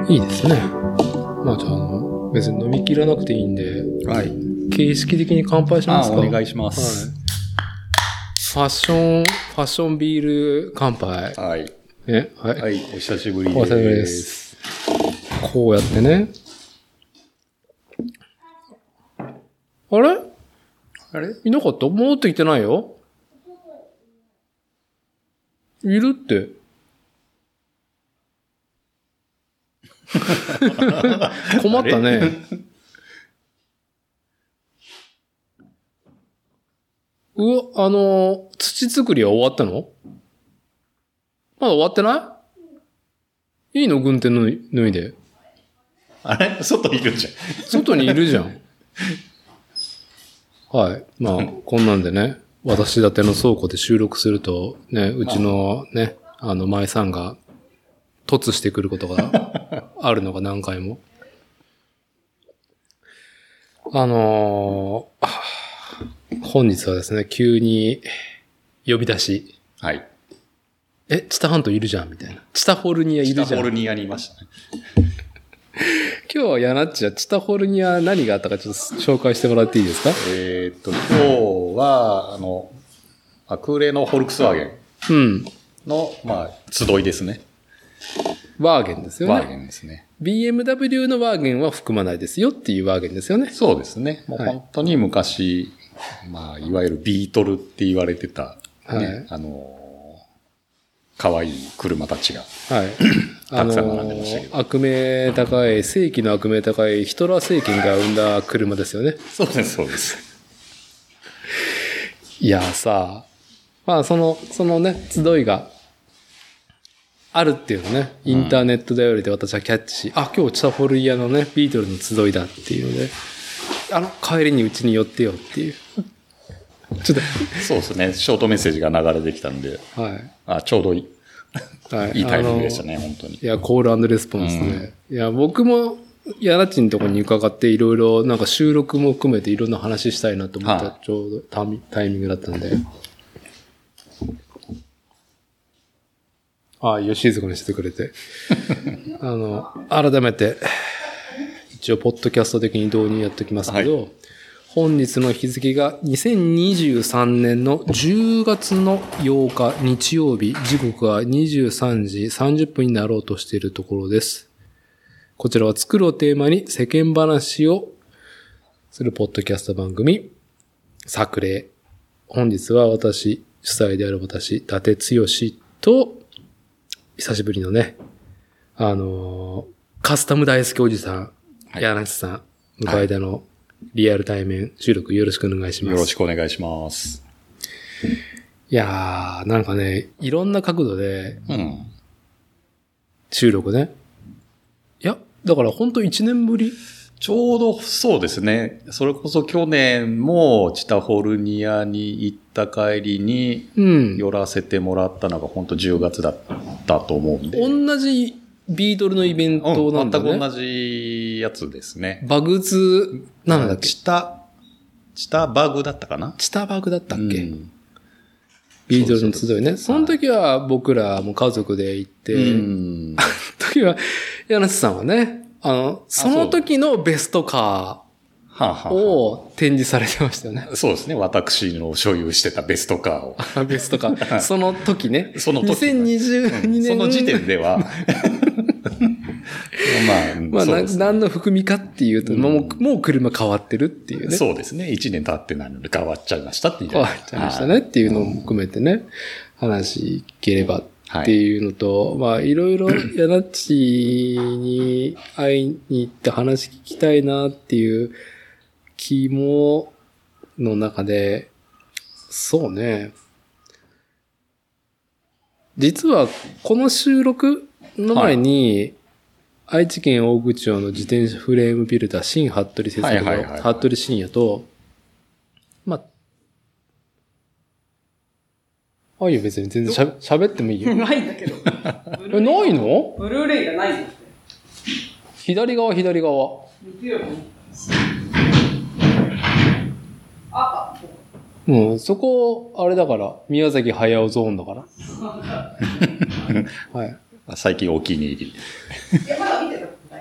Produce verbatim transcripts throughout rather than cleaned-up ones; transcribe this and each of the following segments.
いいですね。まあじゃあ、あの、別に飲み切らなくていいんで、 はい。 形式的に乾杯しますか。 あ、お願いします。 はい。ファッション、ファッションビール乾杯。 はい。 ね、はい。 はい、お久しぶりです。 お久しぶりです。こうやってね。あれあれいなかった？戻ってきてないよ。いるって。困ったね。うわ、あの、土作りは終わったの？まだ終わってない？いいの？軍手脱いで。 あれ外いるじゃん。 外にいるじゃん。はい。まあ、こんなんでね、私立ての倉庫で収録すると、ね、うちのね、あの、舞さんが、突してくることがあるのが何回も。あのー、本日はですね、急に呼び出し。 はい。 え、チタハントいるじゃんみたいな。チタホルニアいるじゃん。 チタホルニアにいましたね。 今日はヤナッチはチタホルニア何があったかちょっと紹介してもらっていいですか？ えー、っと、今日は、あの、アクレのフォルクスワーゲンの、うん、まあ、集いですね。 ワーゲンですよね。 ワーゲンですね。 ビーエムダブリュー のワーゲンは含まないですよっていうワーゲンですよね。 そうですね。もう本当に昔、はい、まあ、いわゆるビートルって言われてた、ね、はい、あの、可愛い車たちが、はい、たくさん並んでましたけど。 悪名高い、世紀の悪名高いヒトラー政権が生んだ車ですよね。 そうです、そうです。 いやさ、まあその、そのね、集いがあるっていうのね、インターネット頼りで私はキャッチし、うん、あ、今日チタホルニアのね、ビートルの集いだっていうので、あの、帰りにうちに寄ってよっていう。 ちょっとそうですね。ショートメッセージが流れてきたんで、はい、あちょうどいい、はい、いいタイミングでしたね、本当に。 いや、コール&レスポンスね。うん、いや、僕も、ヤナッチのところに伺っていろいろ、なんか収録も含めていろんな話したいなと思った、はい、ちょうどタイタイミングだったんで。ああ、よし静かにしてくれて。あの、改めて、一応、ポッドキャスト的に導入やっておきますけど、はい、本日の日付がにせんにじゅうさんねんのじゅうがつのようか日曜日、時刻はにじゅうさんじさんじゅっぷんになろうとしているところです。こちらは作るをテーマに世間話をするポッドキャスト番組、作例。本日は私、主催である私、伊達剛と、久しぶりのね、あのー、カスタム大好きおじさん、はい、柳瀬さん、向かいでの、はいリアル対面収録よろしくお願いします。 よろしくお願いします。 いやー、なんかね、いろんな角度で、うん、収録ね。いや、だからほんといちねんぶりちょうどそうですね。それこそ去年もチタホルニアに行った帰りに寄らせてもらったのがほんとじゅうがつだったと思うんで。 同じビートルのイベントなんだね。 うん、全く同じやつですね。 バグズ、なんだっけチタ、チタバグだったかなチタバグだったっけ、うん、ビートルの集いね。その時は僕らも家族で行って、うん、あの時は、柳瀬さんはね、あの、その時のベストカーを展示されてましたよね。 そうですね。私の所有してたベストカーを。ベストカー。その時ね。 その時。 にせんにじゅうにねん、うん、 その時点では。 まあ、まあ、ね、何の含みかっていうと、うん、もう、もう車変わってるっていうね。 そうですね。いちねん経ってないので変わっちゃいましたっていう。 変わっちゃいましたねっていうのも含めてね、話聞ければっていうのと、はい、まあ、いろいろヤナッチに会いに行って話聞きたいなっていう気もの中で、そうね。実はこの収録の前に、はい、愛知県大口町の自転車フレームビルダー新服部製作の服部深也と、まあ、ああいう別に全然しゃ喋ってもいいよ。 ないんだけど。 え、ないの？ ブルーレイがないんだって。 左側、左側。 見てよ。あ、 うん、そこ、あれだから、宮崎駿ゾーンだから。はい。 最近お気に入り。 いや、まだ見てた。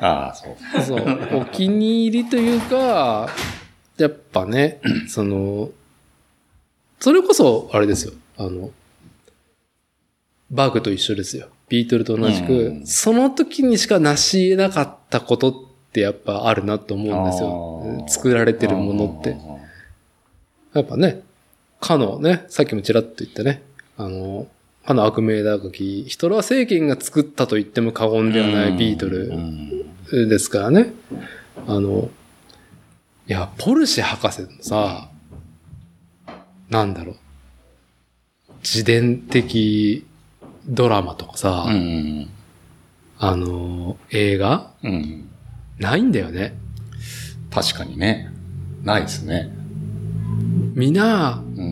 ああ、そう。 そう。お気に入りというか、やっぱね、その、それこそ、あれですよ。あの、バグと一緒ですよ。ビートルと同じく、うん、その時にしか成し得なかったことってやっぱあるなと思うんですよ。作られてるものって。やっぱね、かのね、さっきもちらっと言ったね、あの、かの悪名高き、ヒトラー政権が作ったと言っても過言ではないビートルですからね。あの、いや、ポルシェ博士のさ、なんだろう、自伝的ドラマとかさ、うん、あの、映画、うん、ないんだよね。 確かにね。ないですね。 みんな、うん、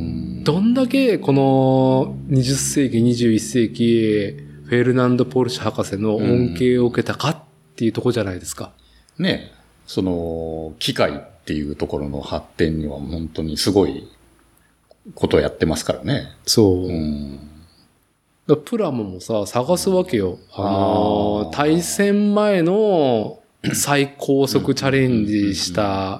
どんだけこのにじゅっ世紀、にじゅういっ世紀、フェルナンド・ポルシェ博士の恩恵を受けたかっていうところじゃないですか。 うん、ね、その、機械っていうところの発展には本当にすごいことをやってますからね。 そう。うんだプラモもさ、探すわけよ。あのー、対戦前の最高速チャレンジした、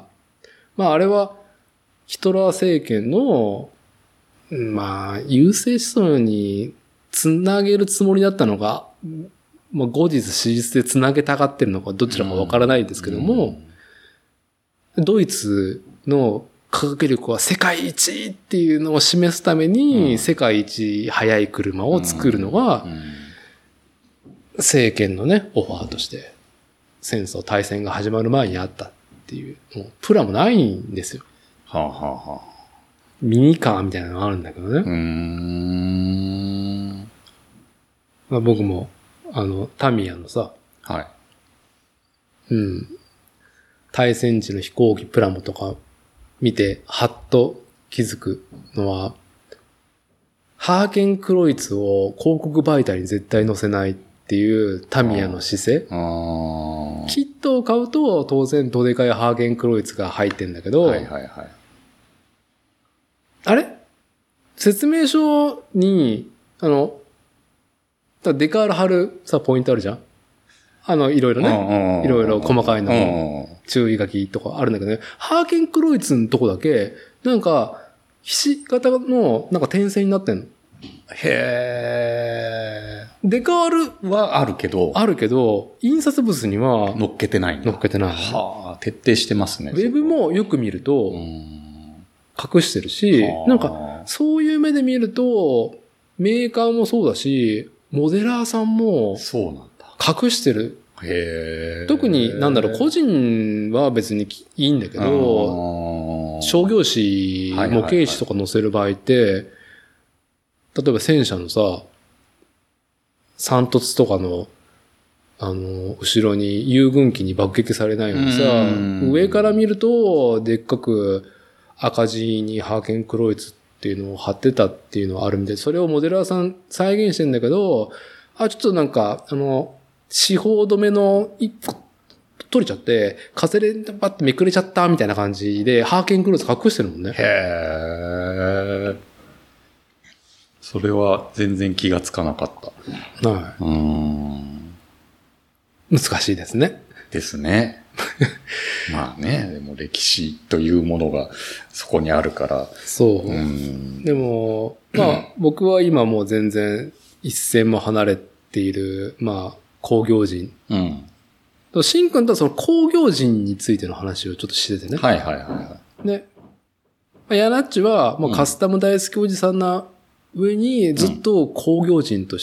まああれはヒトラー政権の、まあ優勢思想につなげるつもりだったのが、まあ後日史実でつなげたがってるのかどちらかわからないですけども、ドイツの科学力は世界一っていうのを示すために、うん、世界一速い車を作るのが、うんうん、政権のね、オファーとして、戦争、大戦が始まる前にあったっていう、もうプラもないんですよ。 はあはあはあ、 ミニカーみたいなのがあるんだけどね。うーんまあ、僕も、あの、タミヤのさ、 はい。 うん。対戦時の飛行機プラモとか、見て、はっと気づくのは、ハーケンクロイツを広告媒体に絶対載せないっていうタミヤの姿勢。キットを買うと当然どでかいハーケンクロイツが入ってんだけど、 はいはいはい、 あれ説明書に、あの、デカール貼るさ、ポイントあるじゃんあの、いろいろね。いろいろ細かいの。注意書きとかあるんだけどね。ハーケンクロイツのとこだけ、なんか、ひし形の、なんか点線になってんの。 へー。デカールはあるけど。 あるけど、印刷物には。 乗っけてないんだ。 乗っけてない、ね。 はあ、徹底してますね。 ウェブもよく見ると、隠してるし、なんか、そういう目で見ると、メーカーもそうだし、モデラーさんも、 そうなんだ。 隠してる。 へー。 特に、なんだろう、個人は別にいいんだけど、商業誌、模型紙とか載せる場合って、例えば戦車のさ、散突とかの、あの、後ろに遊軍機に爆撃されないようにさ、上から見ると、でっかく赤字にハーケンクロイツっていうのを貼ってたっていうのはあるみたいで、それをモデラーさん再現してんだけど、あ、ちょっとなんか、あの、四方止めの一個取れちゃって、風でバッてめくれちゃったみたいな感じで、ハーケンクローズ隠してるもんね。 へー。それは全然気がつかなかった。 はい。 うーん。 難しいですね。 ですね。まあね、でも歴史というものがそこにあるから。 そう。うん、でも、まあ僕は今もう全然一線も離れている、まあ、工業人。 うん。 シン君とはその工業人についての話をちょっとしててね。 はいはいはいはい。 で、ヤナッチはもうカスタム大好きおじさんな上にずっと工業人として、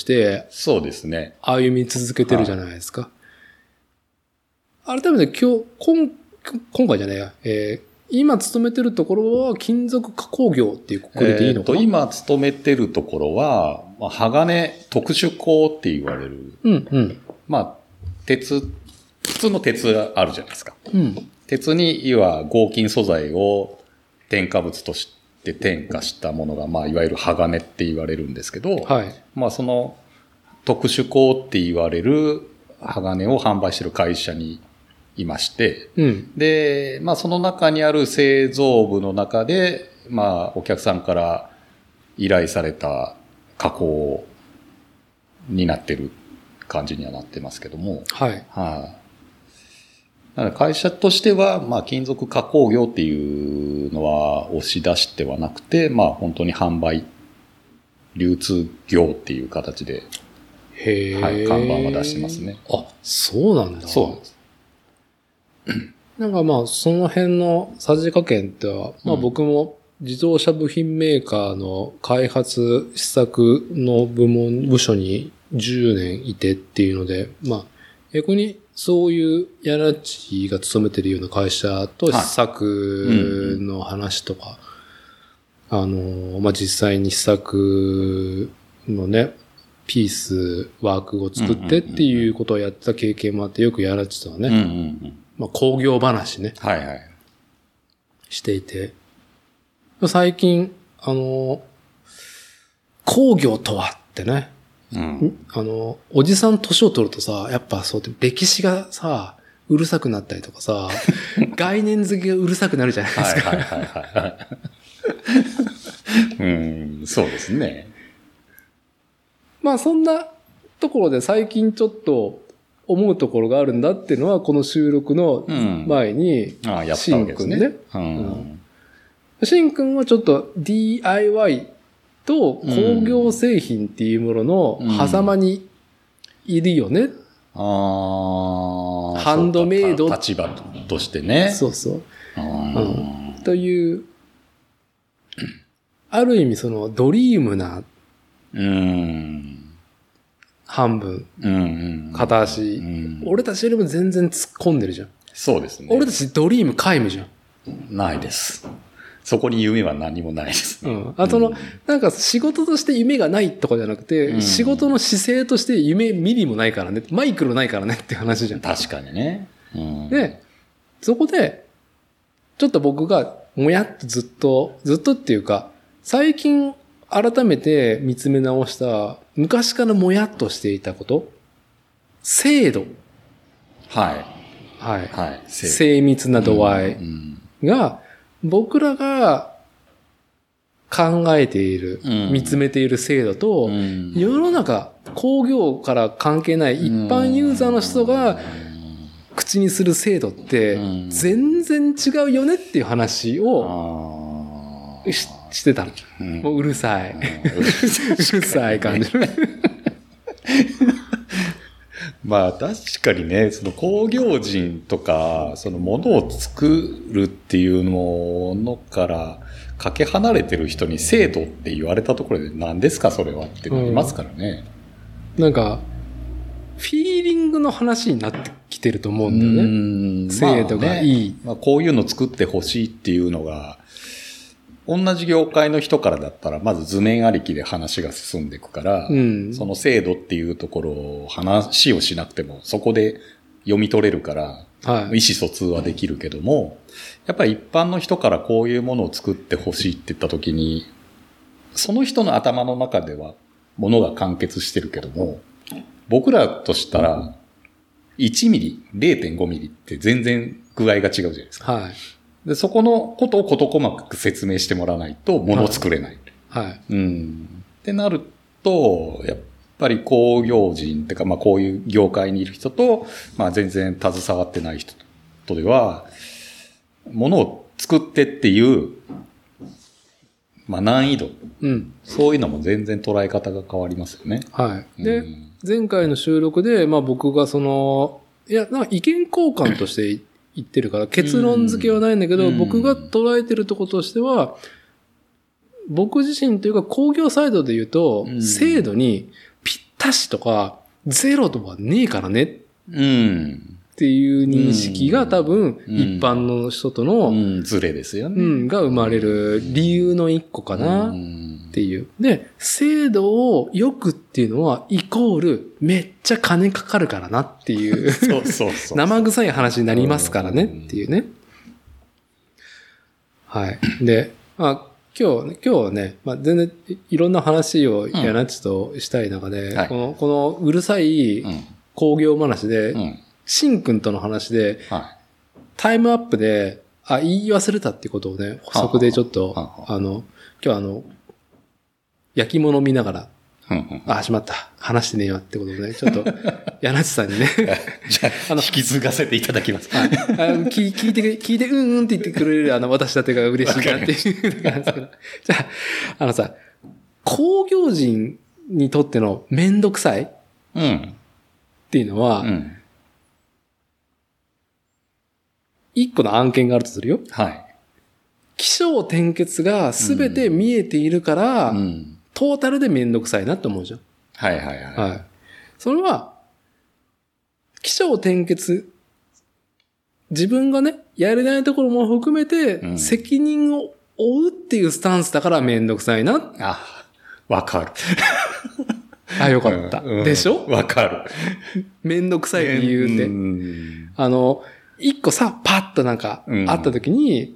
そうですね。 歩み続けてるじゃないですか。はい、改めて今日、今、今回じゃないや、えー、今勤めてるところは金属加工業っていうくくりでいいのかな、 えー、と今勤めてるところは、まあ、鋼特殊鋼って言われる。 うんうん。 まあ、鉄、普通の鉄があるじゃないですか。 うん。 鉄に、いわ合金素材を添加物として添加したものが、まあ、いわゆる鋼って言われるんですけど、 はい。 まあ、その特殊鋼って言われる鋼を販売している会社にいまして、 うん、 で、まあその中にある製造部の中で、まあお客さんから依頼された加工になってる感じにはなってますけども、 はい。 はい、 だから会社としては、まあ、金属加工業っていうのは押し出してはなくて、まあ、本当に販売、流通業っていう形で、 へー。 はい、看板は出してますね。 あ、そうなんだ。 そうです。 なんかまあ、その辺のさじ加減っては、まあ僕も自動車部品メーカーの開発施策の部門、部署にじゅうねんいてっていうので、まあ、逆にそういうやらちが勤めてるような会社と施策の話とか、あの、まあ実際に施策のね、ピース、ワークを作ってっていうことをやった経験もあって、よくやらちとはね、 うんうんうんまあ、工業話ね。 はいはい。 していて。最近、あの、工業とはってね。 うん、 あの、おじさん年を取るとさ、やっぱそうって歴史がさ、うるさくなったりとかさ、概念付けがうるさくなるじゃないですか。 はいはいはいはい。うん、そうですね。 まあそんなところで最近ちょっと、思うところがあるんだっていうのは、この収録の前に、シンくんね。シンくんはちょっと ディーアイワイ と工業製品っていうものの狭間にいるよね。うん、 あハンドメイド。 立場としてね。 そうそう。うん、という、ある意味そのドリームな、 うん半分、 うんうん、 片足、うん、俺たちよりも全然突っ込んでるじゃん。 そうですね。 俺たちドリーム皆無じゃん。 ないです。そこに夢は何もないです、 ね。うん。あとの、うん、なんか仕事として夢がないとかじゃなくて、うん、仕事の姿勢として夢ミリもないからね、マイクロないからねって話じゃん。 確かにね。うん、 で、そこで、ちょっと僕がもやっとずっと、ずっとっていうか、最近改めて見つめ直した昔からもやっとしていたこと、精度。 はい。 はい。 はい。 精密な度合いが、僕らが考えている、うん、見つめている精度と、うん、世の中、工業から関係ない一般ユーザーの人が口にする精度って全然違うよねっていう話をし、してたの。うん、もううるさい。うるさい感じ。 まあ確かにね、その工業人とか、そのものを作るっていうものからかけ離れてる人に制度って言われたところで何ですかそれはってなりますからね、 うん。なんか、フィーリングの話になってきてると思うんだよね。うん制度がいい。 まあね、まあ、こういうの作ってほしいっていうのが、同じ業界の人からだったら、まず図面ありきで話が進んでいくから、うん、その制度っていうところを話をしなくても、そこで読み取れるから、はい、意思疎通はできるけども、やっぱり一般の人からこういうものを作ってほしいって言ったときに、その人の頭の中ではものが完結してるけども、僕らとしたら、いちミリ、れいてんごミリって全然具合が違うじゃないですか。 はいで、そこのことを事細かく説明してもらわないと物を作れない。 はい。はい、 うん。ってなると、やっぱり工業人ってか、まあこういう業界にいる人と、まあ全然携わってない人とでは、物を作ってっていう、まあ難易度。 うん。 そういうのも全然捉え方が変わりますよね。 はい。で、うん、前回の収録で、まあ僕がその、いや、なんか意見交換として言ってるから結論付けはないんだけど、うん、僕が捉えてるところとしては、僕自身というか工業サイドで言うと、うん、精度にぴったしとかゼロとかねえからね。 うん。 っていう認識が多分一般の人との、 うんうん、ズレですよね、 うん。が生まれる理由の一個かなっていう。で、精度を良くっていうのはイコールめっちゃ金かかるからなっていう。 そうそうそう。 生臭い話になりますからねっていうね。はい。で、まあ今日、今日はね、まあ全然いろんな話をやなちとしたい中で、うんはい、この、このうるさい工業話で、うんうんシンくんとの話で、はい、タイムアップで、あ、言い忘れたっていうことをね、補足でちょっと、はははあの、今日あの、焼き物見ながらうんうん、 あ、しまった。話してねえよってことでね、ちょっと、柳地さんにね。 じゃあ、あの、引き継がせていただきます。 はい。あの聞聞いて、聞いて、うんうんって言ってくれる、あの、私だけが嬉しいなっていう感じですけど。じゃあ、あのさ、工業人にとってのめんどくさいっていうのは、うん、一個の案件があるとするよ。 はい。 起承転結が全て見えているから、うんうん、トータルでめんどくさいなって思うじゃん。 はいはいはい。はい。 それは、起承転結、自分がね、やれないところも含めて、うん、責任を負うっていうスタンスだからめんどくさいな。 あ、わかる。 あ、よかった。うんうん、でしょ？ わかる。 めんどくさい理由って。うん、あの、一個さ、パッとなんか、あった時に、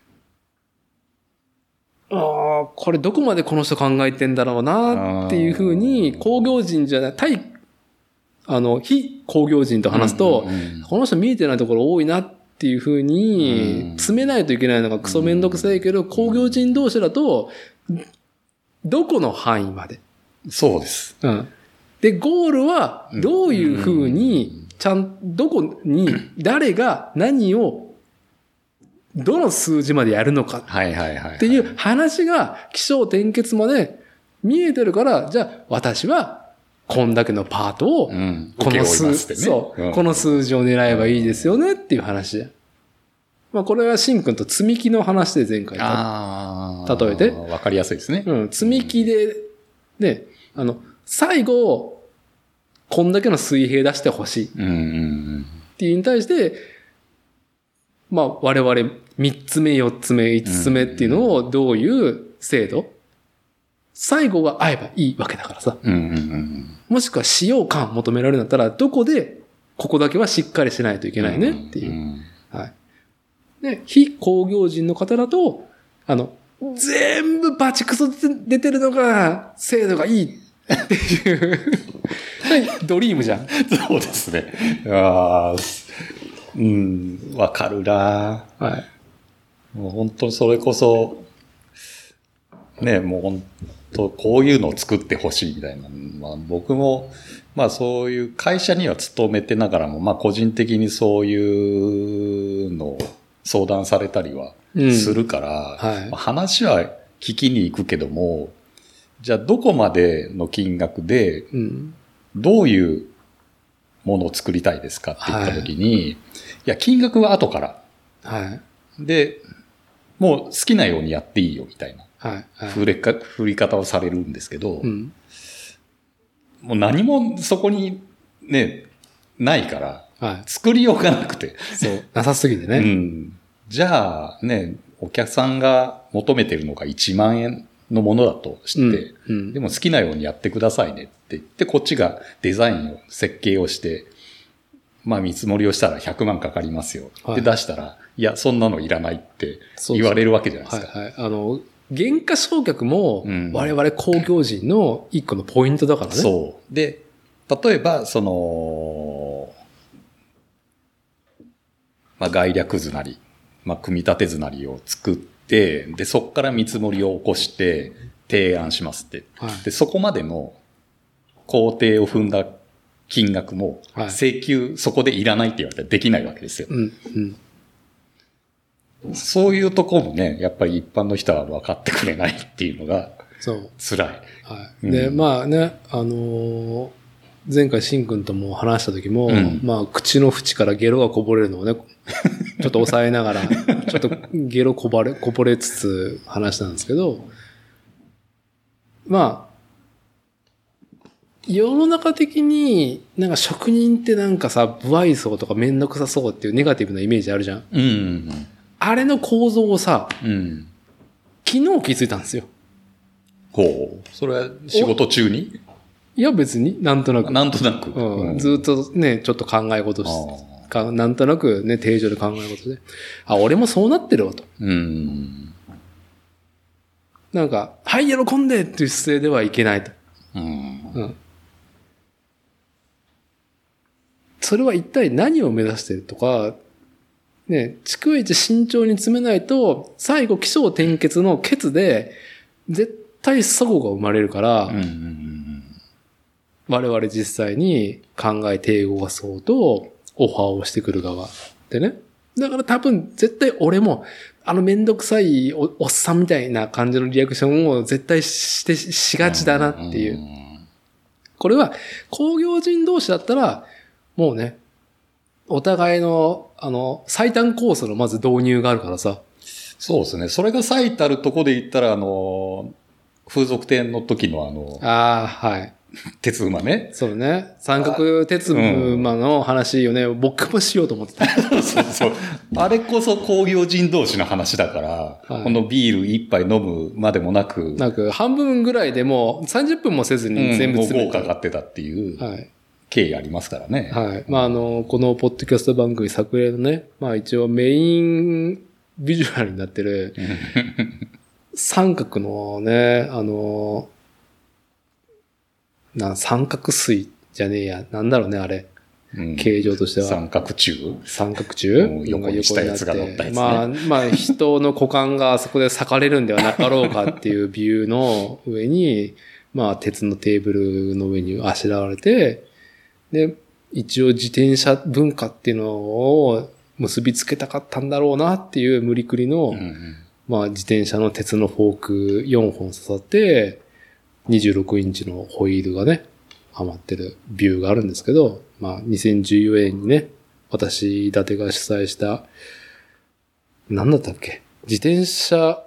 うん、ああ、これどこまでこの人考えてんだろうなっていうふうに、工業人じゃない、対、あの、非工業人と話すと、うんうんうん、この人見えてないところ多いなっていうふうに、詰めないといけないのがクソめんどくさいけど、工業人同士だと、どこの範囲まで。 そうです。 うん。で、ゴールは、どういうふうに、ちゃん、どこに、誰が何を、どの数字までやるのかっていう話が起承転結まで見えてるから、じゃあ私はこんだけのパートをこの数、そう、この数字を狙えばいいですよねっていう話で。まあこれはシンくんと積み木の話で前回例えて。 わかりやすいですね。 うん、積み木で、ね、あの、最後、こんだけの水平出してほしいっていうに対して、まあ我々三つ目、四つ目、五つ目っていうのをどういう制度、最後が合えばいいわけだからさ。もしくは使用感求められるんだったら、どこでここだけはしっかりしないといけないねっていう。はい。で、非工業人の方だと、あの、全部バチクソ出てるのが制度がいいっていうドリームじゃん。 そうですね。あうん、わかるな。 はい。 もう本当それこそ、ね、もう本当こういうのを作ってほしいみたいな。まあ僕も、まあそういう会社には勤めてながらも、まあ個人的にそういうのを相談されたりはするから、うんはい、話は聞きに行くけども、じゃあどこまでの金額で、どういうものを作りたいですかって言ったときに、はい、いや、金額は後から。 はい。 で、もう好きなようにやっていいよみたいな。 はいはい、 振りか、振り方をされるんですけど、 うん、 もう何もそこにね、ないから、 はい、 作りようがなくて。 そう。なさすぎてね。 うん。じゃあね、お客さんが求めてるのがいちまんえんのものだとして、うんうん、でも好きなようにやってくださいねって言って、こっちがデザインを、設計をして、まあ見積もりをしたらひゃくまんかかりますよ。はい、で出したら、いや、そんなのいらないって言われるわけじゃないですか。 そうそうはいはい。あの、原価償却も我々工業人の一個のポイントだからね。 うん、そう。で、例えば、その、まあ概略図なり、まあ組み立て図なりを作って、で、そこから見積もりを起こして提案しますって。はい、で、そこまでの工程を踏んだ金額も請求そこでいらないって言われたらできないわけですよ。 うんうんそういうとこもね、やっぱり一般の人は分かってくれないっていうのが辛い。 はい。うん、で、まあね、あのー、前回しんくんとも話した時も、うん、まあ口の縁からゲロがこぼれるのをね、ちょっと抑えながら、ちょっとゲロこぼれ、こぼれつつ話したんですけど、まあ、世の中的になんか職人ってなんかさ、不愛想とかめんどくさそうっていうネガティブなイメージあるじゃん。 うんうんうんあれの構造をさ、 うん、 昨日気づいたんですよ。 ほう。それは仕事中に？ いや別になんとなく。 なんとなく。 うん、ずっとね、ちょっと考え事して、なんとなくね、定常で考え事で。あ、俺もそうなってるわと。 うん。 なんか、はい、喜んでっていう姿勢ではいけないと。 うん。 うん。それは一体何を目指してるとか、ね、逐一慎重に詰めないと、最後、起承転結の結で、絶対齟齬が生まれるから、 うんうんうん、 我々実際に考えて英語がそうと、オファーをしてくる側でね。だから多分絶対俺も、あのめんどくさい お, おっさんみたいな感じのリアクションを絶対してしがちだなっていう。これは工業人同士だったら、もうね、お互いの、あの、最短コースのまず導入があるからさ。 そうですね。それが最たるとこで言ったら、あの、風俗店の時のあの、 ああ、はい。 鉄馬ね。 そうね。三角鉄馬の話をね、うん、僕もしようと思ってた。 そうそう。あれこそ工業人同士の話だから、はい、このビール一杯飲むまでもなく。 なく、半分ぐらいでもうさんじゅっぷんもせずに全部詰めて、うん、もうかかってたっていう。はい。経緯ありますからね。 はい。まあ、あの、このポッドキャスト番組作例のね、まあ一応メインビジュアルになってる、三角のね、あの、な三角錐じゃねえや。なんだろうね、あれ。うん、形状としては。 三角柱三角柱横にしたやつが乗ったやつね。 まあ、まあ、人の股間があそこで裂かれるんではなかろうかっていうビューの上に、まあ、鉄のテーブルの上にあしらわれて、で、一応自転車文化っていうのを結びつけたかったんだろうなっていう無理くりの、うんうん、まあ、自転車の鉄のフォークよんほん刺さって、にじゅうろくインチのホイールがね、はまってるビューがあるんですけど、まあ、にせんじゅうよねんにね、私、伊達が主催した、何だったっけ？自転車、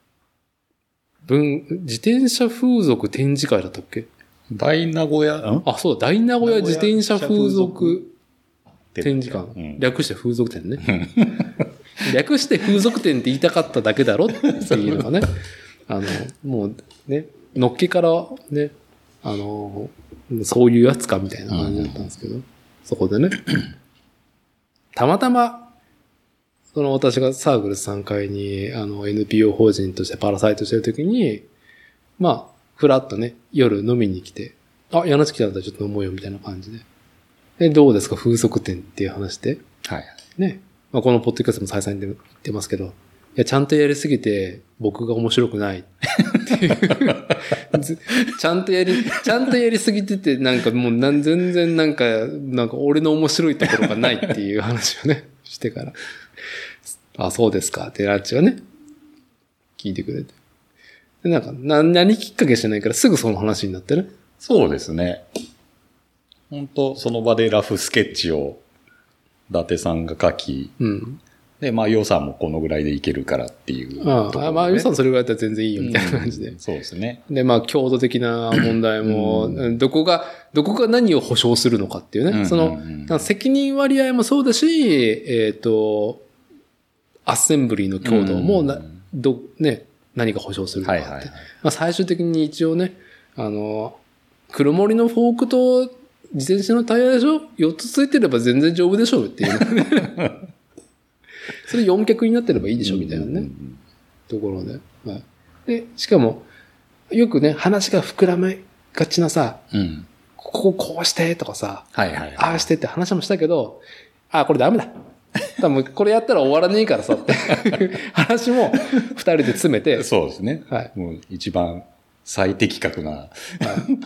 文、自転車風俗展示会だったっけ？ 大名古屋、んあ、そうだ、大名古屋自転車風俗展示館。うん、略して風俗店ね。略して風俗店って言いたかっただけだろっていうのがね、あの、もうね、のっけからね、あの、そういうやつかみたいな感じだったんですけど、うん、そこでね、たまたま、その私がサークルさんかいに、あの、エヌピーオー 法人としてパラサイトしてるときに、まあ、ふらっとね、夜飲みに来て、あ、柳月来たんだらちょっと飲もうよみたいな感じで。で、どうですか風俗店っていう話で。 はい。 ね。まあ、このポッドキャストも再三で言ってますけど、いや、ちゃんとやりすぎて、僕が面白くないっていう。ちゃんとやり、ちゃんとやりすぎてて、なんかもうなん全然なんか、なんか俺の面白いところがないっていう話をね、してから。あ、そうですかってラッチがね、聞いてくれて。で、なんか、な、何きっかけしてないからすぐその話になってね。 そうですね。本当その場でラフスケッチを伊達さんが書き、うん。で、まあ予算もこのぐらいでいけるからっていう、ね。 ああ、まあ予算それぐらいだったら全然いいよみたいな感じで。 うん、そうですね。 で、まあ強度的な問題も、うん、どこが、どこが何を保証するのかっていうね。うんうんうん、その、責任割合もそうだし、えっ、ー、と、アッセンブリーの強度もな、うん、ど、ね、何が保証するのかって。はいはいはい、まあ最終的に一応ね、あの、黒森のフォークと自転車のタイヤでしょ ?よっ つついてれば全然丈夫でしょっていう、ね。それよん脚になってればいいでしょみたいなね、うんうんうん、ところで、はい。で、しかも、よくね、話が膨らめがちなさ、うん、こここうしてとかさ、 はいはいはい、 ああしてって話もしたけど、あ、これダメだ。多分これやったら終わらねえからさって話も二人で詰めて。 そうですね。はい。もう一番最適格な、はい、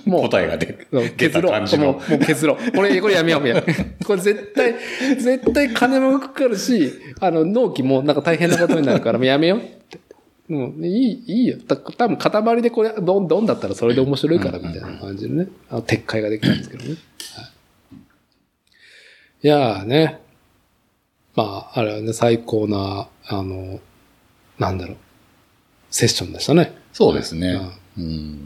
もう答えが出削ろう。もう、もう削ろう。これ、これやめよう、やめよう。これ絶対、絶対金もかかるし、あの、納期もなんか大変なことになるから、もうやめようって。もう、いい、いいよ。た多分塊でこれ、どんどんだったらそれで面白いから、みたいな感じでね。あの撤回ができたんですけどね。はい、いやーね。まあ、あれはね、最高な、あの、なんだろう、セッションでしたね。 そうですね。 はい、うん、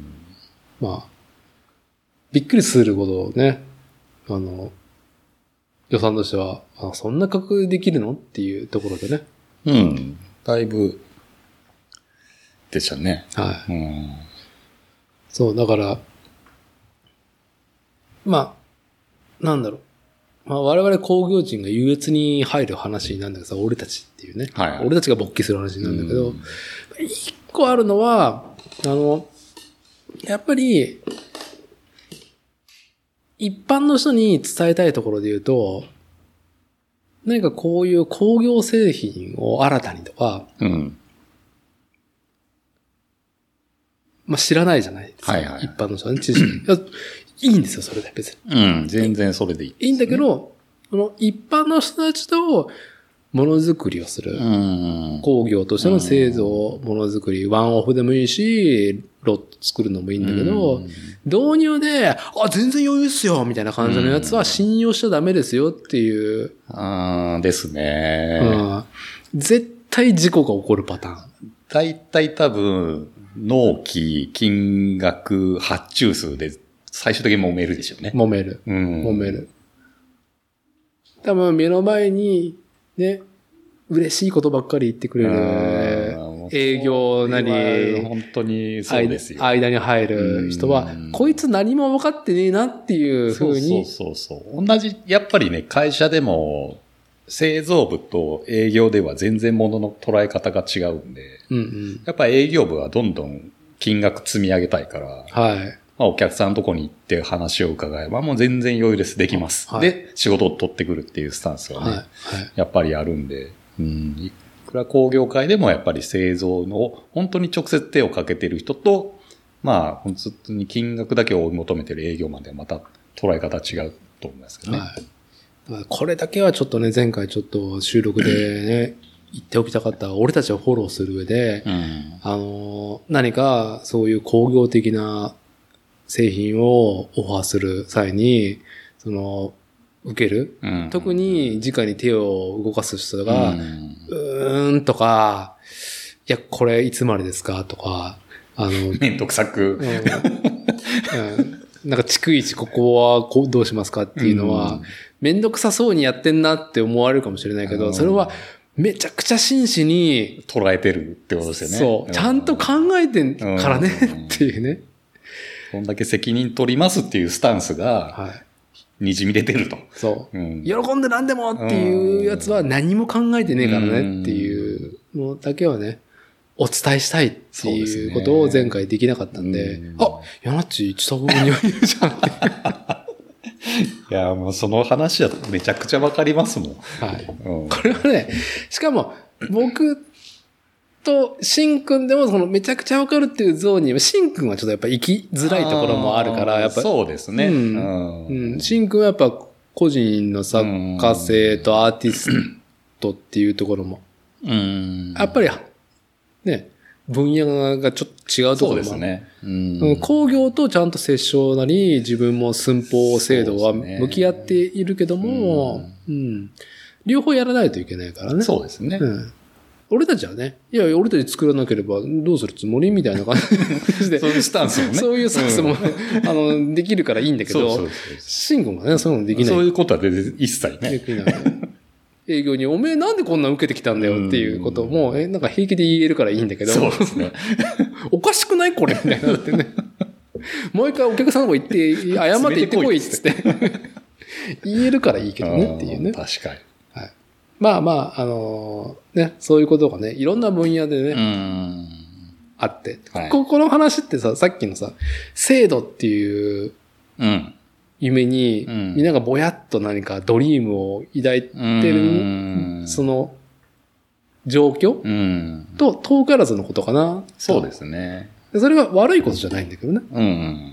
まあ、びっくりするほどね、あの、予算としては、あ、そんな価格でできるのっていうところでね。 うん。だいぶ、でしたね。 はい。 うん、 そう、だから、まあ、なんだろう。まあ、我々工業人が優越に入る話なんだけどさ、俺たちっていうね。 はいはい、 俺たちが勃起する話なんだけど、一個あるのは、あの、やっぱり、一般の人に伝えたいところで言うと、何かこういう工業製品を新たにとか、 うん、 まあ知らないじゃないですか。 はいはい、 一般の人はね、知識。 いいんですよ、それで別に。うん、全然それでいい、ね。 いいんだけど、この一般の人たちとものづくりをする。工業としての製造、ものづくり、ワンオフでもいいし、ロット作るのもいいんだけど、導入で、あ、全然余裕っすよみたいな感じのやつは信用しちゃダメですよっていう。 あーですね、 うん。絶対事故が起こるパターン。 大体多分、納期、金額、発注数で最終的に揉めるでしょうね。 揉める。うん、揉める。多分目の前に、ね、嬉しいことばっかり言ってくれる営業なり、 本当にそうですよ。 間に入る人は、こいつ何も分かってねえなっていうふうに。 そうそうそうそう。同じ、やっぱりね、会社でも、製造部と営業では全然物の捉え方が違うんで、うんうん、やっぱ営業部はどんどん金額積み上げたいから、はい。まあ、お客さんのとこに行って話を伺えば、もう全然余裕です、できます。はい、で、仕事を取ってくるっていうスタンスはね、はいはい、やっぱりあるんで、うん、いくら工業界でもやっぱり製造の本当に直接手をかけてる人と、まあ、本当に金額だけを追い求めてる営業マンではまた捉え方違うと思いますけどね。はい、 これだけはちょっとね、前回ちょっと収録でね、言っておきたかった。俺たちをフォローする上で、うん、あの、何かそういう工業的な製品をオファーする際に、その、受ける、うん、特に直に手を動かす人が、うん、うーんとか、いや、これいつまでですかとか、あの、 めんどくさく。うんうんなんか、逐一ここはこうどうしますかっていうのは、めんどくさそうにやってんなって思われるかもしれないけど、それはめちゃくちゃ真摯に捉えてるってことですよね。 そう。ちゃんと考えてんからねっていうね。 こんだけ責任取りますっていうスタンスが、にじみ出てると。 そう。うん、喜んで何でもっていうやつは何も考えてねえからねっていうのだけはね、お伝えしたいっていうことを前回できなかったんで、でね、あ、ヤナッチ一作にはいるじゃんって。 いや、もうその話はめちゃくちゃわかりますもん。 はい。うん、これはね、しかも僕とシンくんでもそのめちゃくちゃわかるっていうゾーンに、シンくんはちょっとやっぱ行きづらいところもあるから、やっぱそうですね。うん。うん。シンくんはやっぱ個人の作家性とアーティストっていうところも、うん、やっぱりね、分野がちょっと違うところもある。そうですね。うん、工業とちゃんと折衝なり、自分も寸法制度は向き合っているけども、う、ね、うん、両方やらないといけないからね。 そうですね。うん、 俺たちはね、いや、俺たち作らなければどうするつもりみたいな感じで。 そういうスタンスもね。 そういうスタンスも、うん、あの、できるからいいんだけど、シンゴがね、そういうのできない。 そういうことは全然一切ね。できない。 営業に、おめえなんでこんな受けてきたんだよっていうことも、え、なんか平気で言えるからいいんだけど。 そうですね。 おかしくないこれみたいなってね。もう一回お客さんの方行って、謝って行ってこいっつって。言えるからいいけどねっていうね。 確かに。 はい。まあまあ、あのー、ね、そういうことがね、いろんな分野でね、うんあって、はい、ここの話ってさ、さっきのさ、制度っていう、うん夢に、うん、みんながぼやっと何かドリームを抱いてる、その状況、うん、と遠からずのことかな。 そうですね。 それは悪いことじゃないんだけどね。うん、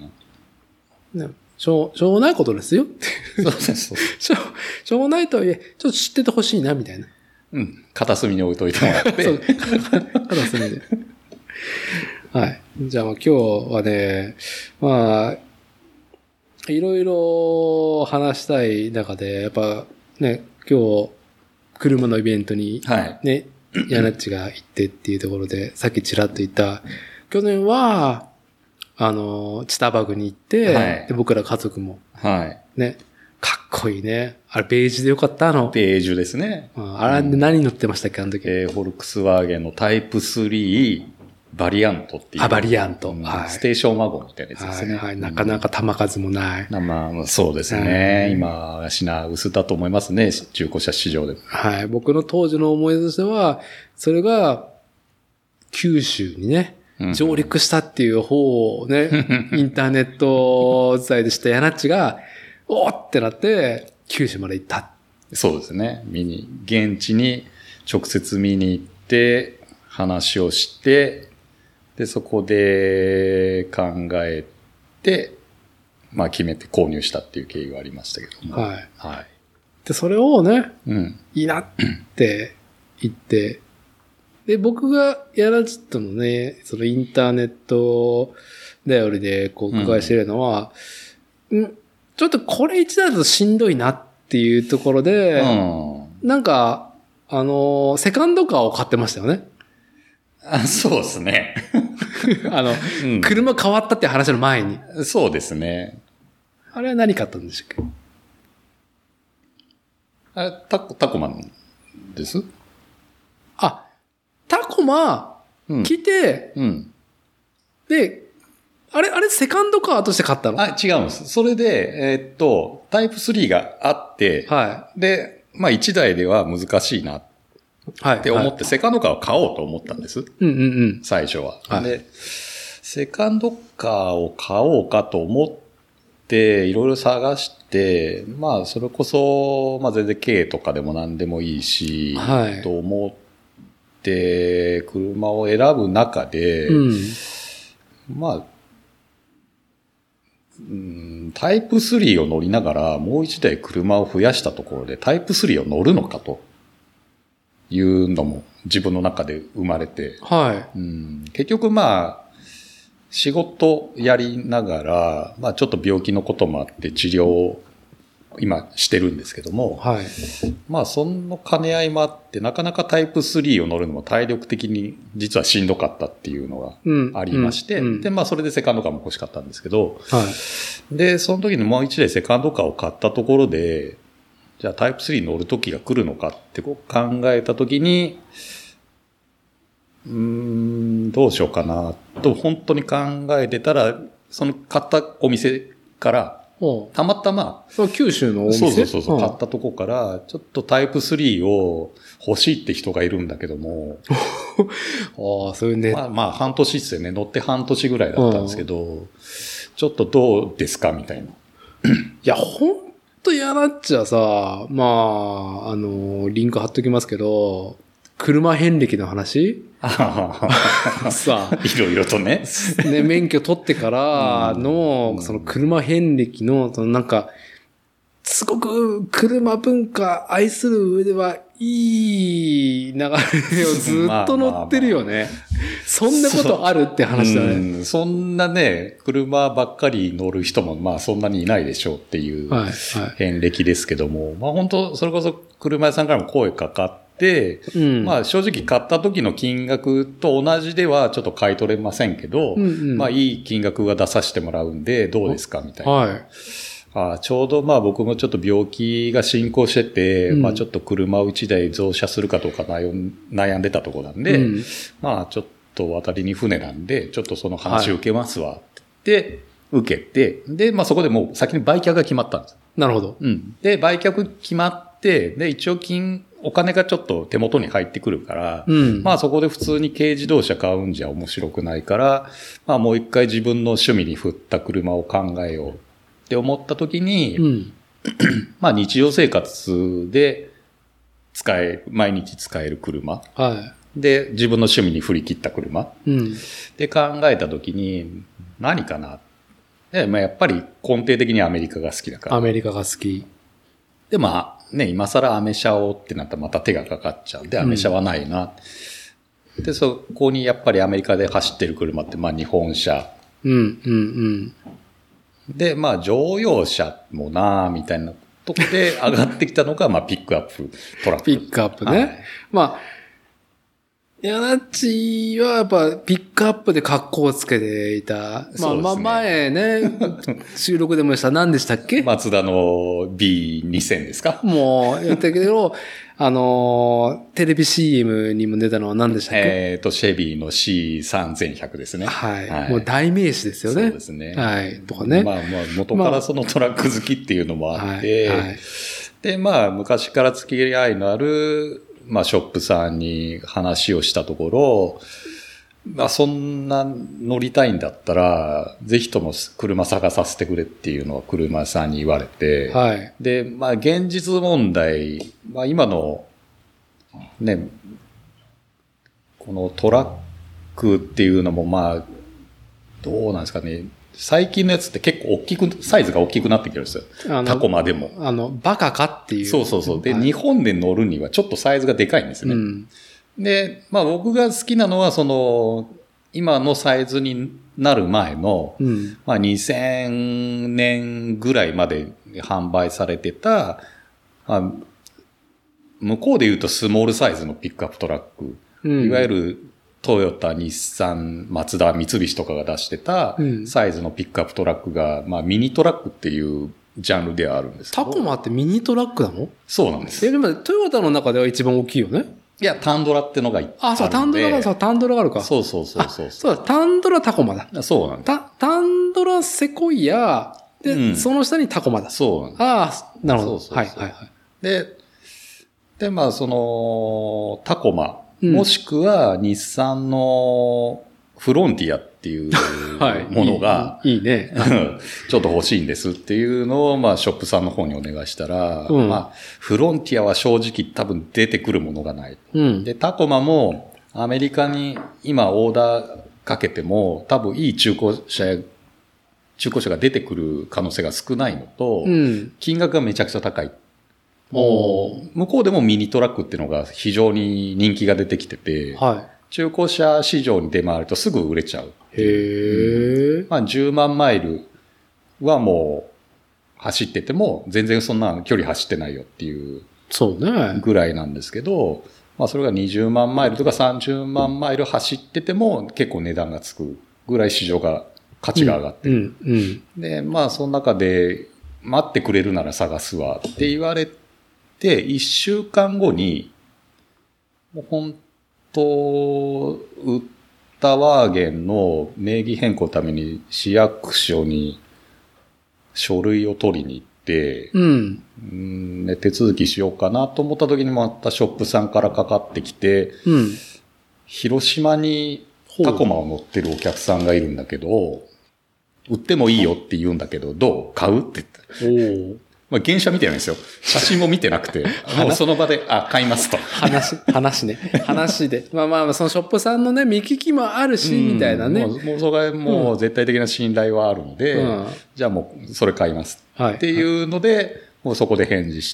ねしょう、しょうもないことですよ。そうそうそう。しょう、しょうもないとはいえ、ちょっと知っててほしいな、みたいな。 うん。片隅に置いといてもらって。そう。 片隅で。はい。じゃあ今日はね、まあ、いろいろ話したい中で、やっぱね、今日、車のイベントにね、はい、ヤナッチが行ってっていうところで、さっきちらっと言った、去年は、あの、チタバグに行って、はい、で僕ら家族も、はい、ね、かっこいいね。あれ、ベージュでよかったの。 ベージュですね。 うん、あれで何乗ってましたっけ、あの時。 えー、フォルクスワーゲンのタイプスリー、バリアントっていう。 あ、バリアント。 うんはい、ステーションワゴンみたいなやつですね。 はい、はい。なかなか玉数もない。 うん、まあ、そうですね。今、品薄だと思いますね。中古車市場で。 はい。僕の当時の思い出としては、それが、九州にね、上陸したっていう方をね、インターネット伝えでしたヤナッチが、おーってなって、九州まで行った。 そうですね。見に、現地に直接見に行って、話をして、で、そこで考えて、 まあ決めて購入したっていう経緯がありましたけども。 はい。 はい。 で、それをね、 うん、 いいなって言って、で、僕がヤラジットのね、そのインターネット頼りでこう伺いしてるのは、うん、ちょっとこれ一台だとしんどいなっていうところで、うん、なんか、あの、セカンドカーを買ってましたよね。 あ、そうですね。 あの、うん、車変わったって話の前に。 そうですね。 あれは何買ったんでしたっけ？ あれ、タコ、タコマンです？ あ、タコマ、来て、うんうん、で、あれ、あれ、セカンドカーとして買ったの？ あ、違うんです。それで、えー、っと、タイプスリーがあって、はい。で、まあいちだいでは難しいなって思って、はいはい、セカンドカーを買おうと思ったんです。 うんうんうん。 最初は。はい、で、セカンドカーを買おうかと思って、いろいろ探して、まあそれこそ、まあ全然軽とかでも何でもいいし、はい、と思って、車を選ぶ中で、うん、まあ、うん、タイプスリーを乗りながらもう一台車を増やしたところでタイプスリーを乗るのかというのも自分の中で生まれて、はい、うん、結局まあ仕事やりながら、まあちょっと病気のこともあって治療を今してるんですけども、はい、まあその兼ね合いもあってなかなかタイプスリーを乗るのも体力的に実はしんどかったっていうのがありまして、うんうんうん、でまあそれでセカンドカーも欲しかったんですけど、はい、でその時にもう一台セカンドカーを買ったところでじゃあタイプスリー乗る時が来るのかってこう考えた時にうーんどうしようかなと本当に考えてたらその買ったお店からたまたま、 そう九州のお店そうそうそうそう、買ったとこから、ちょっとタイプスリーを欲しいって人がいるんだけども、 ああ、そういうね。 まあまあ半年ですよね。乗って半年ぐらいだったんですけど、ちょっとどうですかみたいな。いや、ほんと嫌なっちゃさ、まあ、あの、リンク貼っときますけど、車遍歴の話さあ、いろいろとね。 ね、免許取ってからの、うん、その車遍歴の、そのなんか、すごく車文化愛する上ではいい流れをずっと乗ってるよね。まあまあまあそんなことあるって話だね、 うん。そんなね、車ばっかり乗る人もまあそんなにいないでしょうっていう遍歴ですけども、はいはい、まあ本当それこそ車屋さんからも声かかって、で、うん、まあ正直買った時の金額と同じではちょっと買い取れませんけど、うんうん、まあいい金額が出させてもらうんでどうですかみたいな。はい、あちょうどまあ僕もちょっと病気が進行してて、うん、まあちょっと車をいちだい増車するかどうか悩んでたところなんで、うん、まあちょっと渡りに船なんで、ちょっとその話受けますわって受けて、で、まあそこでもう先に売却が決まったんです。 なるほど。 うん。で、売却決まって、で、一応金、お金がちょっと手元に入ってくるから、うん、まあそこで普通に軽自動車買うんじゃ面白くないから、まあもう一回自分の趣味に振った車を考えようって思った時に、うん、まあ日常生活で使え、毎日使える車。はい、で、自分の趣味に振り切った車。うん、で考えた時に何かな。で、まあやっぱり根底的にアメリカが好きだから。 アメリカが好き。 で、まあ、ね、今更アメ車をってなったらまた手がかかっちゃうんで、アメ車はないな。うん、で、そこにやっぱりアメリカで走ってる車って、まあ日本車。うん、うん、うん。で、まあ乗用車もなみたいなとこで上がってきたのが、まあピックアップトラック。 ピックアップね。はい、まあ、ヤナッチはやっぱピックアップで格好をつけていた。まあ、ね、まあ前ね、収録でもした何でしたっけ？ マツダの ビーにせん ですか？ もうやったけど、あの、テレビ シーエム にも出たのは何でしたっけ？ えっと、シェビーの シーさんぜんひゃく ですね。 はい。はい、もう代名詞ですよね。 そうですね。 はい。とかね。 まあまあ元からそのトラック好きっていうのもあって、まあはいはい、で、まあ昔から付き合いのあるまあ、ショップさんに話をしたところ、まあ、そんな乗りたいんだったら、ぜひとも車探させてくれっていうのは車さんに言われて、はい。で、まあ、現実問題、まあ、今の、ね、このトラックっていうのも、まあ、どうなんですかね、 最近のやつって結構大きく、サイズが大きくなってきてるんですよ。タコマでも。 あの、バカかっていう。 そうそうそう。で、はい、日本で乗るにはちょっとサイズがでかいんですね。うん、で、まあ僕が好きなのは、その、今のサイズになる前の、うん、まあにせんねんぐらいまで販売されてた、まあ、向こうで言うとスモールサイズのピックアップトラック、うん、いわゆるトヨタ、日産、マツダ、三菱とかが出してたサイズのピックアップトラックが、まあミニトラックっていうジャンルではあるんですけど。 タコマってミニトラックなの？ そうなんです。 え、でもトヨタの中では一番大きいよね？ いや、タンドラってのがあるんで。 あ、そう、タンドラが、そう、タンドラがあるか。 そうそうそうそう。 そうだ、タンドラタコマだ。 そうなんだ。タンドラセコイア、で、うん、その下にタコマだ。 そうなんああ、なるほど。 そうそうそう。 はいはいはい。 で、で、まあ、その、タコマ、うん、もしくは日産のフロンティアっていうものが、 はい、いい, いいね。 ちょっと欲しいんですっていうのを、まあ、ショップさんの方にお願いしたら、うん、まあ、フロンティアは正直多分出てくるものがない。うん、で、タコマもアメリカに今オーダーかけても多分いい中古車や、中古車が出てくる可能性が少ないのと、うん、金額がめちゃくちゃ高い。もう、向こうでもミニトラックっていうのが非常に人気が出てきてて、はい、中古車市場に出回るとすぐ売れちゃう。 へー。 うん、まあじゅうまんマイルはもう走ってても全然そんな距離走ってないよっていうそうねぐらいなんですけど、まあそれがにじゅうまんマイルとかさんじゅうまんマイル走ってても結構値段がつくぐらい市場が価値が上がってる。うんうんうん、で、まあその中で待ってくれるなら探すわって言われて、いっしゅうかんごにもう本当売ったワーゲンの名義変更のために市役所に書類を取りに行って、うん、うんで手続きしようかなと思った時にまたショップさんからかかってきて、うん、広島にタコマを乗ってるお客さんがいるんだけど、売ってもいいよって言うんだけど、どう？買うって言って。おまあ、原車見てないんですよ。写真も見てなくて、もうその場で、あ、買いますと。 話、話ね。話で。まあまあ、そのショップさんのね、見聞きもあるし、みたいなね。 もう、もうそれもう絶対的な信頼はあるので、うん、じゃあもうそれ買います。はい。っていうので、はい、もうそこで返事して、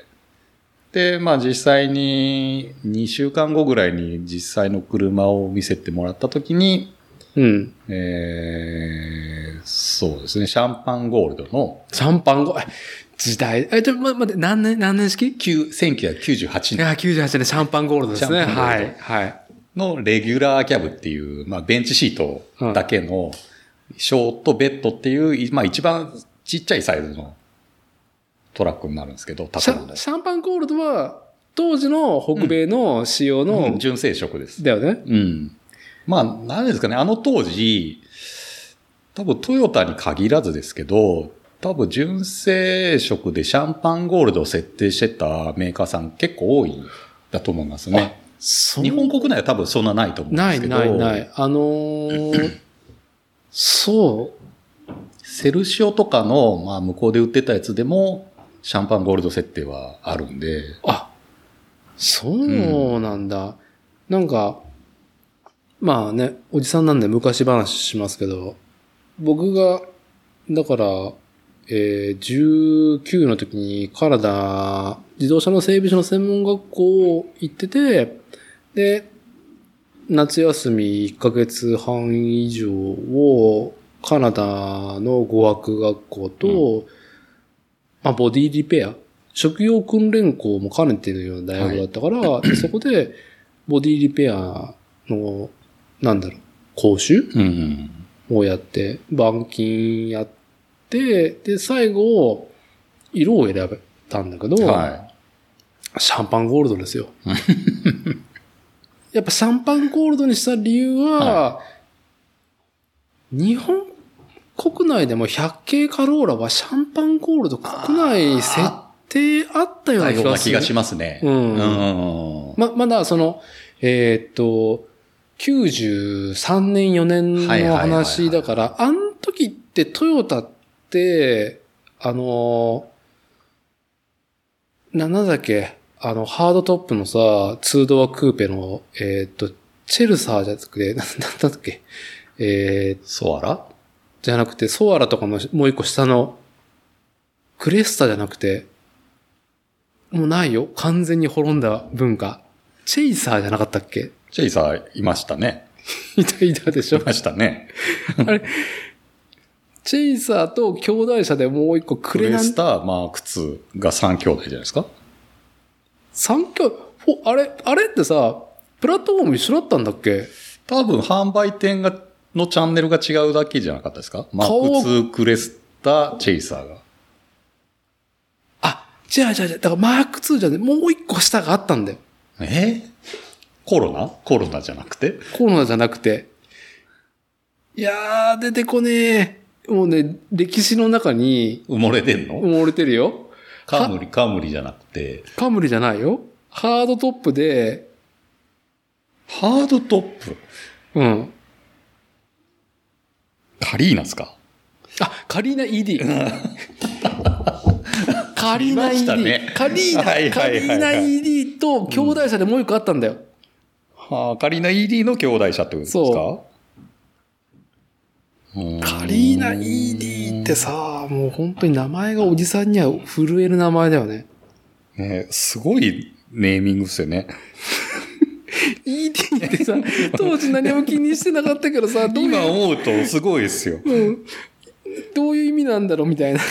で、まあ実際ににしゅうかんごぐらいに実際の車を見せてもらったときに、うん。えー、そうですね、シャンパンゴールドの。 シャンパンゴールド時代、え、ちょ、ま、待って、何年、何年式？ せんきゅうひゃくきゅうじゅうはちねん。 いや、きゅうじゅうはちねん、シャンパンゴールドですね。はい、はい。 のレギュラーキャブっていう、まあ、ベンチシートだけの、ショートベッドっていう、まあ、一番ちっちゃいサイズのトラックになるんですけど、 シャ、シャンパンゴールドは、当時の北米の仕様の、 うんうん、純正色です。 だよね。 うん。まあ、何ですかね、あの当時、多分トヨタに限らずですけど、多分純正色でシャンパンゴールドを設定してたメーカーさん結構多いんだと思いますね。日本国内は多分そんなないと思うんですけど。 ないないない。あのー、そう。 セルシオとかの、まあ向こうで売ってたやつでもシャンパンゴールド設定はあるんで。 あ、そうなんだ。うん、なんか、まあね、おじさんなんで昔話しますけど、僕が、だから、えー、じゅうきゅうの時にカナダ自動車の整備士の専門学校行ってて、で、夏休みいっかげつはん以上をカナダの語学学校と、うん、まあボディリペア、職業訓練校も兼ねてるような大学だったから、はい、そこでボディリペアの、なんだろう、講習、うんうん、をやって、板金やって、で、で、最後、色を選べたんだけど、はい、シャンパンゴールドですよ。やっぱシャンパンゴールドにした理由は、はい、日本国内でもひゃっ系カローラはシャンパンゴールド国内設定あったような気がする。 気がしますね。 うん。うん、ま、まだその、えー、っと、きゅうじゅうさんねんよねんの話だから、あの時ってトヨタってで、あの、なんだっけ、あの、ハードトップのさ、ツードアクーペの、えっと、チェルサーじゃなくて、なんだっけ、えー、ソアラじゃなくて、ソアラとかのもう一個下の、クレスタじゃなくて、もうないよ。完全に滅んだ文化。チェイサーじゃなかったっけ？ チェイサーいましたね。 いたいたでしょ？ いましたね。 あれ、チェイサーと兄弟車でもう一個クレナン。 クレスター、マークツーが三兄弟じゃないですか？ 三兄弟、あれ、あれってさ、プラットフォーム一緒だったんだっけ？多分販売店が、のチャンネルが違うだけじゃなかったですか？マークツー、クレスター、チェイサーが。 あ、違う違う違う。だからマークツーじゃね、もう一個下があったんだよ。 えコロナ？コロナじゃなくて？ コロナじゃなくて。いやー、出てこねえ。もうね、歴史の中に。 埋もれてんの？ 埋もれてるよ。 カムリ、カムリじゃなくて。 カムリじゃないよ。ハードトップで。 ハードトップ？ うん。 カリーナっすか？ あ、カリーナ イーディー。カリーナ イーディー。ね、カリーナ、はいはいはいはい、カリーナ イーディー と兄弟車でもう一個あったんだよ。 うん、はあ、カリーナ イーディー の兄弟車ってことですか？そう。 カリーナ イーディー ってさ、もう本当に名前がおじさんには震える名前だよね。 ね、すごいネーミングっすよね。 イーディー ってさ、当時何も気にしてなかったけどさ、 どういう今思うとすごいですよ。 うん。どういう意味なんだろうみたいな。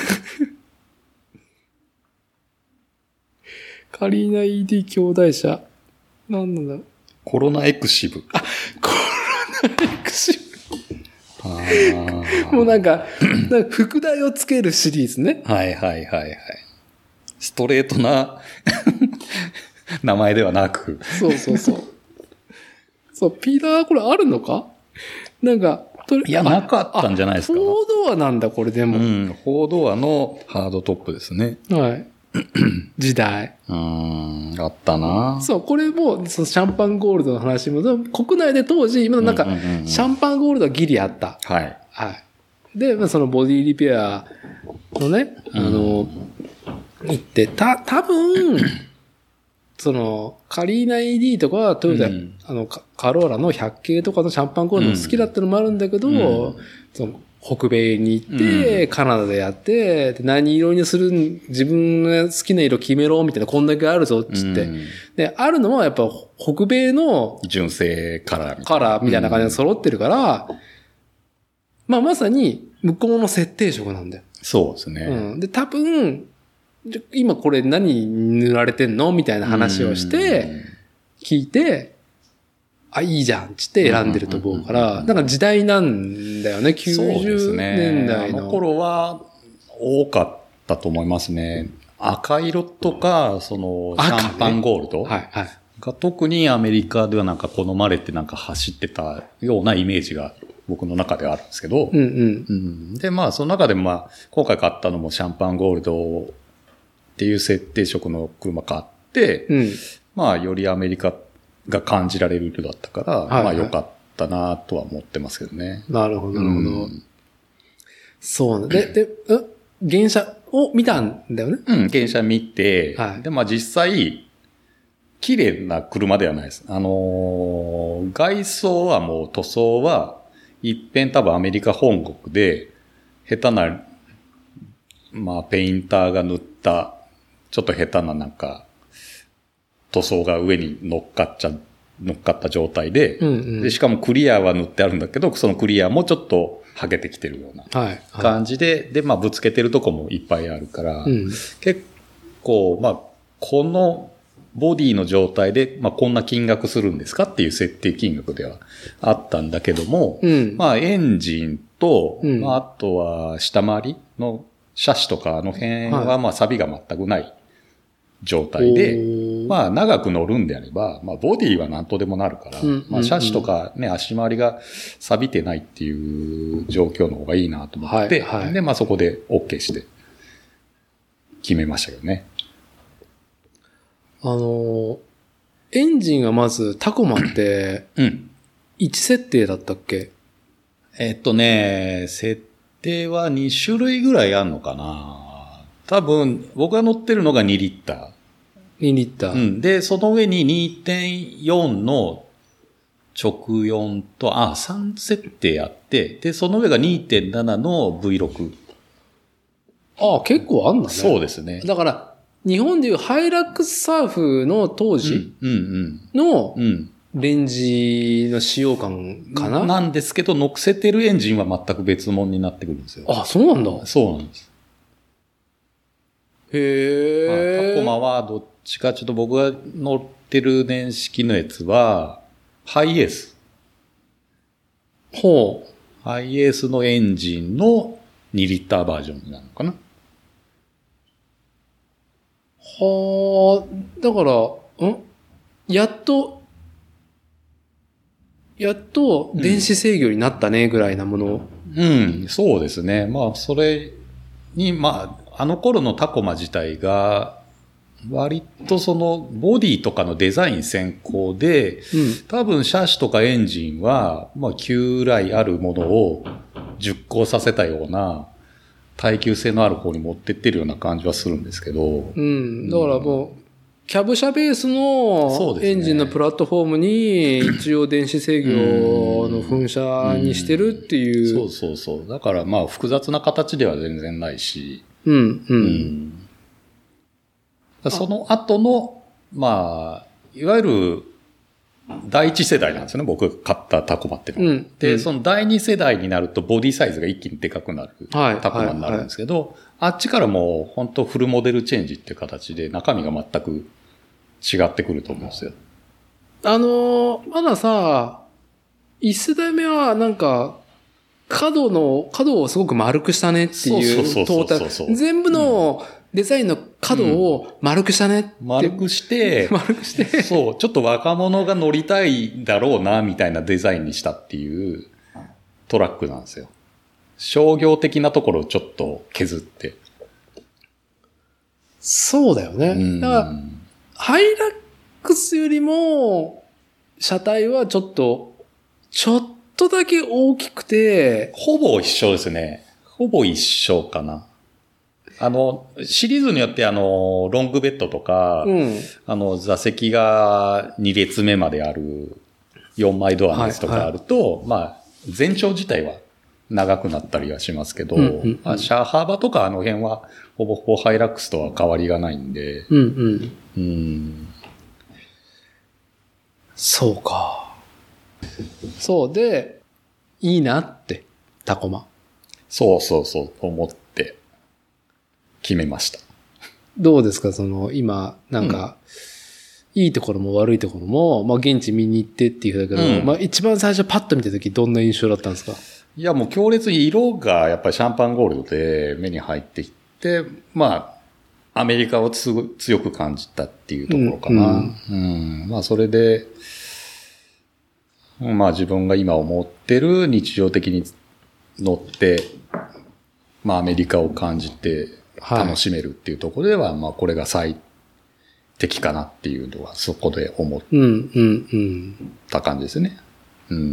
カリーナ イーディー 兄弟車。なんなんだろう。 コロナエクシブ。 あ、コロナエクシブ。あもうなんか、なんか副題をつけるシリーズね。 はいはいはいはい。ストレートな名前ではなく。 そうそうそう。そう、ピーラーこれあるのか？なんか、 いや、なかったんじゃないですか。 フォードアなんだ、これでも。 うん、フォードアのハードトップですね。 はい。時代。 うーん、あったな。 そう、これも、そのシャンパンゴールドの話も、国内で当時、今のなんか、シャンパンゴールドはギリあった。 はい。 はい。で、そのボディリペアのね、あの、行って、た、多分、その、カリーナ イーディー とか、トヨタ、うん、あの、カローラのひゃっ系とかのシャンパンゴールド好きだったのもあるんだけど、うん、その北米に行って、うん、カナダでやって、で何色にする、自分が好きな色決めろ、みたいな、こんだけあるぞ、つって、うん。で、あるのはやっぱ北米の、 純正カラーみたいな。 カラーみたいな感じで揃ってるから、うん、まあまさに、向こうの設定色なんだよ。 そうですね。 うん。で、多分、今これ何塗られてんのみたいな話をして、聞いて、あ、いいじゃんつって選んでると思うから、なんか時代なんだよね、きゅうじゅうねんだいの。 あの頃は多かったと思いますね。赤色とか、その、シャンパンゴールド、ね、はいはい、が特にアメリカではなんか好まれてなんか走ってたようなイメージが僕の中ではあるんですけど、 うんうんうん、で、まあその中でもまあ、今回買ったのもシャンパンゴールドっていう設定色の車買って、うん、まあよりアメリカが感じられる色だったから、はいはい、まあ良かったなとは思ってますけどね。 なるほど、なるほど。うん、そうね。で、で、原車を見たんだよね。 うん、原車見て、はい、で、まあ実際、綺麗な車ではないです。あのー、外装はもう塗装は、一遍多分アメリカ本国で、下手な、まあペインターが塗った、ちょっと下手ななんか、塗装が上に乗っかっちゃ、乗っかった状態で、うんうん、で、しかもクリアは塗ってあるんだけど、そのクリアもちょっと剥げてきてるような感じで、はいはい、で、まあぶつけてるとこもいっぱいあるから、うん、結構、まあ、このボディの状態で、まあこんな金額するんですかっていう設定金額ではあったんだけども、うん、まあエンジンと、うん、まああとは下回りの車種とかあの辺はまあ錆が全くない状態で、はい、まあ長く乗るんであれば、まあボディは何とでもなるから、うん、まあ車種とかね、足回りが錆びてないっていう状況の方がいいなと思って、はいはい、でまあそこで OK して決めましたけどね。 あの、エンジンがまずタコマって、うん。いち設定だったっけ？ えっとね、設定はに種類ぐらいあるのかな。多分、僕が乗ってるのがにリッター。 にリッター。 うん。で、その上に にてんよん の直よんと、あ、さん設定あって、で、その上が にてんなな の ブイろく。 ああ、結構あんだね。 そうですね。 だから、日本でいうハイラックスサーフの当時のレンジの使用感かな、 うんうん、なんですけど、乗せてるエンジンは全く別物になってくるんですよ。 あ、そうなんだ。 そうなんです。 へえ。 タコマはどっちかちょっと僕が乗ってる年式のやつは、ハイエース。 ほう。 ハイエースのエンジンのにリッターバージョンなのかな。 はあ、だから、んやっと、やっと電子制御になったねぐらいなもの。 うん、うん、そうですね。まあ、それに、まあ、あの頃のタコマ自体が、割とそのボディとかのデザイン先行で、うん、多分車種とかエンジンは、まあ旧来あるものを熟考させたような耐久性のある方に持ってってるような感じはするんですけど。 うん。だからもう、キャブ車ベースのエンジンのプラットフォームに一応電子制御の噴射にしてるっていう。 そうそうそう。だからまあ複雑な形では全然ないし。 うん、うん。うんその後の、まあ、いわゆる第一世代なんですよね。僕が買ったタコマっていうのは、うん。で、その第二世代になるとボディサイズが一気にでかくなるタコマになるんですけど、はいはいはい、あっちからもう本当フルモデルチェンジっていう形で中身が全く違ってくると思うんですよ。 あのー、まださ、一世代目はなんか、角の、角をすごく丸くしたねっていうトータル。全部の、うんデザインの角を丸くしたねって、うん。 丸くして、 丸くして。 そう、ちょっと若者が乗りたいだろうな、みたいなデザインにしたっていうトラックなんですよ。商業的なところをちょっと削って。 そうだよね。うん、だから、ハイラックスよりも、車体はちょっと、ちょっとだけ大きくて、 ほぼ一緒ですね。ほぼ一緒かな。あの、シリーズによってあの、ロングベッドとか、うん、あの、座席がに列目まであるよんまいドアのやつとかあると、はいはい、まあ、全長自体は長くなったりはしますけど、うんうんうん、まあ、車幅とかあの辺はほぼほぼハイラックスとは変わりがないんで、 うんうんうん、 そうか。そうで、いいなって、タコマ。 そうそうそう、思って。決めました。 どうですかその、今、なんか、うん、いいところも悪いところも、まあ、現地見に行ってっていうだけど、うん、まあ、一番最初パッと見たときどんな印象だったんですか？ いや、もう強烈に色がやっぱりシャンパンゴールドで目に入ってきて、まあ、アメリカをつ強く感じたっていうところかな。うん。うん、まあ、それで、まあ、自分が今思ってる日常的に乗って、まあ、アメリカを感じて、楽しめるっていうところでは、はい、まあこれが最適かなっていうのはそこで思った感じですね。うんうんうん。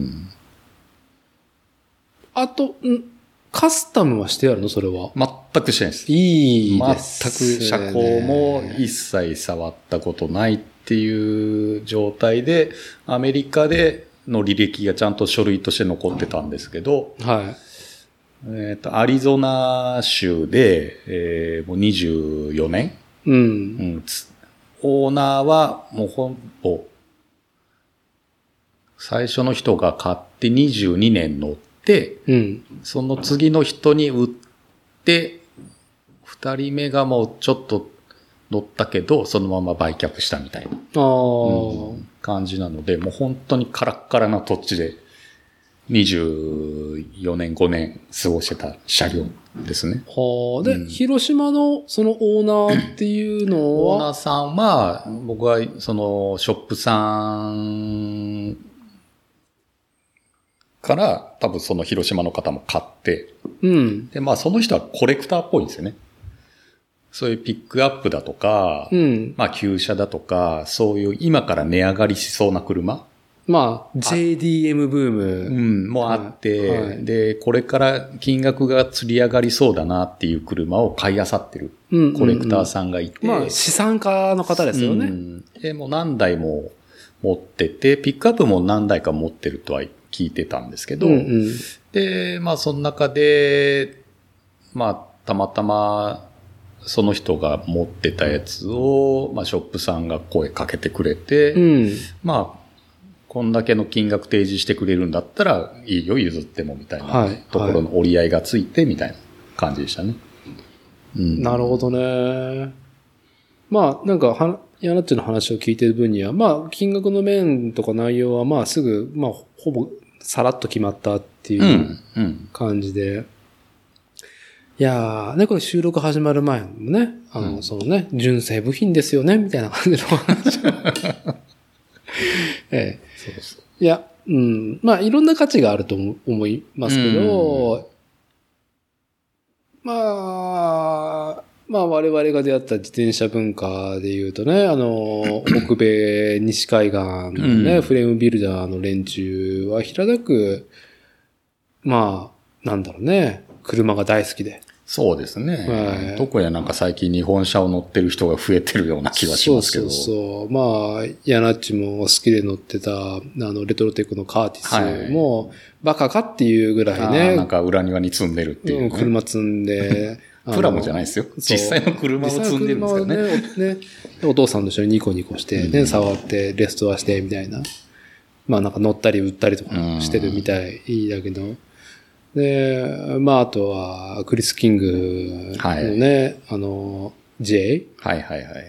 あと、カスタムはしてあるのそれは？ 全くしてないです。 いいですね。 全く車高も一切触ったことないっていう状態で、アメリカでの履歴がちゃんと書類として残ってたんですけど、 はい。 えっと、アリゾナ州で、えー、もうにじゅうよねん、 うんうん、 オーナーはもうほぼ、最初の人が買ってにじゅうにねん乗って、 うん、 その次の人に売って、二人目がもうちょっと乗ったけど、そのまま売却したみたいな、 うん、 感じなので、もう本当にカラッカラな土地で、にじゅうよねん、ごねん過ごしてた車両ですね。 はあ。で、うん、広島のそのオーナーっていうのはオーナーさんは、僕はそのショップさんから多分その広島の方も買って、 うん。 で、まあその人はコレクターっぽいんですよね。そういうピックアップだとか、 うん、 まあ旧車だとか、そういう今から値上がりしそうな車。 まあ、ジェーディーエム ブーム。 うん、もあって、はい、で、これから金額が釣り上がりそうだなっていう車を買い漁ってるコレクターさんがいて。 うんうんうん、まあ、資産家の方ですよね。うん、で、もう何台も持ってて、ピックアップも何台か持ってるとは聞いてたんですけど、 うんうん、 で、まあその中で、まあたまたまその人が持ってたやつを、まあショップさんが声かけてくれて、うん、まあこんだけの金額提示してくれるんだったらいいよ譲ってもみたいなところの折り合いがついてみたいな感じでしたね。 うん、なるほどね。まあなんかはヤナッチの話を聞いてる分には、まあ金額の面とか内容はまあすぐまあほぼさらっと決まったっていう感じで、うんうん、いやーねこれ収録始まる前もねあの、うん、そのね純正部品ですよねみたいな感じの話ええ、そうそういや、うん、まあいろんな価値があると思いますけど、うん、まあ、まあ我々が出会った自転車文化で言うとね、あの、北米西海岸のね、うん、フレームビルダーの連中は平たく、まあ、なんだろうね、車が大好きで。 そうですね。はい、特になんか最近日本車を乗ってる人が増えてるような気はしますけど。 そうそうそう。まあ、ヤナッチも好きで乗ってた、あの、レトロテックのカーティスも、はい、バカかっていうぐらいね。 なんか裏庭に積んでるっていう、ね。 うん、車積んで。 プラモじゃないですよ。実際の車を積んでるんですからね。ね, ねお父さんと一緒にニコニコしてね、うん、触ってレストアしてみたいな。まあなんか乗ったり売ったりとかしてるみたいだけど。で、まあ、あとは、クリス・キングのね、はい、あの、J? はいはいはい。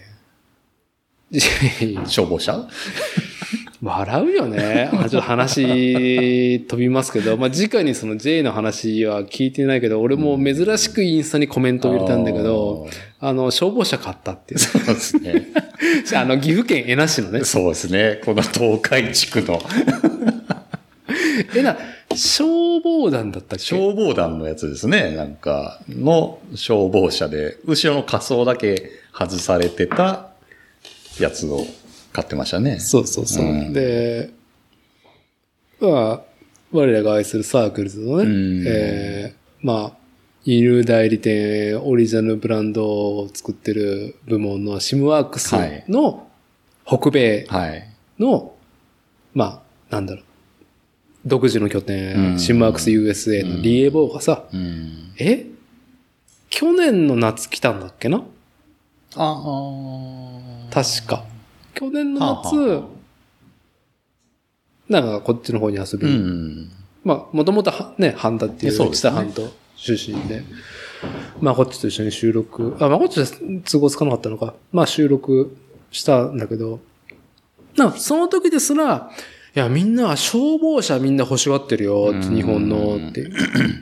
J? 消防車笑うよね。あ、ちょっと話飛びますけど、まあ、直にその J の話は聞いてないけど、俺も珍しくインスタにコメントを入れたんだけど、うん、あの、消防車買ったっていう。 そうですね。 あの、岐阜県恵那市のね。 そうですね。この東海地区の。 えな、消防団だったっけ？ 消防団のやつですね。なんか、の消防車で、後ろの仮装だけ外されてたやつを買ってましたね。 そうそうそう。うん、で、まあ、我らが愛するサークルズのね、うん、えー、まあ、犬代理店、オリジナルブランドを作ってる部門のシムワークスの北米の、はい、まあ、なんだろう。独自の拠点、うん、シムワークス ユーエスエー のリエボーがさ、うん、え去年の夏来たんだっけなああ確か。去年の夏、ははなんかこっちの方に遊びに。うん、まあ、もともとね、ハンダっていう内田半島出身で、まあこっちと一緒に収録、あ、まあこっちで都合つかなかったのか。まあ収録したんだけど、なその時ですら、いや、みんな、消防車みんな欲しがってるよ、って日本の、って。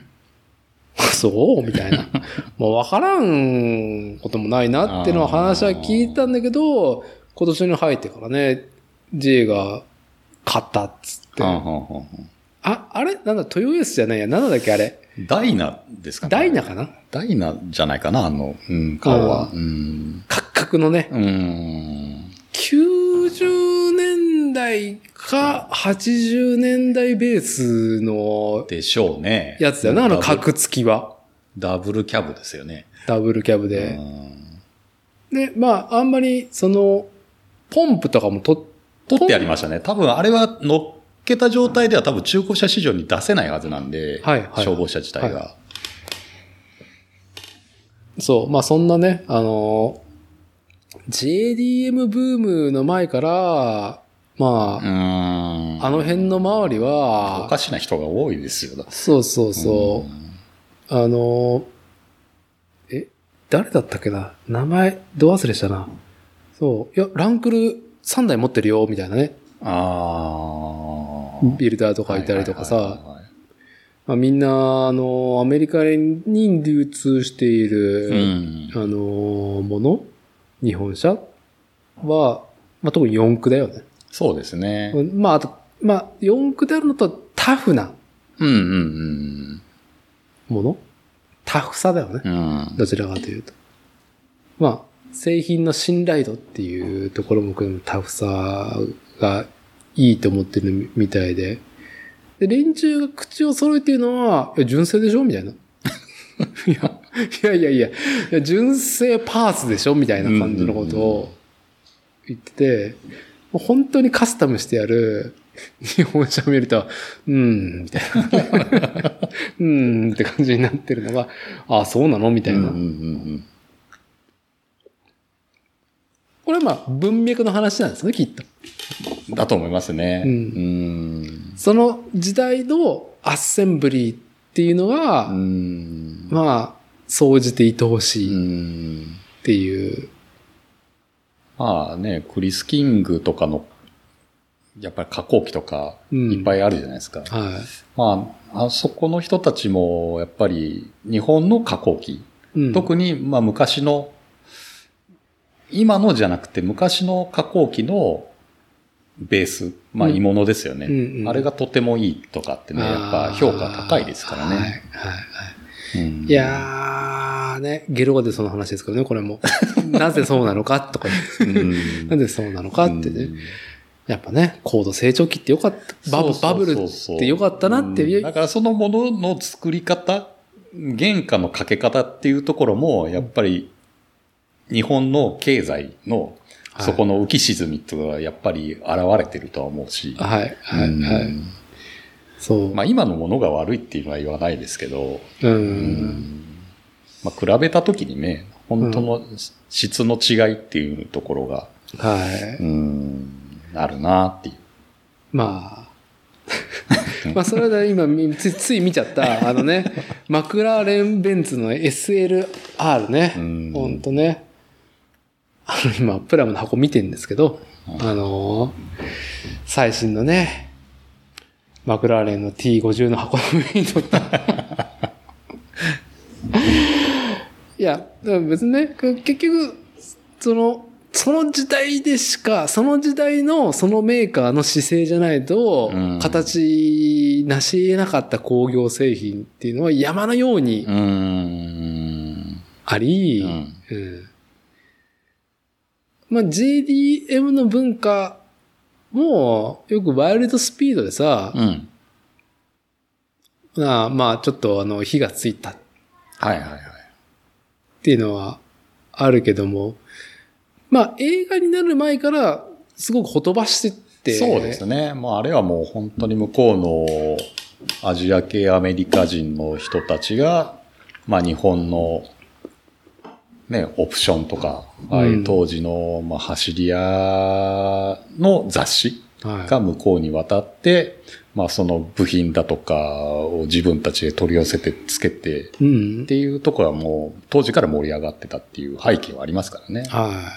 そうみたいな。もう分からんこともないなっていうのは話は聞いたんだけど、今年に入ってからね、J が買ったっつって。あ、あれなんだ、トヨエースじゃないや。なんだっけあれ。 ダイナですかね。 ダイナかなダイナじゃないかなあの、うん、顔は。うん。 カクカクのね。 うん。 きゅうじゅうねんだいかはちじゅうねんだいベースのでしょうね。 やつだよな、あの角付きは。 ダブルキャブですよね。 ダブルキャブで。で、まあ、あんまり、その、ポンプとかもと取ってありましたね。多分あれは乗っけた状態では多分中古車市場に出せないはずなんで、はいはい、消防車自体が、はい。 そう、まあそんなね、あの、ジェーディーエム ブームの前から、まあ、うんあの辺の周りは、 おかしな人が多いですよ。 そうそうそう。うあの、え、誰だったっけな名前、ど忘れしたな。そう。いや、ランクルさんだい持ってるよ、みたいなね。ああ。ビルダーとかいたりとかさ。まあ、みんな、あの、アメリカに流通している、うん、あの、もの日本車は、まあ、特に四駆だよね。 そうですね。 まあ、あと、まあ、四駆であるのとタフな。 うんうんうん。 ものタフさだよね。うん。どちらかというと。まあ、製品の信頼度っていうところも含めタフさがいいと思ってるみたいで。で、連中が口を揃えているのは、いや、純正でしょみたいな。いや、いやいやいや、いや純正パーツでしょみたいな感じのことを言ってて、 本当にカスタムしてやる日本車を見ると、うーん、みたいな。うーんって感じになってるのが、ああ、そうなのみたいな。うんうんうん、これはまあ文脈の話なんですね、きっと。 だと思いますね。うん、 うんその時代のアッセンブリーっていうのは、うんまあ、総じて愛おしいっていう。 まあね、クリス・キングとかの、やっぱり加工機とかいっぱいあるじゃないですか。うんはい、まあ、あそこの人たちも、やっぱり日本の加工機、うん、特にまあ昔の、今のじゃなくて昔の加工機のベース、まあ鋳物ですよね、うんうん。あれがとてもいいとかってね、やっぱ評価高いですからね。はいはいはいうん、いやーね、ゲロがでその話ですけどね、これも。なぜそうなのかとか、うん、なぜそうなのかってね。うんやっぱね、高度成長期ってよかった。バブ、バブルってよかったなっていう。 だからそのものの作り方、原価のかけ方っていうところも、やっぱり日本の経済のそこの浮き沈みっていうのはやっぱり現れてるとは思うし。 はい、はい、はい。 そう。まあ今のものが悪いっていうのは言わないですけど、うんうんまあ比べたときにね、本当の質の違いっていうところが、はい。うんあるなっていう。 まあ。まあ、それで今つ、つい見ちゃった、あのね、マクラーレンベンツの エスエルアール ね。ほんとね。あの、今、プラムの箱見てるんですけど、あのー、最新のね、マクラーレンの ティーごじゅう の箱の上に乗った。いや、別にね、結局、その、その時代でしか、その時代のそのメーカーの姿勢じゃないと、形なし得なかった工業製品っていうのは山のようにあり、うんうんまあ、ジェーディーエム の文化もよくワイルドスピードでさ、うん、まあ、まあちょっとあの火がついた。 はいはいはい。 っていうのはあるけども、まあ映画になる前からすごくほとばしてって。 そうですね。まああれはもう本当に向こうのアジア系アメリカ人の人たちが、まあ日本のね、オプションとか、ああいう当時の、まあ、走り屋の雑誌が向こうに渡って、はい、まあ、その部品だとかを自分たちで取り寄せてつけて、っていうところはもう、当時から盛り上がってたっていう背景はありますからね。 はい。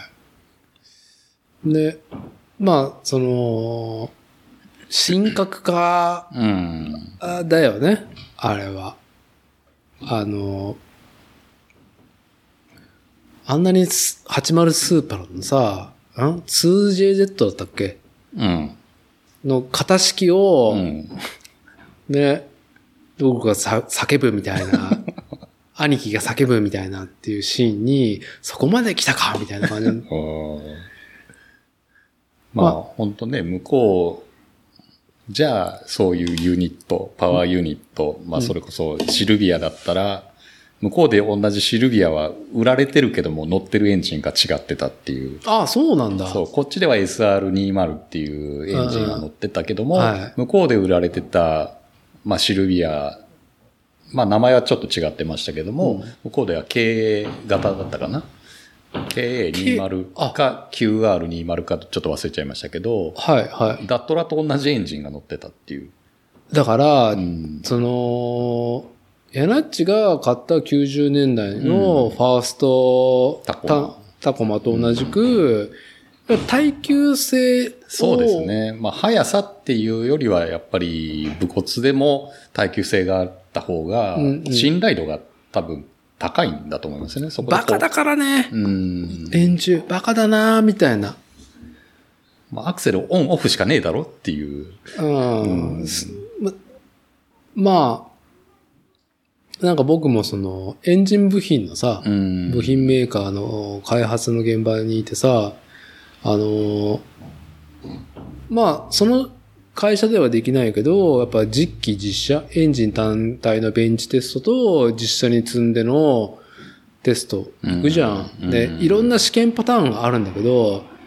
で、まあ、その、神格化だよね、うん、あれは。あの、あんなにはちじゅうスーパーのさ、ん ツージェーゼット だったっけうん。の型式を、うん、ね、僕がさ叫ぶみたいな、兄貴が叫ぶみたいなっていうシーンに、そこまで来たかみたいな感じ。 まあ、まあ、本当ね、向こう、じゃあ、そういうユニット、パワーユニット、うん、まあ、それこそシルビアだったら、向こうで同じシルビアは売られてるけども乗ってるエンジンが違ってたっていう。 ああ、そうなんだ。 そう、こっちでは エスアールにじゅう っていうエンジンが乗ってたけども、はい、向こうで売られてた、まあシルビア、まあ名前はちょっと違ってましたけども、うん、向こうでは ケーエー 型だったかな。ケーエーにじゅう か キューアールにじゅう かちょっと忘れちゃいましたけど、はいはい。ダットラと同じエンジンが乗ってたっていう。 だから、うん、その、ヤナッチが買ったきゅうじゅうねんだいのファースト、うん、タ, タコマと同じく、うん、耐久性そうですね。まあ速さっていうよりはやっぱり武骨でも耐久性があった方が信頼度が多分高いんだと思いますね。うんうん、そこでバカだからね。うん。円柱バカだなーみたいな。 まあアクセルオンオフしかねえだろっていう。うん。 うん、ま、まあ。なんか僕もそのエンジン部品のさ、うん、部品メーカーの開発の現場にいてさ、あの、まあその会社ではできないけど、やっぱ実機実車、エンジン単体のベンチテストと実車に積んでのテスト行くじゃん。うん、で、いろんな試験パターンがあるんだけど、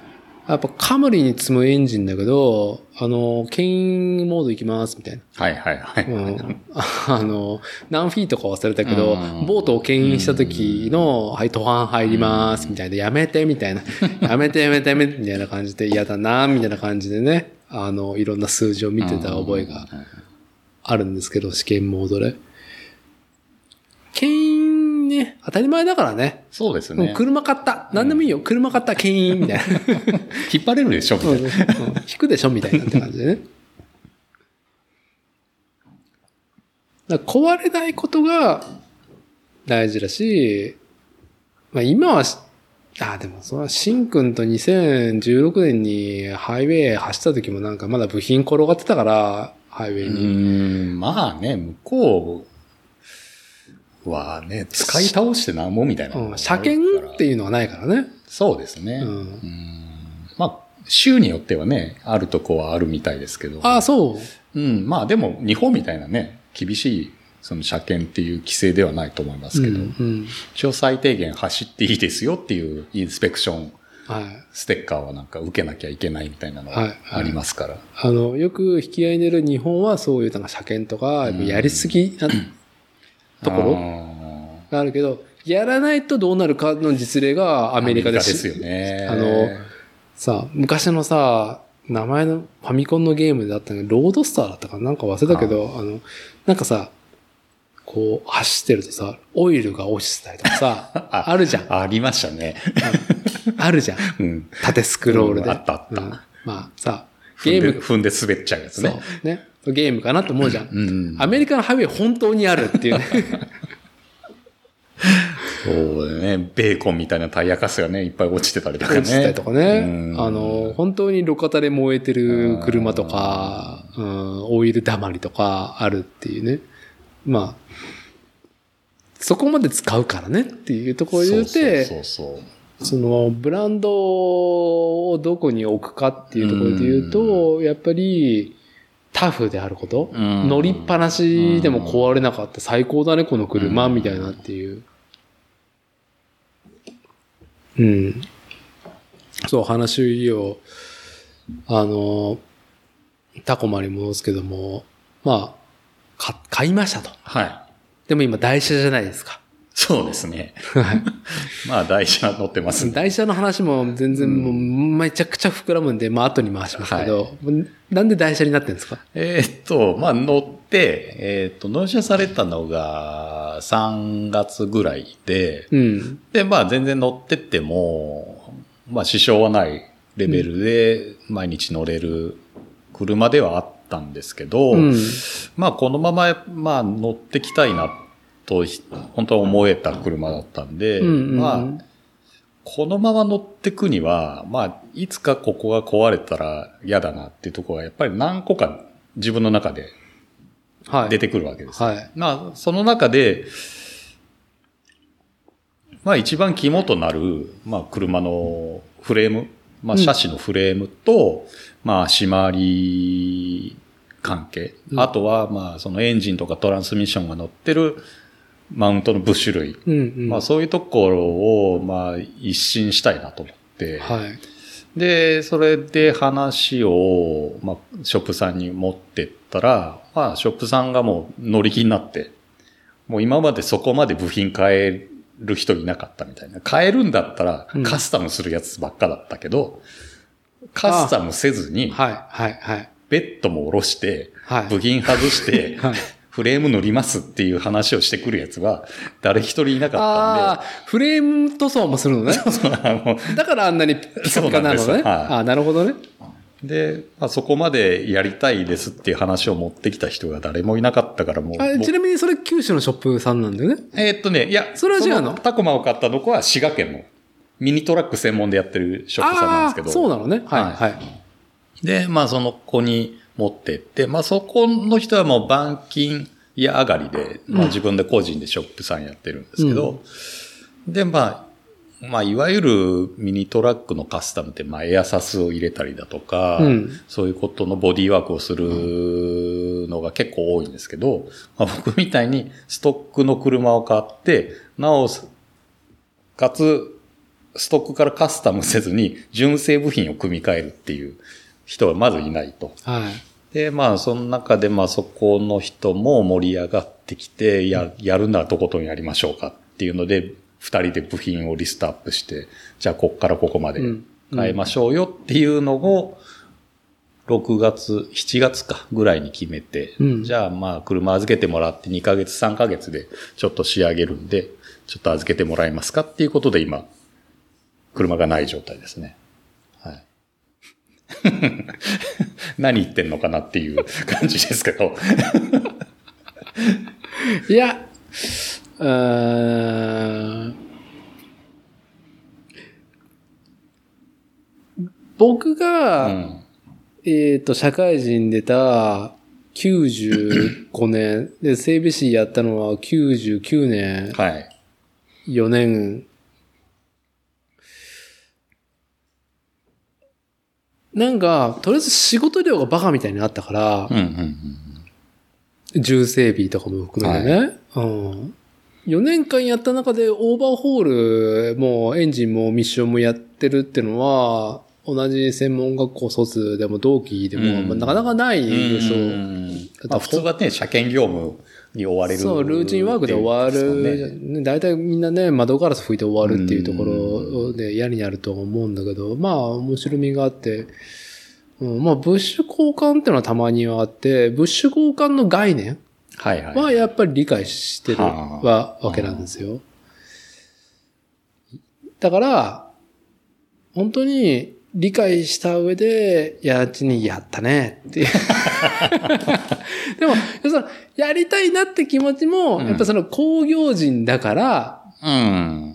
やっぱカムリに積むエンジンだけど、あの、牽引モード行きますみたいな。 はいはいはい。 うん、あの、何フィートか忘れたけど、ボートを牽引した時の、はい、途半入りますみたいな、やめてみたいな、やめてやめてやめてみたいな感じで嫌だな、みたいな感じでね、あの、いろんな数字を見てた覚えがあるんですけど、試験モードで。牽引ね、当たり前だからね。 そうですね。 車買った。何でもいいよ。車買った。牽引みたいな。 引っ張れるでしょみたいな。 引くでしょみたいなって感じでね。だから壊れないことが大事だし、まあ今は、あ、でもそれはシンくんとにせんじゅうろくねんにハイウェイ走った時もなんかまだ部品転がってたから、ハイウェイに。 うーん、まあね、向こうはね、使い倒してなんもみたいな、 うん。車検っていうのはないからね。 そうですね。 うん、 うんまあ、州によってはね、あるとこはあるみたいですけど。 ああ、そう。 うん、まあでも日本みたいなね、厳しいその車検っていう規制ではないと思いますけど、うんうん、一応最低限走っていいですよっていうインスペクション、はい、ステッカーはなんか受けなきゃいけないみたいなのがありますから。はいはい、あの、よく引き合いに出る日本はそういうなんか車検とかやりすぎなところがあるけど、やらないとどうなるかの実例がアメリカです。ですよね。 あの、さ、昔のさ、名前のファミコンのゲームだったのがロードスターだったかななんか忘れたけど、あの、なんかさ、こう走ってるとさ、オイルが落ちてたりとかさ、あ, あるじゃん。 ありましたね。 あるじゃん。 うん、 縦スクロールで。 うん、あったあった。うん、 まあさ、 ゲーム踏んで滑っちゃうやつね。 そうね。ゲームかなと思うじゃん。 うん、 アメリカのハイウェイ本当にあるっていうね。 そうだね。ベーコンみたいなタイヤカスがね、いっぱい落ちてたりとかね。 落ちてたりとかね。あの、本当に路肩で燃えてる車とか、うん、オイル溜まりとかあるっていうね。まあ、そこまで使うからねっていうところで言うて、 そうそうそうそう。 そのブランドをどこに置くかっていうところで言うと、やっぱりタフであること、乗りっぱなしでも壊れなかった最高だねこの車みたいなっていう。うん。そう話をあのタコマに戻すけども、まあか買いましたと。 はい。 でも今台車じゃないですか。 そうですね。まあ台車乗ってますね。 台車の話も全然もうめちゃくちゃ膨らむんで、まあ後に回しますけど、はい、なんで台車になってるんですか？ えー、っと、まあ乗って、えー、っと、納車されたのがさんがつぐらいで、うん、で、まあ全然乗ってっても、まあ支障はないレベルで毎日乗れる車ではあったんですけど、うん、まあこのまま、まあ乗ってきたいなと本当は思えた車だったんで、うんうん、まあこのまま乗ってくには、まあいつかここが壊れたら嫌だなっていうところがやっぱり何個か自分の中で出てくるわけです。はいはい、まあその中で、まあ一番肝となる、まあ車のフレーム、まあシャシのフレームと、うん、まあ締まり関係、うん、あとはまあそのエンジンとかトランスミッションが乗ってるマウントの部種類、うんうん、まあそういうところをまあ一新したいなと思って、はい、でそれで話をまあショップさんに持ってったら、まあショップさんがもう乗り気になって、もう今までそこまで部品変える人いなかったみたいな、変えるんだったらカスタムするやつばっかだったけど、うん、カスタムせずに、はいはいはい、ベッドも下ろして、はい、部品外して、はい、フレーム乗りますっていう話をしてくるやつは誰一人いなかったんで。ああ、 フレーム塗装もするのね。そうそう、だからあんなにピカピカなのね。はい、ああ、なるほどね。 で、まあ、そこまでやりたいですっていう話を持ってきた人が誰もいなかったからもう。 あ、ちなみにそれ九州のショップさんなんだよね。 えー、っとね、いや、 それは違うの？ タコマを買ったとこは滋賀県のミニトラック専門でやってるショップさんなんですけど。 そうなのね。はい、はい。はい。 で、まあその子に持ってって、まあそこの人はもう板金屋上がりで、まあ自分で個人でショップさんやってるんですけど、うん、で、まあ、まあいわゆるミニトラックのカスタムって、まあエアサスを入れたりだとか、うん、そういうことのボディワークをするのが結構多いんですけど、まあ、僕みたいにストックの車を買って、なおかつ、 ストックからカスタムせずに純正部品を組み替えるっていう人はまずいないと。 はい。 で、まあ、その中で、まあ、そこの人も盛り上がってきて、や、やるならとことんやりましょうかっていうので、二人で部品をリストアップして、じゃあ、こっからここまで変えましょうよっていうのを、ろくがつ、しちがつかぐらいに決めて、うん、じゃあ、まあ、車預けてもらってにかげつ、さんかげつでちょっと仕上げるんで、ちょっと預けてもらえますかっていうことで今、車がない状態ですね。はい。何言ってんのかなっていう感じですけど。 いや、うーん僕が、うん、えっと、社会人出たきゅうじゅうごねんで、整備士やったのはきゅうじゅうきゅうねん。はい。よねん。なんか、とりあえず仕事量がバカみたいになったから、うんうんうん、重整備とかも含めてね、はい、うん。よねんかんやった中でオーバーホールもエンジンもミッションもやってるっていうのは、同じ専門学校卒でも同期でも、うんまあ、なかなかないでしょう。うんまあ、普通はね、車検業務に追われる。 そう、ルーチンワークで終わる。ね、大体みんなね、窓ガラス拭いて終わるっていうところで嫌になると思うんだけど、まあ面白みがあって、うん、まあブッシュ交換ってのはたまにはあって、ブッシュ交換の概念はやっぱり理解してるわけなんですよ。だから、本当に理解した上で、やちにやったねっていう。でも、やりたいなって気持ちも、やっぱその工業人だから、うん。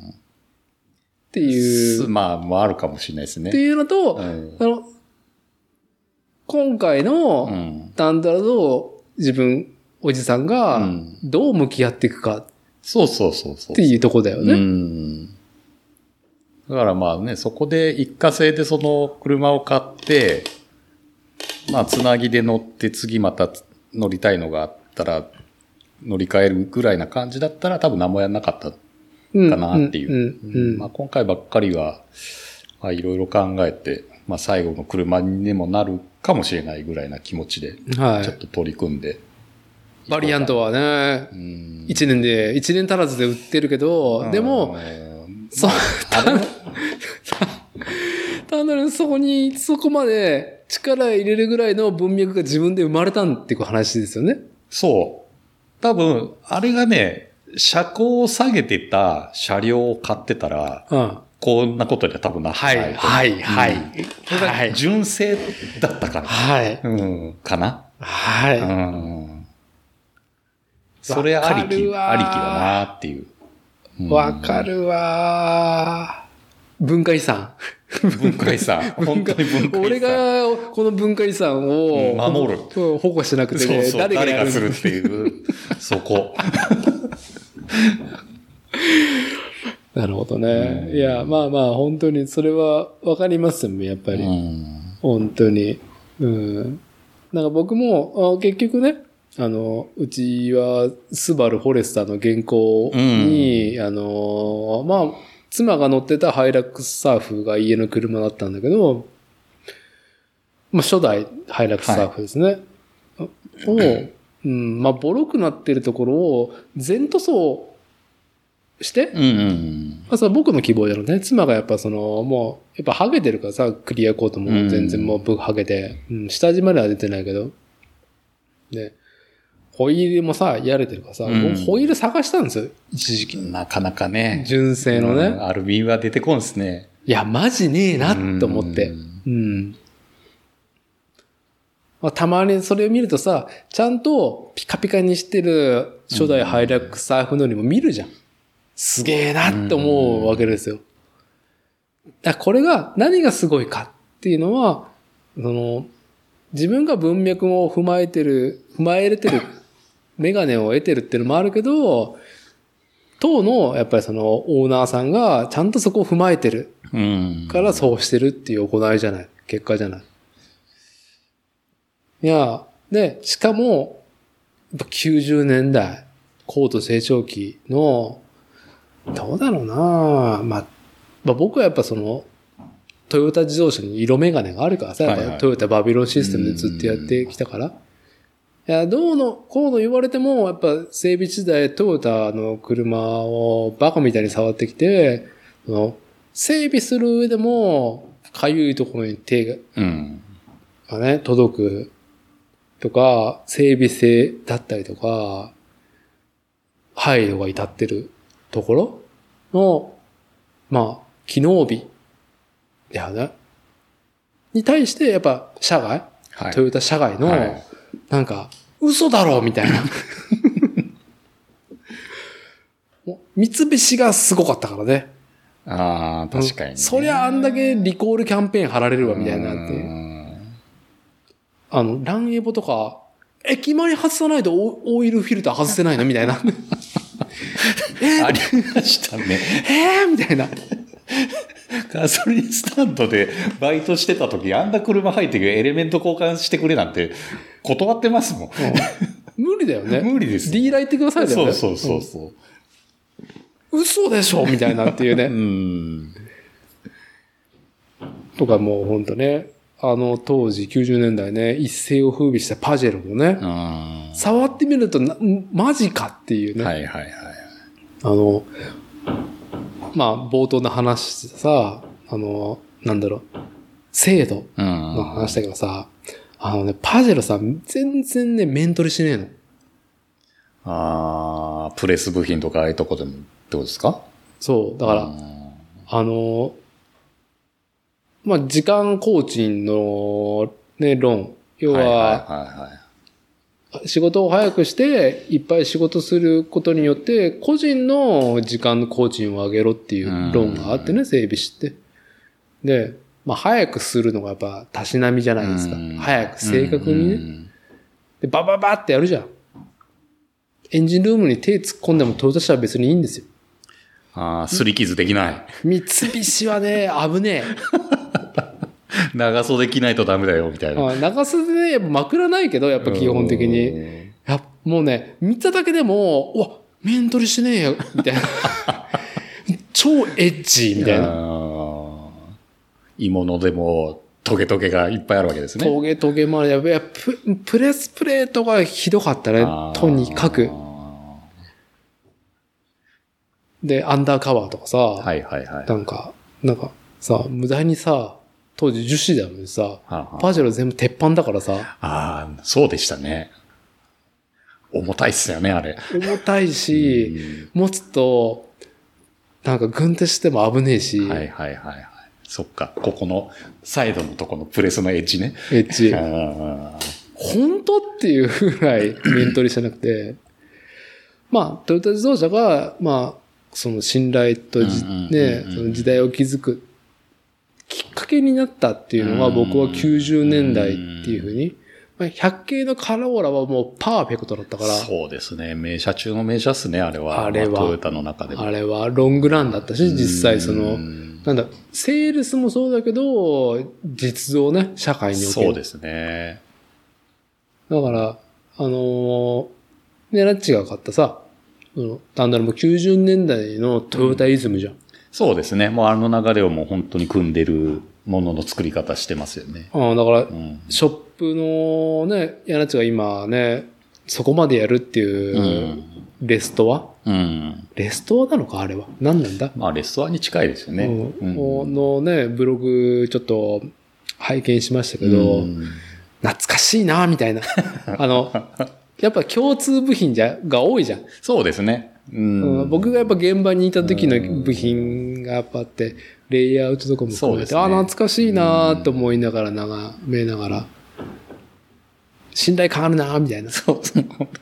っていう。 まあ、もあるかもしれないですね。 っていうのと、うん、あの今回のタンタラと自分、おじさんがどう向き合っていくか。 そうそうそうそう。 っていうとこだよね。 うんだからまあね、そこで一過性でその車を買って、まあつなぎで乗って次また乗りたいのがあったら乗り換えるぐらいな感じだったら多分何もやんなかったかなっていう。まあ今回ばっかりは、まあいろいろ考えて、まあ最後の車にもなるかもしれないぐらいな気持ちで、ちょっと取り組んで。はい、 バリアントはね、いちねんで、いちねん足らずで売ってるけど、でも、そう、単なるそこに、そこまで力入れるぐらいの文脈が自分で生まれたんっていう話ですよね。 そう。多分、あれがね、車高を下げてた車両を買ってたら、うん、こんなことには多分なってない。 はい、はい、はい。 それが純正だったから。 はい。 うん、かな。 はい。 うん。それありき、ありきだなっていう。 わかるわー。文化遺産。 文化遺産。本当に文化遺産。 俺がこの文化遺産を守る。 保護しなくてね。 そうそう誰がやる誰がするっていう、そこ。 なるほどね。いや、まあまあ、本当にそれはわかりますよね、やっぱり。本当に。うん。なんか僕も、結局ね、あの、うちは、スバルフォレスターの原稿に、うん、あの、まあ、妻が乗ってたハイラックスサーフが家の車だったんだけど、まあ、初代ハイラックスサーフですね。はい、を、うん、まあ、ボロくなってるところを全塗装して、うんうんうんまあ、それは僕の希望だろうね。妻がやっぱその、もう、やっぱハゲてるからさ、クリアコートも全然もう僕ハゲて、うん、下地までは出てないけど、で、ホイールもさ、やれてるからさ、うん、ホイール探したんですよ、一時期。 なかなかね。 純正のね。うん、 アルビーは出てこんですね。 いや、マジねえなって思って。うん。うんまあ、たまにそれを見るとさ、ちゃんとピカピカにしてる初代ハイラックスサーフ乗りも見るじゃん。すげえなって思うわけですよ。だこれが何がすごいかっていうのは、その、自分が文脈を踏まえてる、踏まえれてる、メガネを得てるっていうのもあるけど、当の、やっぱりその、オーナーさんがちゃんとそこを踏まえてる。からそうしてるっていう行いじゃない。結果じゃない。いや、で、しかも、やっぱきゅうじゅうねんだい、高度成長期の、どうだろうなまあ、 まあ僕はやっぱその、トヨタ自動車に色眼鏡があるからさ、やっぱトヨタバビロンシステムでずっとやってきたから。いや、どうの、こうの言われても、やっぱ整備時代トヨタの車をバカみたいに触ってきて、その整備する上でも、かゆいところに手が、うん、がね、届くとか、整備性だったりとか、配慮が至ってるところの、まあ、機能美。だよね。に対して、やっぱ、社外、はい、トヨタ社外の、はい、なんか、嘘だろみたいな。三菱がすごかったからね。 ああ、確かに、ね。 そりゃあんだけリコールキャンペーン貼られるわ、みたいなって。あの、ランエボとか、駅前外さないとオイルフィルター外せないのみたいな。 えー、ありましたね。 えーみたいな。 ガソリンスタンドでバイトしてた時、あんな車入ってくるエレメント交換してくれなんて断ってますもん。 うん、無理だよね。 無理です。 ディーラー行ってくださいだよね。 そうそうそうそう。 うん、嘘でしょみたいなっていうね。うん。とかもうほんとね、あの当時きゅうじゅうねんだいね、一世を風靡したパジェロもね、触ってみるとなマジかっていうね。 はいはいはい。 あの、まあ、冒頭の話でさ、あの、なんだろう、精度の話だけどさ、あのね、パジェロさ、全然ね、面取りしねえの。 ああ、プレス部品とかああいうとこでもってことですか？ そう、だから、あの、まあ、時間工賃のね、論、要は、はいはいはいはい仕事を早くして、いっぱい仕事することによって、個人の時間の工賃を上げろっていう論があってね、整備士って。で、まあ、早くするのがやっぱ、たしなみじゃないですか。早く、正確にね。で、バババってやるじゃん。エンジンルームに手突っ込んでもトヨタ車は別にいいんですよ。 ああ、擦り傷できない。 三菱はね、危ねえ。 長袖着ないとダメだよ、みたいな。 長袖ね、やっぱ枕ないけど、やっぱ基本的に。やもうね、見ただけでも、うわ、面取りしてねえよ、みたいな。超エッジ、みたいな。 鋳物でも、トゲトゲがいっぱいあるわけですね。 トゲトゲもある。やっぱりプ、プレスプレートがひどかったね、とにかく。で、アンダーカバーとかさ、 はいはいはい。 なんか、なんかさ、無駄にさ、当時樹脂だのにさ、はあはあ、パジェロ全部鉄板だからさ。 ああ、そうでしたね。重たいっすよね、あれ。 重たいし、持つと、なんか軍手しても危ねえし。 はいはいはいはい。そっか。ここのサイドのとこのプレスのエッジね。 エッジ。本当っていうぐらい面取りしてなくて。まあ、トヨタ自動車が、まあ、その信頼とじ、ね、その時代を築くきっかけになったっていうのは僕はきゅうじゅうねんだいっていうふうに、ひゃく系のカローラはもうパーフェクトだったから。 そうですね。名車中の名車っすね、あれは。 あれは。 まあ、トヨタの中でも。 あれはロングランだったし、実際その、なんだ、セールスもそうだけど、実像ね、社会における。 そうですね。 だから、あのー、ね、ラッチが買ったさ、単なるもうきゅうじゅうねんだいのトヨタイズムじゃん。うん、 そうですね。もうあの流れをもう本当に組んでるものの作り方してますよね。 ああ、だから、うん、ショップのね、ヤナッチが今ね、そこまでやるっていうレストア、うん、レストアなのかあれは。何なんだまあレストアに近いですよね。 うんうん、のね、ブログちょっと拝見しましたけど、うん、懐かしいなみたいな。あの、やっぱ共通部品じゃが多いじゃん。 そうですね。 うんうん、僕がやっぱ現場にいた時の部品がやっぱあって、レイアウトとかも含めて、ね、ああ、懐かしいなと思いながら眺めながら、信頼感あるなみたいな。そうそう。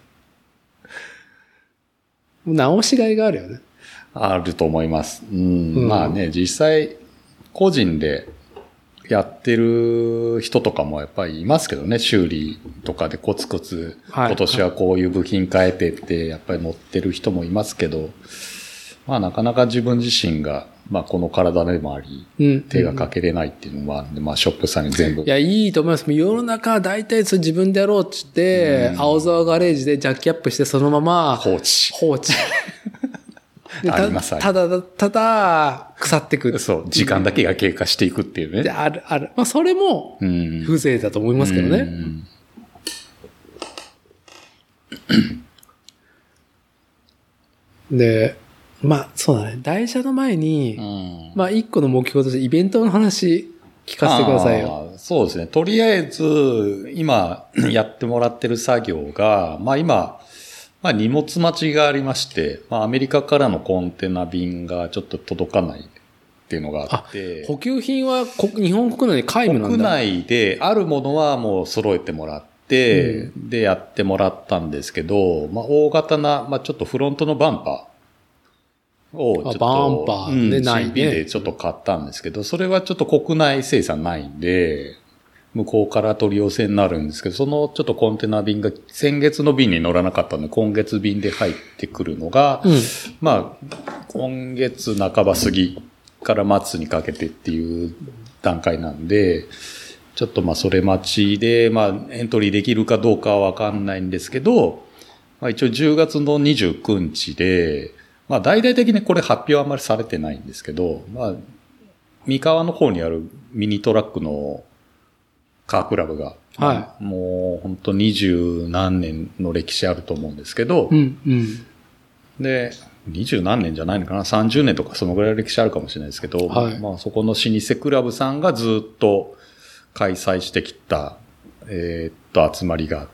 直しがいがあるよね。 あると思います。うん、うん、まあね、実際、個人でやってる人とかもやっぱりいますけどね、修理とかでコツコツ、はい、今年はこういう部品変えてってやっぱり乗ってる人もいますけど、まあなかなか自分自身が、まあこの体でもあり、うん、手がかけれないっていうのもあるんで、まあショップさんに全部。 いや、いいと思います。世の中は大体それ自分でやろうって言って、うん、青沢ガレージでジャッキアップしてそのまま放置。 放置。 あります、 ただ、ただ、腐ってく。 そう、時間だけが経過していくっていうね。 で、ある、ある。まあ、それも、風情だと思いますけどね。うんで、まあ、そうだね。台車の前に、うん、まあ、一個の目標としてイベントの話聞かせてくださいよ。 そうですね。とりあえず、今やってもらってる作業が、まあ今、まあ荷物待ちがありまして、まあアメリカからのコンテナ便がちょっと届かないっていうのがあって。 補給品は日本国内に皆無なんだ。 国内であるものはもう揃えてもらって、うん、でやってもらったんですけど、まあ大型な、まあちょっとフロントのバンパーをちょっと、 バンパーでないね、 うん、シーピー でちょっと買ったんですけど、それはちょっと国内生産ないんで、向こうから取り寄せになるんですけど、そのちょっとコンテナ便が先月の便に乗らなかったので、今月便で入ってくるのが、うん、まあ、今月半ば過ぎから末にかけてっていう段階なんで、ちょっとまあそれ待ちで、まあエントリーできるかどうかはわかんないんですけど、まあ一応じゅうがつのにじゅうくにちで、まあ大々的にこれ発表はあんまりされてないんですけど、まあ、三河の方にあるミニトラックのカークラブが、はい、もう本当二十何年の歴史あると思うんですけど、うんうん、で、二十何年じゃないのかな、さんじゅうねんとかそのぐらい歴史あるかもしれないですけど、はい、まあそこの老舗クラブさんがずっと開催してきた、えー、っと集まりがあって、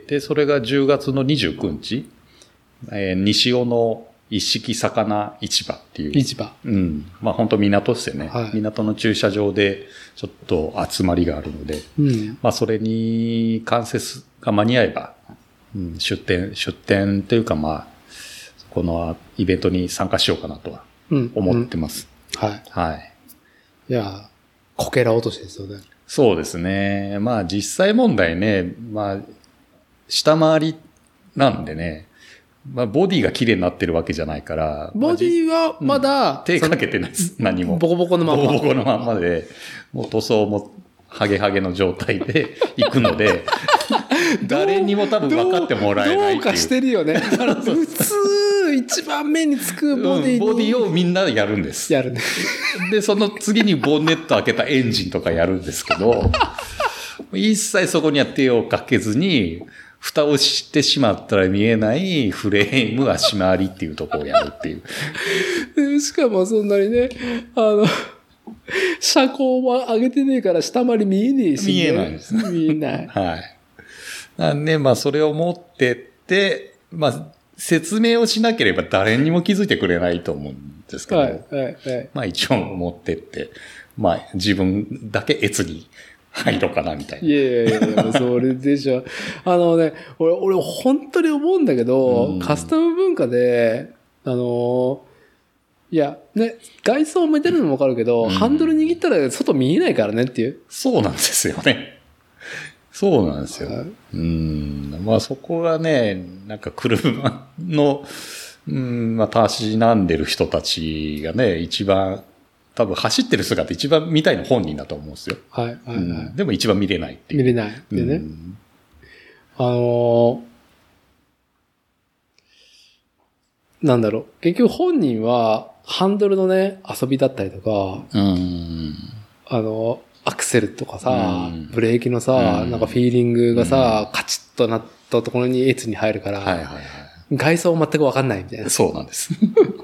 で、それがじゅうがつのにじゅうくにち、えー、西尾の一式魚市場っていう。 市場。 うん。まあ本当港ですよね、はい。港の駐車場でちょっと集まりがあるので、うん、まあそれに関節が間に合えば、うん、出店、出店というかまあ、このイベントに参加しようかなとは思ってます。 うんうん、はい。 はい。 いや、こけら落としですよね。 そうですね。まあ実際問題ね、まあ、下回りなんでね、まあ、ボディが綺麗になってるわけじゃないから。 ボディはまだ、 うん、手かけてないです。何も。 ボコボコのまま。 ボコボコのままで、もう塗装もハゲハゲの状態で行くので、誰にも多分分かってもらえないっていう。 どうかしてるよね。普通、一番目につくボディに、 うん、ボディをみんなやるんです。 やるね。 で、その次にボンネット開けたエンジンとかやるんですけど、一切そこには手をかけずに、蓋をしてしまったら見えないフレーム足回りっていうところをやるっていう。 しかもそんなにね、あの、車高は上げてねえから下回り見えねえし、ね。 見えないんです。 見えない。 はい。なんで、まあそれを持ってって、まあ説明をしなければ誰にも気づいてくれないと思うんですけど、はいはいはい、まあ一応持ってって、まあ自分だけ越に、入ろうかな、みたいな。 いやいやいや、それでしょ。あのね、俺、俺、本当に思うんだけど、うん、カスタム文化で、あの、いや、ね、外装を埋めてるのもわかるけど、うん、ハンドル握ったら外見えないからねっていう。 そうなんですよね。そうなんですよ。はい、うん。まあそこがね、なんか車の、うん、まあ、たしなんでる人たちがね、一番、多分走ってる姿一番見たいの本人だと思うんですよ。 はいはいはい。うん、 でも一番見れないっていう。 見れない。でね。うん、あのー、なんだろう。結局本人はハンドルのね、遊びだったりとか、うん、あの、アクセルとかさ、うん、ブレーキのさ、うん、なんかフィーリングがさ、うん、カチッとなったところにエツに入るから、はいはいはい、外装全くわかんないみたいな。 そうなんです。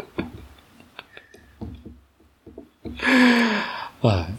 はい。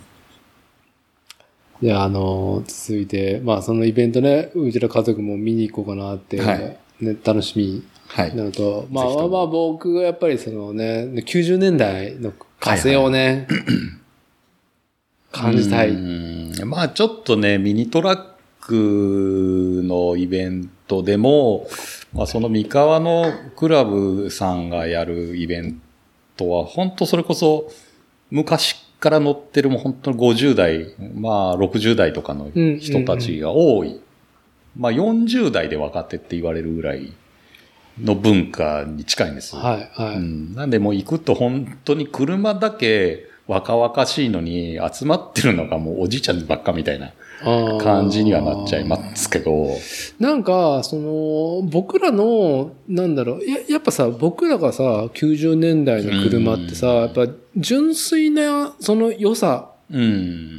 じゃあ、あの、続いて、まあ、そのイベントね、うちら家族も見に行こうかなって、はい、ね、楽しみなのと、はい、まあ、まあ、まあ、僕がやっぱりそのね、きゅうじゅうねんだいの風をね、はいはい、感じたい。 まあ、ちょっとね、ミニトラックのイベントでも、まあ、その三河のクラブさんがやるイベントは、本当それこそ、昔から乗ってるもう本当にごじゅうだい、まあろくじゅうだいとかの人たちが多い。うんうんうん、まあよんじゅうだいで若手って言われるぐらいの文化に近いんですよ。 はいはい。 うん、なんでもう行くと本当に車だけ若々しいのに集まってるのがもうおじいちゃんばっかみたいな感じにはなっちゃいますけど。 なんか、その、僕らの、なんだろう、や、やっぱさ、僕らがさ、きゅうじゅうねんだいの車ってさ、やっぱ純粋な、その良さ、 うん、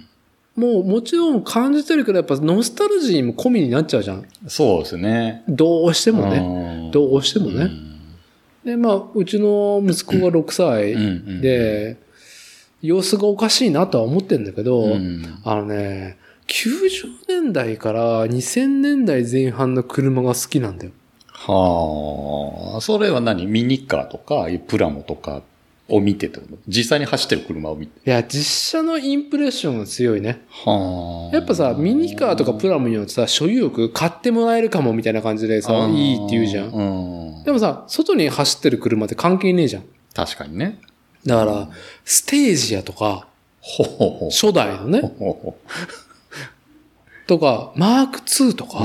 もうもちろん感じてるけど、やっぱノスタルジーも込みになっちゃうじゃん。 そうですね。 どうしてもね。どうしてもね。で、まあ、うちの息子がろくさいで、様子がおかしいなとは思ってんだけど、うん、あのね、きゅうじゅうねんだいからにせんねんだいぜん半の車が好きなんだよ。 はあ。それは何？ミニカーとか、プラモとかを見てて、実際に走ってる車を見て。 いや、実車のインプレッションが強いね。 はあ。 やっぱさ、ミニカーとかプラモによってさ、所有欲買ってもらえるかもみたいな感じでさ、いいって言うじゃん。うん、でもさ、外に走ってる車って関係ねえじゃん。 確かにね。 だから、ステージやとか、 ほほほ初代のね。ほほほとか、マークツーとか、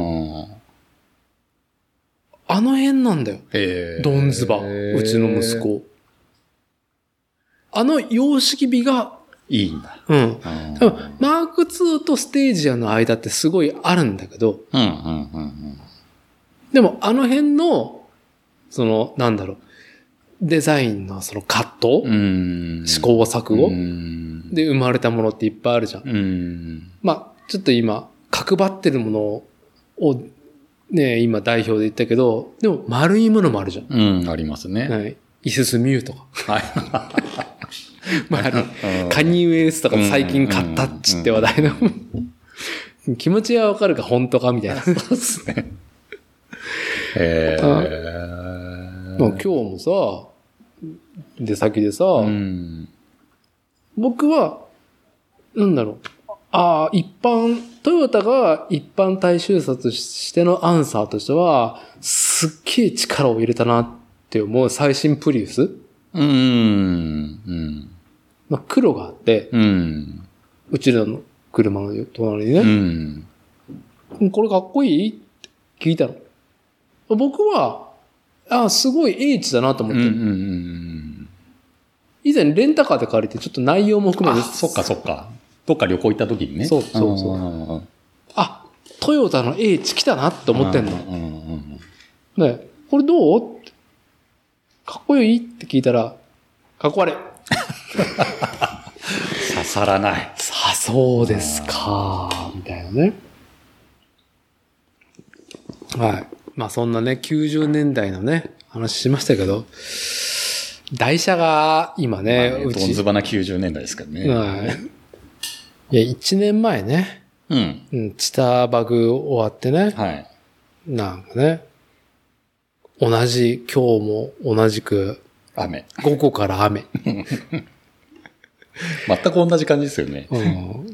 あの辺なんだよ。ドンズバ、うちの息子。あの様式美がいいんだ。 うん。多分マークツーとステージアの間ってすごいあるんだけど、 うんうんうんうん、 でもあの辺の、その、なんだろう、デザインのその葛藤、うん試行錯誤うんで生まれたものっていっぱいあるじゃん。うんまあ、ちょっと今、角張ってるものを、ね、今代表で言ったけど、でも丸いものもあるじゃん。 うん、ありますね。 はい。イススミューとか。はい。まあ、カニウエストとか最近買ったっちって話題の。気持ちはわかるか本当かみたいな。そうですね。 へー。 まあ、今日もさ、出先でさ、うん、僕は、なんだろう。ああ、一般、トヨタが一般大衆車としてのアンサーとしては、すっげえ力を入れたなって思う最新プリウス。 うん。うん。 まあ、黒があって、 うん。 うちらの車の隣にね。うん。これかっこいいって聞いたの。僕は、ああ、すごい英知だなと思って。うんうんうん、以前レンタカーで借りてちょっと内容も含めて。 あ、そっかそっか。どっか旅行行った時にね。 そうそうそう。あ、トヨタの英知来たなって思ってんの。うんうんうん、ね、これどうってかっこいいって聞いたら、かっこ悪い。 刺さらない。 さ、そうですか、みたいなね。はい。まあそんなね、きゅうじゅうねんだいのね、話しましたけど、台車が今ね、 まあ、ねうち。ドンズバなきゅうじゅうねんだいですからね。 はい。いや、いちねんまえね。うん。うん、チタバグ終わってね。はい。なんかね、同じ、今日も同じく、 雨。 午後から雨。 全く同じ感じですよね。 うん。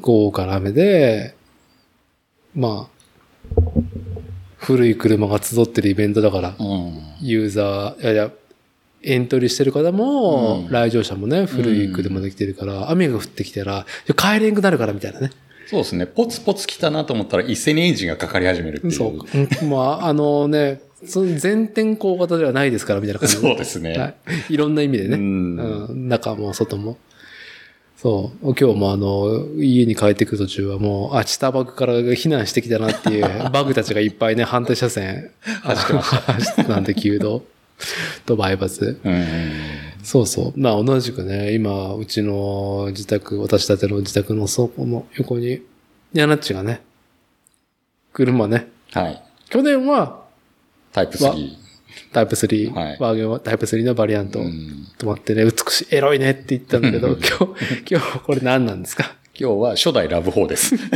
午後から雨で、まあ、古い車が集ってるイベントだから、うん、ユーザー、いやいや、エントリーしてる方も、うん、来場者もね、古い車で来てるから、うん、雨が降ってきたら、帰れんくなるからみたいなね。 そうですね。ポツポツ来たなと思ったら一斉にエンジンがかかり始めるっていう。 そう。まあ、あのね、その全天候型ではないですからみたいな感じで。 そうですね。 はい。いろんな意味でね。うん、うん。中も外も。そう。今日もあの、家に帰ってくる途中はもう、あ、チタバグから避難してきたなっていう、バグたちがいっぱいね、反対車線走ってました。 走ってたんで、急度とバイパス。うん、そうそう。まあ同じくね、今、うちの自宅、私たちの自宅の倉庫の横に、ヤナッチがね、車ね。 はい。 去年は、 タイプスリー。 タイプスリー。はい、ワーゲンはタイプスリーのバリアント。止まってね、美しい、エロいねって言ったんだけど、今日、今日これ何なんですか？ 今日は初代ラブフォーです。い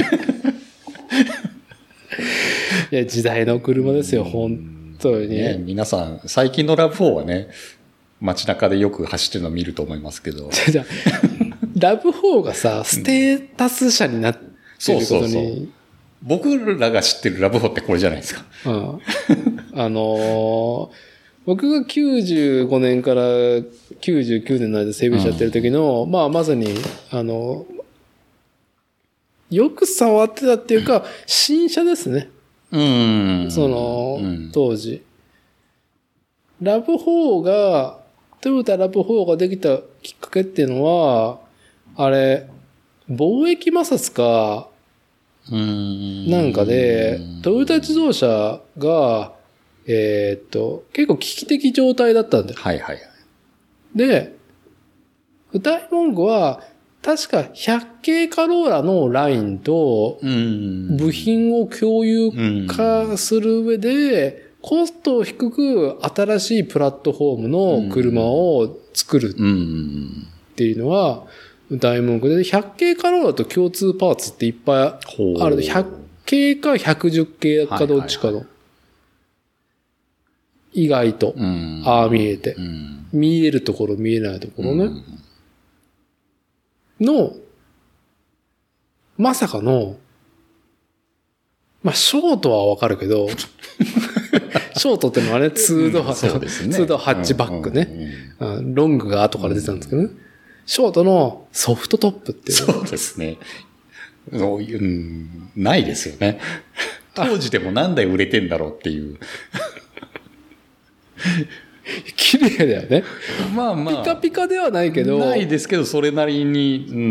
や、時代の車ですよ、本当に。 ね、皆さん、最近のラブフォーはね、街中でよく走ってるのを見ると思いますけど。 じゃラブフォーがさ、ステータス車になってることに、そうそうそう。 僕らが知ってるラブフォーってこれじゃないですか。 うん。あのー、僕がきゅうじゅうごねんからきゅうじゅうきゅうねんの間整備車やってる時の、うん、まあまさに、あの、よく触ってたっていうか、新車ですね。 うん。 その、うん、当時。ラブフォーが、トヨタラブフォーができたきっかけっていうのは、 あれ、貿易摩擦か、 うーんなんかで、トヨタ自動車が、えー、っと、結構危機的状態だったんだよ。 はいはいはい。 で、歌い文句は、確かひゃく系カローラのラインと、部品を共有化する上で、コストを低く新しいプラットフォームの車を作るっていうのは、歌い文句で、ひゃく系カローラと共通パーツっていっぱいある。ひゃく系かひゃくじゅう系かどっちかの。意外と、ああ見えて。見えるところ見えないところね。の、まさかの、まあ、ショートはわかるけど、ショートってのはね、ツードア、ツードアハッチバックね。ロングが後から出てたんですけどね。ショートのソフトトップっていう。 そうですね。そういう、うん、ないですよね。当時でも何台売れてんだろうっていう。 綺麗だよね。 まあまあ。 ピカピカではないけど。 ないですけど、それなりに、うん。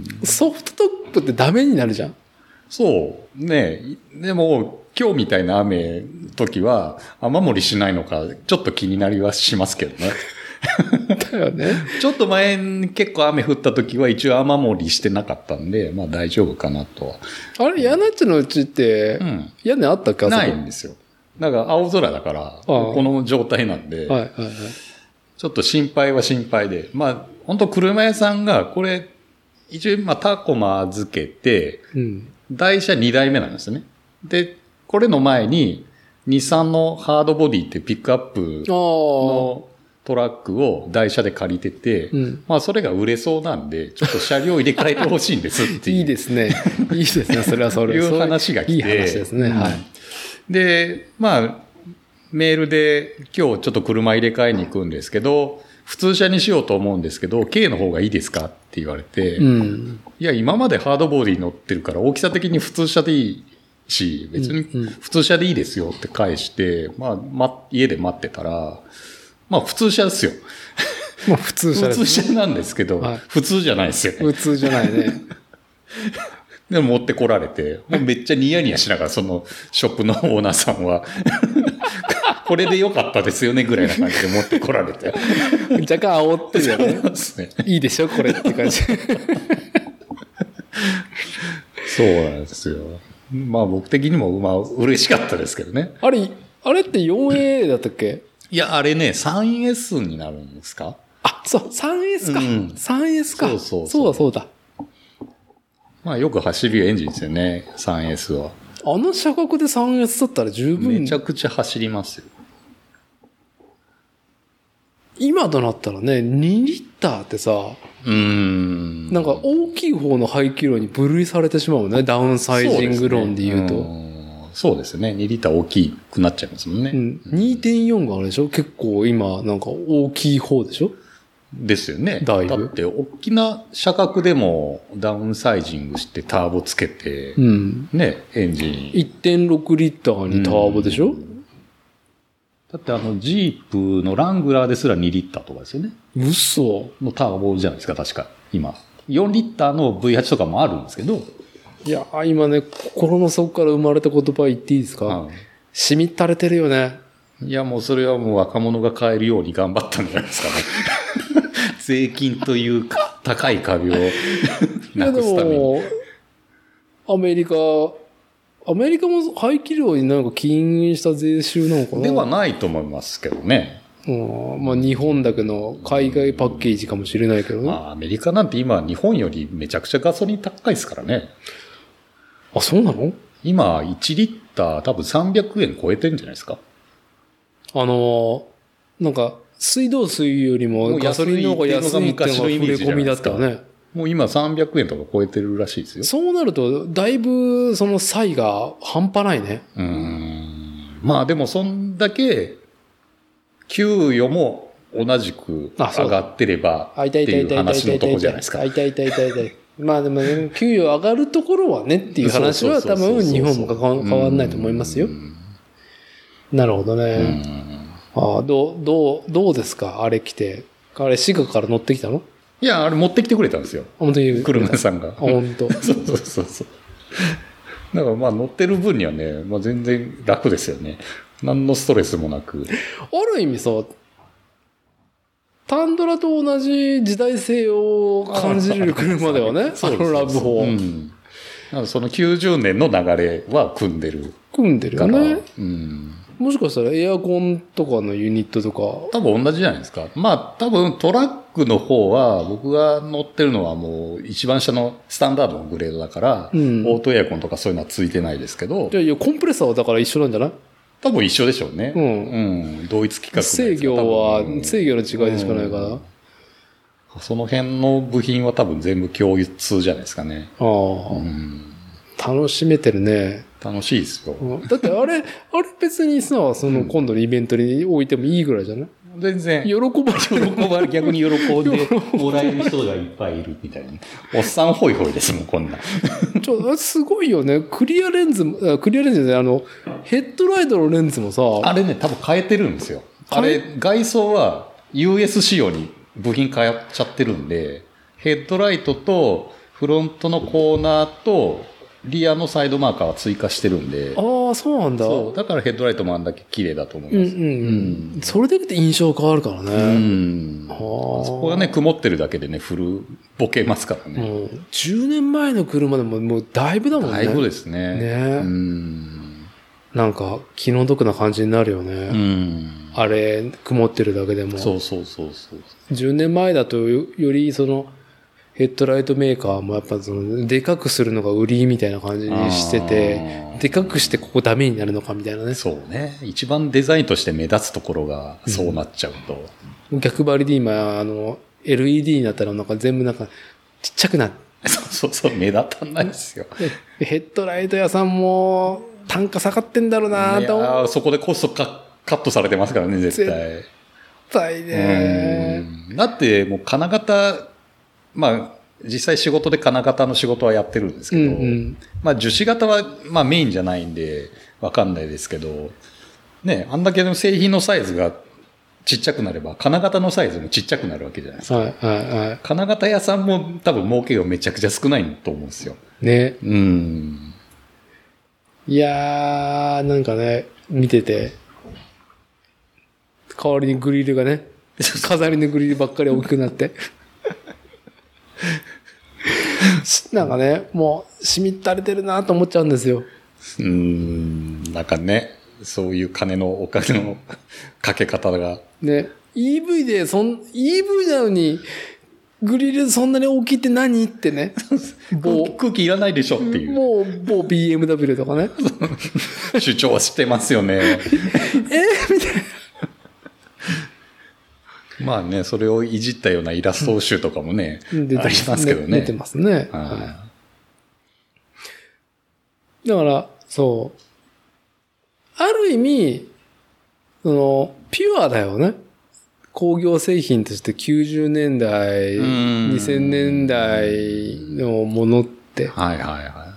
ソフトトップってダメになるじゃん。 そう。ねでも、今日みたいな雨時は、雨漏りしないのか、ちょっと気になりはしますけどね。 だよね。 ちょっと前に結構雨降った時は一応雨漏りしてなかったんで、まあ大丈夫かなとは。 あれ、屋根っちのうちって、うん、屋根あったっけ？ ないんですよ。だから青空だから、この状態なんで、はいはいはい、ちょっと心配は心配で、まあ本当車屋さんがこれ、一応まあタコマ預けて、うん、台車にだいめなんですね。で、これの前に日産のハードボディってピックアップのトラックを台車で借りてて、うん、まあそれが売れそうなんで、ちょっと車両入れ替えてほしいんですっていう。 いいですね。いいですね。それはそれ。 いう話が来て。いい話ですね。はい。 で、まあ、メールで今日ちょっと車入れ替えに行くんですけど、普通車にしようと思うんですけど、軽の方がいいですかって言われて、うん、いや、今までハードボディ乗ってるから大きさ的に普通車でいいし、別に普通車でいいですよって返して、まあ、ま、家で待ってたら、まあ普通車ですよ。 まあ普通車ですね。 普通車なんですけど、はい、普通じゃないですよね。 普通じゃないね。 でも持ってこられて、もうめっちゃニヤニヤしながらそのショップのオーナーさんは、これでよかったですよねぐらいな感じで持ってこられて。 若干煽ってるよね。ねいいでしょこれって感じ。 そうなんですよ。まあ僕的にもまあ嬉しかったですけどね。 あれ、あれって フォーエー だったっけ？ いや、あれね、スリーエス になるんですか？ あ、そう、スリーエス か。うん、スリーエスか。 そうそうそう。そうだそうだ。 まあよく走るエンジンですよね、スリーエス は。 あの車格で スリーエス だったら十分。 めちゃくちゃ走りますよ。 今となったらね、にリッターってさ、うーん。なんか大きい方の排気量に分類されてしまうね、ダウンサイジング論で言うと。 そうですね。にリッター大きくなっちゃいますもんね。 うん。にてんよん があれでしょ？結構今、なんか大きい方でしょ？ ですよね。 だいぶ。 だって、大きな車格でもダウンサイジングしてターボつけて、うん、ね、エンジン。 いってんろく リッターにターボでしょ、うん、 だってあの、ジープのラングラーですらにリッターとかですよね。 嘘のターボじゃないですか、確か。今。よんリッターの ブイエイチ とかもあるんですけど。 いや、今ね、心の底から生まれた言葉言っていいですか、うん、染み垂れてるよね。 いや、もうそれはもう若者が買えるように頑張ったんじゃないですかね。税金という高い壁をなくすために。 アメリカ、アメリカも排気量になんか起因した税収なのかな？ ではないと思いますけどね。 うん、まあ日本だけの海外パッケージかもしれないけどね。 まあアメリカなんて今日本よりめちゃくちゃガソリン高いですからね。 あ、そうなの？ 今いちリッター多分さんびゃくえん超えてるんじゃないですか。 あのー、なんか、水道水よりもガソリンの方が安いっていうのが触れ込みだったよね。 もう今さんびゃくえんとか超えてるらしいですよ。 そうなると、だいぶその差異が半端ないね。 うーん。まあでもそんだけ、給与も同じく上がってればっていう話のとこじゃないですか。 あ、いたいたいたいたいた。まあでも、ね、給与上がるところはねっていう話は多分日本も変わんないと思いますよ。なるほどね。ああ、どう、どう、どうですかあれ来て。あれ、滋賀から乗ってきたの？ いや、あれ持ってきてくれたんですよ。 本当に。 車さんが。 本当。 そうそうそうそう。だからまあ乗ってる分にはね、まあ全然楽ですよね。何のストレスもなく。 ある意味さ、タンドラと同じ時代性を感じる車だよね。あのラブホー。 うん。そのきゅうじゅうねんの流れは組んでる。 組んでるよね。 うん。 もしかしたらエアコンとかのユニットとか。 多分同じじゃないですか。まあ多分トラックの方は僕が乗ってるのはもう一番下のスタンダードのグレードだから、うん、オートエアコンとかそういうのはついてないですけど。 いやいや、コンプレッサーはだから一緒なんじゃない？ 多分一緒でしょうね。うん。うん。同一規格。 制御は、制御の違いでしかないから。うん、 その辺の部品は多分全部共通じゃないですかね。 ああ。うん、楽しめてるね。 楽しいですよ。 だってあれ、あれ別にさ、その今度のイベントに置いてもいいぐらいじゃない？ 全然。 喜ばれる。 喜ばれる。逆に喜んでもらえる人がいっぱいいるみたいな。おっさんホイホイですもん、こんな。 ちょ、すごいよね。クリアレンズ、クリアレンズであの、ヘッドライトのレンズもさ。 あれね、多分変えてるんですよ。あれ、外装は ユーエス 仕様に部品変えちゃってるんで、ヘッドライトとフロントのコーナーと、リアのサイドマーカーは追加してるんで。 ああ、そうなんだ。 そう。だからヘッドライトもあんだけ綺麗だと思います。うんうんうん。うん、それだけで印象変わるからね。うん。 あそこがね、曇ってるだけでね、フルボケますからね。 うん、じゅうねんまえの車でももうだいぶだもんね。 だいぶですね。 ね。うん。なんか気の毒な感じになるよね。うん。あれ、曇ってるだけでも。 そうそうそうそう。 じゅうねんまえだとよりその、ヘッドライトメーカーもやっぱその、でかくするのが売りみたいな感じにしてて、でかくしてここダメになるのかみたいなね。 そうね。一番デザインとして目立つところがそうなっちゃうと。 うん、逆張りで今、あの、エルイーディー になったらなんか全部なんかちっちゃくなって。 そうそうそう、目立たないですよ。 ヘッドライト屋さんも単価下がってんだろうなと思う。 いやそこでコストカカットされてますからね、絶対。絶対ね。 だってもう金型、まあ、実際仕事で金型の仕事はやってるんですけど、うんうん、まあ樹脂型はまあメインじゃないんでわかんないですけど、ね、あんだけの製品のサイズがちっちゃくなれば金型のサイズもちっちゃくなるわけじゃないですか。はいはいはい、金型屋さんも多分儲けがめちゃくちゃ少ないと思うんですよ。 ね。 うん。 いやー、なんかね、見てて、代わりにグリルがね、飾りのグリルばっかり大きくなって。なんかね、もう、しみったれてるなと思っちゃうんですよ。 うーん、なんかね、そういう金のお金のかけ方が。 ね、イーブイ で、そん、イーブイ なのに、グリルそんなに大きいって何ってね。 空, 空気いらないでしょっていう。 もう、某 ビーエムダブリュー とかね。 主張はしてますよね。 えー、みたいな。 まあね、それをいじったようなイラスト集とかもね、うん、ありますけどね。 出てますね。はい、だから、そう。ある意味、その、ピュアだよね。工業製品としてきゅうじゅうねんだい、にせんねんだいのものって、 はいはいはい。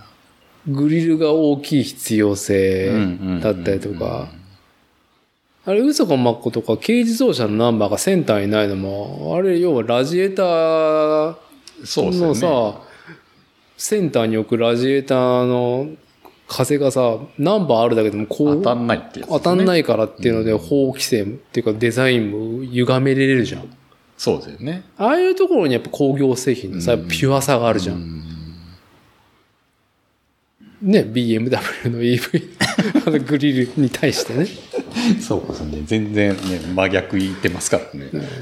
グリルが大きい必要性だったりとか、あれ、嘘かまっことか、軽自動車のナンバーがセンターにないのも、あれ、要はラジエーターのさ、ね、センターに置くラジエーターの風がさ、ナンバーあるだけでもこう、 当たんないってやつ、ね、 当たんないからっていうので、法規制っていうかデザインも歪めれるじゃん。 そうですよね。 ああいうところにやっぱ工業製品のさ、ピュアさがあるじゃん。んね、ビーエムダブリュー の イーブイ あのグリルに対してね。 そうですね。全然ね、真逆言ってますからね。ね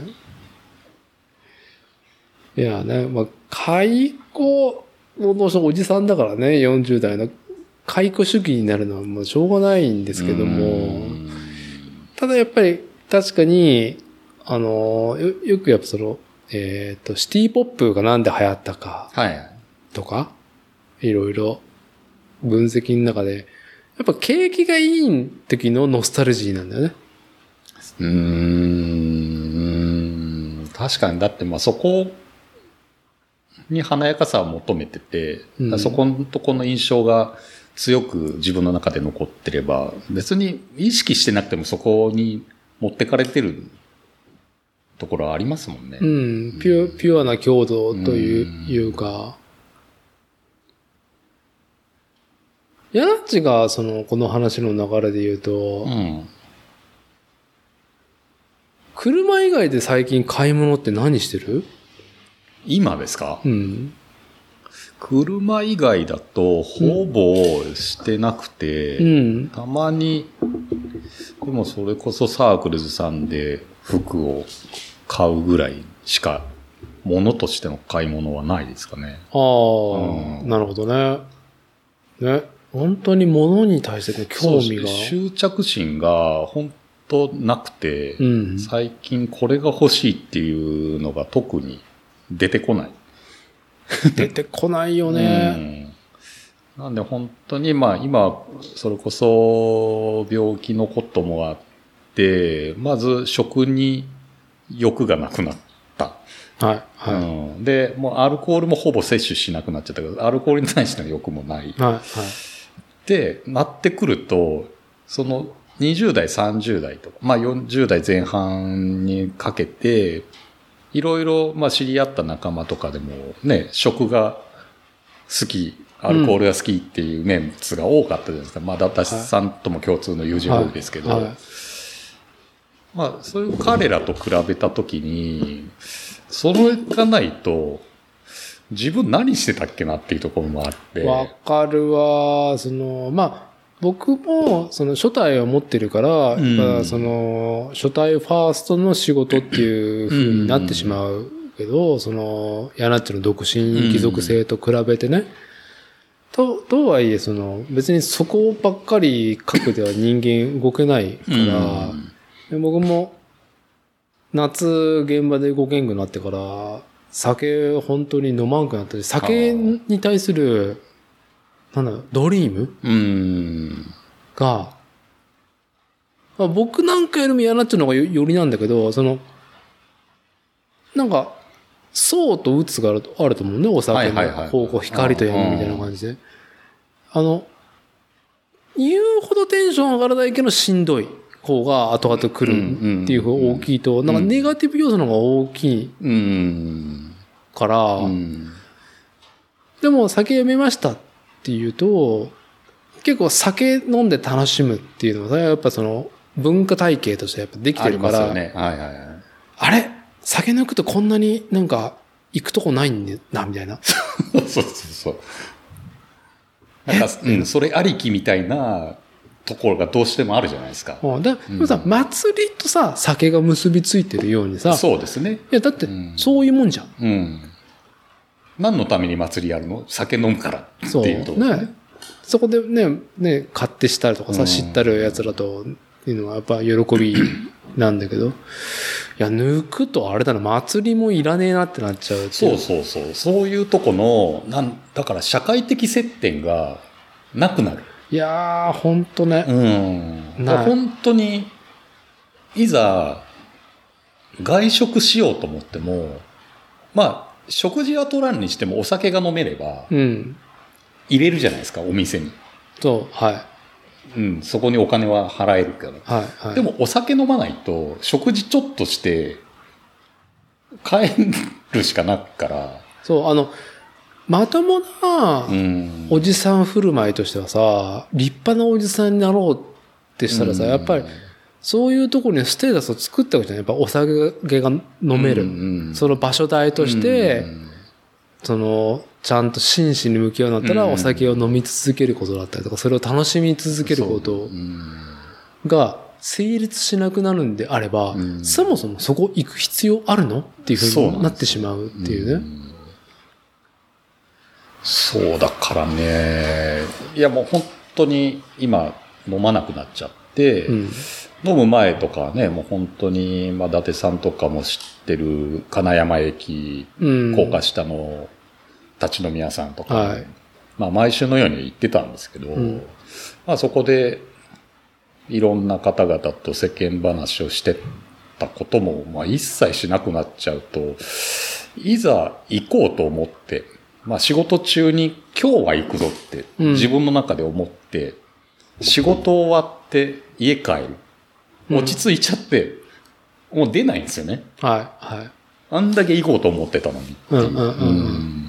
いやね、まあ、解雇のおじさんだからね、よんじゅう代の解雇主義になるのはもうしょうがないんですけども、ただやっぱり確かに、あの、よ, よくやっぱその、えっと、シティポップがなんで流行ったか、とか、はい、いろいろ分析の中で、やっぱ景気がいい時のノスタルジーなんだよね。 うーん。確かに、だってまあそこに華やかさを求めてて、うん、そこのとこの印象が強く自分の中で残ってれば、別に意識してなくてもそこに持ってかれてるところありますもんね。 うん。ピュ、ピュアな郷土という、いうか、ヤナッチが、その、この話の流れで言うと、うん、車以外で最近買い物って何してる？ 今ですか？ うん。 車以外だと、ほぼしてなくて、うん、たまに、でもそれこそサークルズさんで服を買うぐらいしか、物としての買い物はないですかね。 ああ、うん、なるほどね。ね。本当に物に対しての興味が。 執着心が本当なくて、うん、最近これが欲しいっていうのが特に出てこない。 出てこないよね。 うん、なんで本当にまあ今、それこそ病気のこともあって、まず食に欲がなくなった。 はいはいうん、で、もうアルコールもほぼ摂取しなくなっちゃったけど、アルコールに対しての欲もない。 はいはいで、なってくると、そのにじゅう代、さんじゅう代とか、まあよんじゅう代前半にかけて、いろいろ、まあ知り合った仲間とかでもね、食が好き、アルコールが好きっていうメンツが多かったじゃないですか。うん、まあ私さんとも共通の友人多いですけど、はいはい、まあそういう彼らと比べたときに、それがないと、自分何してたっけなっていうところもあって。 わかるわ。その、まあ、僕も、その、初体を持ってるから、うん、やっぱその、初体ファーストの仕事っていう風になってしまうけど、うん、その、ヤナッチの独身貴族性と比べてね。うん、と、とはいえ、その、別にそこばっかり書くでは人間動けないから、うん、で僕も、夏現場で動けんくなってから、酒本当に飲まんくなったし、酒に対する、なんだろう、ドリームうーんが、まあ、僕なんかよりも嫌なっちゃうのが よ, よりなんだけど、その、なんか、層と鬱があるあると思うね、お酒の方向、光と闇みたいな感じで。あの、言うほどテンション上がらないけどしんどい方が後々来るっていう方が大きいと、なんかネガティブ要素の方が大きいから、でも酒やめましたっていうと、結構酒飲んで楽しむっていうのは、やっぱその文化体系としてやっぱできてるから、ありますよね。はいはいはい。あれ酒抜くとこんなになんか行くとこないんだな、みたいな。 そうそうそう。なんか、うん、それありきみたいなところがどうしてもあるじゃないですか。 うん、だでもさ、うん、祭りとさ、酒が結びついてるようにさ。 そうですね。 いや、だって、そういうもんじゃん。 うん。何のために祭りやるの？酒飲むからっていうところ、ね。 ね。そこでね、ね、買ってしたりとかさ、知ったる奴らと、いうのはやっぱ喜びなんだけど、いや、抜くとあれだな、祭りもいらねえなってなっちゃう。 そうそうそう。そういうとこの、なん、だから社会的接点がなくなる。 いやー、ほんとね。 うん。本当に、いざ、外食しようと思っても、まあ、食事は取らんにしてもお酒が飲めれば、うん、入れるじゃないですか、お店に。 そう、はい。 うん、そこにお金は払えるけど。 はいはい、 でもお酒飲まないと、食事ちょっとして、帰るしかなくから。 そう、あの、まともなおじさん振る舞いとしてはさ、立派なおじさんになろうってしたらさ、やっぱりそういうところにステータスを作ったわけじゃない。やっぱお酒が飲める。その場所代として、その、ちゃんと真摯に向き合うようになったらお酒を飲み続けることだったりとか、それを楽しみ続けることが成立しなくなるんであれば、そもそもそこ行く必要あるのっていうふうになってしまうっていうね。 そうだからね。いやもう本当に今飲まなくなっちゃって、うん、飲む前とかね、もう本当に、まあ伊達さんとかも知ってる金山駅、うん、高架下の立ち飲み屋さんとか、はい、まあ毎週のように行ってたんですけど、うん、まあそこでいろんな方々と世間話をしてたことも、まあ一切しなくなっちゃうと、いざ行こうと思って、まあ仕事中に今日は行くぞって自分の中で思って、うん、仕事終わって家帰る。落ち着いちゃって、 もう出ないんですよね。 はい、はい。 あんだけ行こうと思ってたのに。 うんうんうんうん。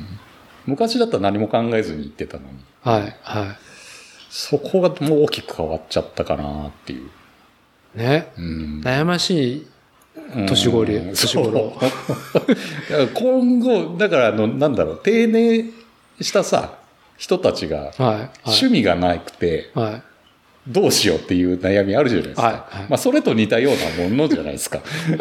昔だったら何も考えずに行ってたのに。 はい、はい。そこがもう大きく変わっちゃったかなっていう。 ね。うん、悩ましい年頃、年頃。 今後、だからあの、なんだろう、定年したさ、人たちが、趣味がなくて、はいはい、どうしようっていう悩みあるじゃないですか。はいはい、まあ、それと似たようなものじゃないですか。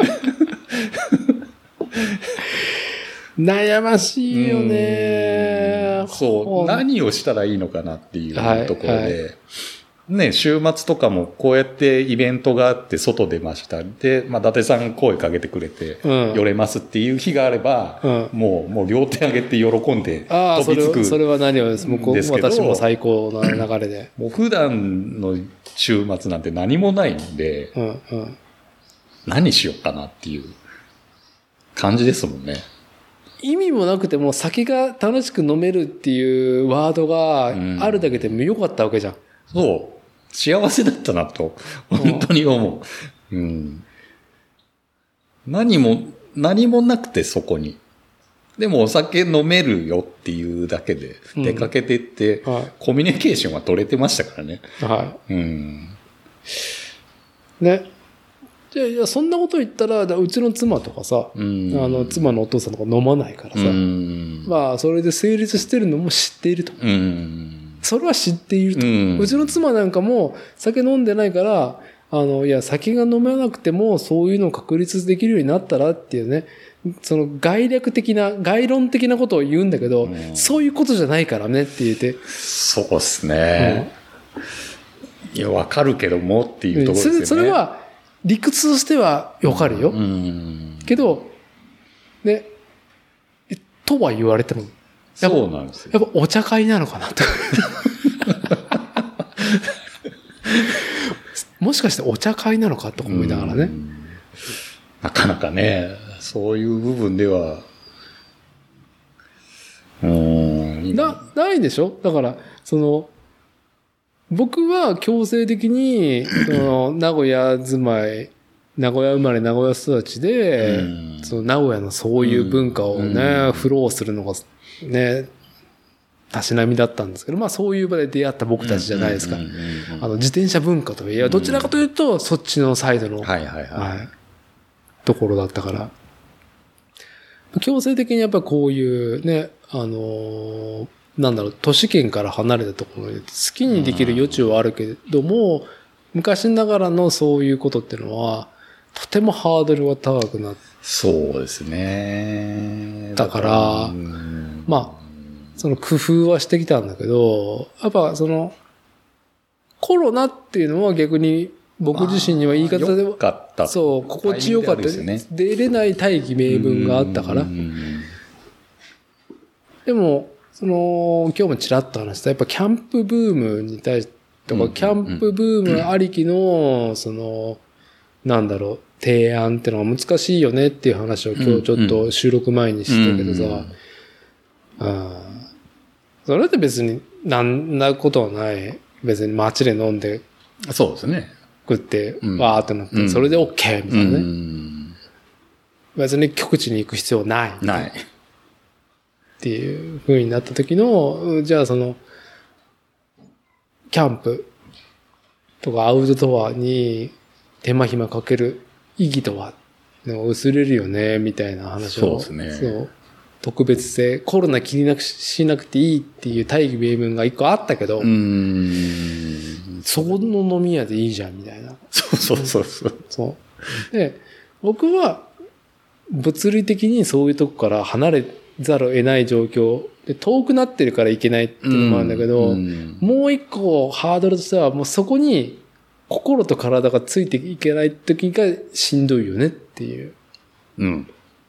悩ましいよね。 そう。何をしたらいいのかなっていうところで、はいはい、ね、週末とかもこうやってイベントがあって外出ました。で、まあ、伊達さん声かけてくれて、寄れますっていう日があれば、うん、もう、もう両手上げて喜んで飛びつくんですけど。 それは何をです。もう私も最高な流れで。 もう普段の週末なんて何もないんで、うんうん、何しようかなっていう感じですもんね。 意味もなくても酒が楽しく飲めるっていうワードがあるだけでもよかったわけじゃん。うん、 そう。幸せだったなと、本当に思う。うん。何も、何もなくてそこに。でもお酒飲めるよっていうだけで出かけてって、うん、はい、コミュニケーションは取れてましたからね。はい。うん。 ね。いやいや、そんなこと言ったら、うちの妻とかさ、うん、あの、妻のお父さんとか飲まないからさ、うん、まあ、それで成立してるのも知っていると。うん、それは知っていると、うん。うちの妻なんかも酒飲んでないから、あの、いや、酒が飲めなくても、そういうのを確立できるようになったらっていうね、その概略的な、概論的なことを言うんだけど、うん、そういうことじゃないからねって言って。 そうっすね。うん、いや、わかるけどもっていうところですよね。 それ、それは、理屈としてはわかるよ。うん、けど、ね、とは言われても。 そうなんですよ。 やっぱお茶会なのかなと。もしかしてお茶会なのかと思いながらね。 なかなかね、そういう部分では、 うーん。な、ないでしょ？だから、その、僕は強制的に、その、名古屋住まい、名古屋生まれ名古屋育ちで、その名古屋のそういう文化をね、フローするのがね、たしなみだったんですけど、まあそういう場で出会った僕たちじゃないですか。あの、自転車文化といえば、どちらかというと、そっちのサイドの、はいはいはい、ところだったから、強制的にやっぱりこういうね、あのー、なんだろう、都市圏から離れたところで好きにできる余地はあるけども、昔ながらのそういうことっていうのは、とてもハードルは高くなって。 そうですね。 だから、まあ、その工夫はしてきたんだけど、やっぱその、コロナっていうのは逆に僕自身には言い方では、 かった。 そう、心地よかった。出れない大義名分があったから。でも、その、今日もちらっと話した、やっぱキャンプブームに対して、とか、キャンプブームありきの、その、なんだろう、提案ってのが難しいよねっていう話を今日ちょっと収録前にしたけどさ、あそれって別になんなことはない。別に街で飲んで、 そうですね。 食って、わーってなって、それで OK みたいなね。別に極地に行く必要ない。 ない。 っていう風になった時の、じゃあその、キャンプとかアウトドアに手間暇かける意義とは薄れるよね、みたいな話を。 そうですね。 そう。特別性、コロナ気になくしなくていいっていう大義名分が一個あったけど、うーんそこの飲み屋でいいじゃん、みたいな。 そうそうそうそう。 そう。で、僕は物理的にそういうとこから離れざるを得ない状況で、遠くなってるからいけないっていうのもあるんだけど、うん、もう一個ハードルとしては、もうそこに心と体がついていけない時がしんどいよねっていう。うん。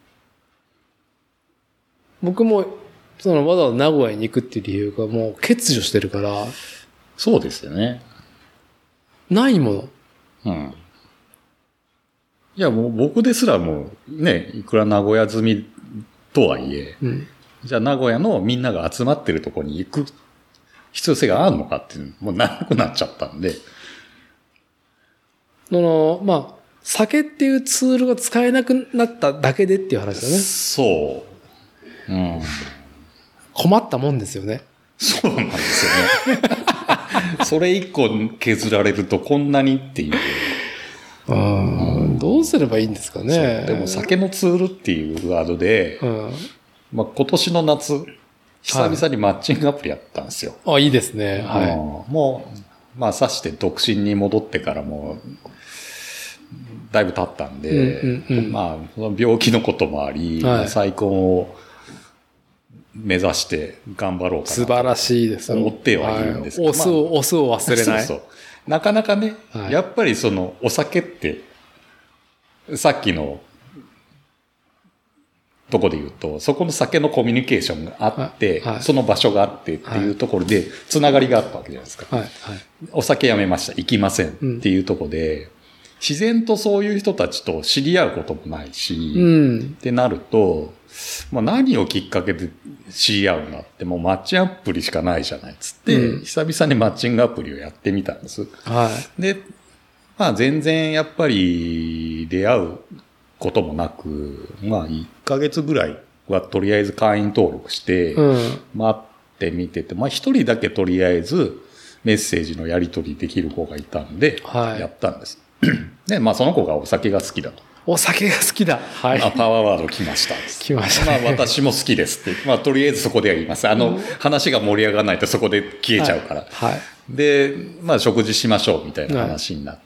僕も、そのわざわざ名古屋に行くっていう理由がもう欠如してるから。 そうですよね。 ないもの。 うん。いや、もう僕ですらもうね、いくら名古屋済みとはいえ、うん、じゃあ名古屋のみんなが集まってるところに行く必要性があるのかっていうのもうなくなっちゃったんで。 その、まあ、 酒っていうツールが使えなくなっただけでっていう話だね。 そう。うん。 困ったもんですよね。 そうなんですよね。それ一個削られるとこんなにっていう。 うん、どうすればいいんですかね。 でも酒のツールっていうワードで、うん、まあ、今年の夏、久々にマッチングアプリやったんですよ。 はい、あ、いいですね。はい。 うん、もう、まあ、さして独身に戻ってからも、だいぶ経ったんで、うんうんうん、まあ、その病気のこともあり、はい、再婚を目指して頑張ろうかな。 素晴らしいです。 思ってはいるんですけど。 オスを、オスを忘れない。 そうそう。なかなかね、はい、やっぱりそのお酒って、さっきのとこで言うと、そこの酒のコミュニケーションがあって、はい、その場所があってっていうところで、つながりがあったわけじゃないですか。はいはい、お酒やめました、行きませんっていうところで、うん、自然とそういう人たちと知り合うこともないし、うん、ってなると、まあ、何をきっかけで知り合うんだって、もうマッチングアプリしかないじゃないっつって、うん、久々にマッチングアプリをやってみたんです。はい、で、まあ全然やっぱり出会うこともなく、まあいっかげつぐらいはとりあえず会員登録して、待ってみてて、まあ一人だけとりあえずメッセージのやり取りできる子がいたんで、やったんです。はい、で、まあその子がお酒が好きだと。 お酒が好きだ。はい。 あ、パワーワード来ました。 来ました、ね。 まあ私も好きですって。まあとりあえずそこでは言います。あの、うん、話が盛り上がらないとそこで消えちゃうから。はい。はい、で、まあ食事しましょうみたいな話になって、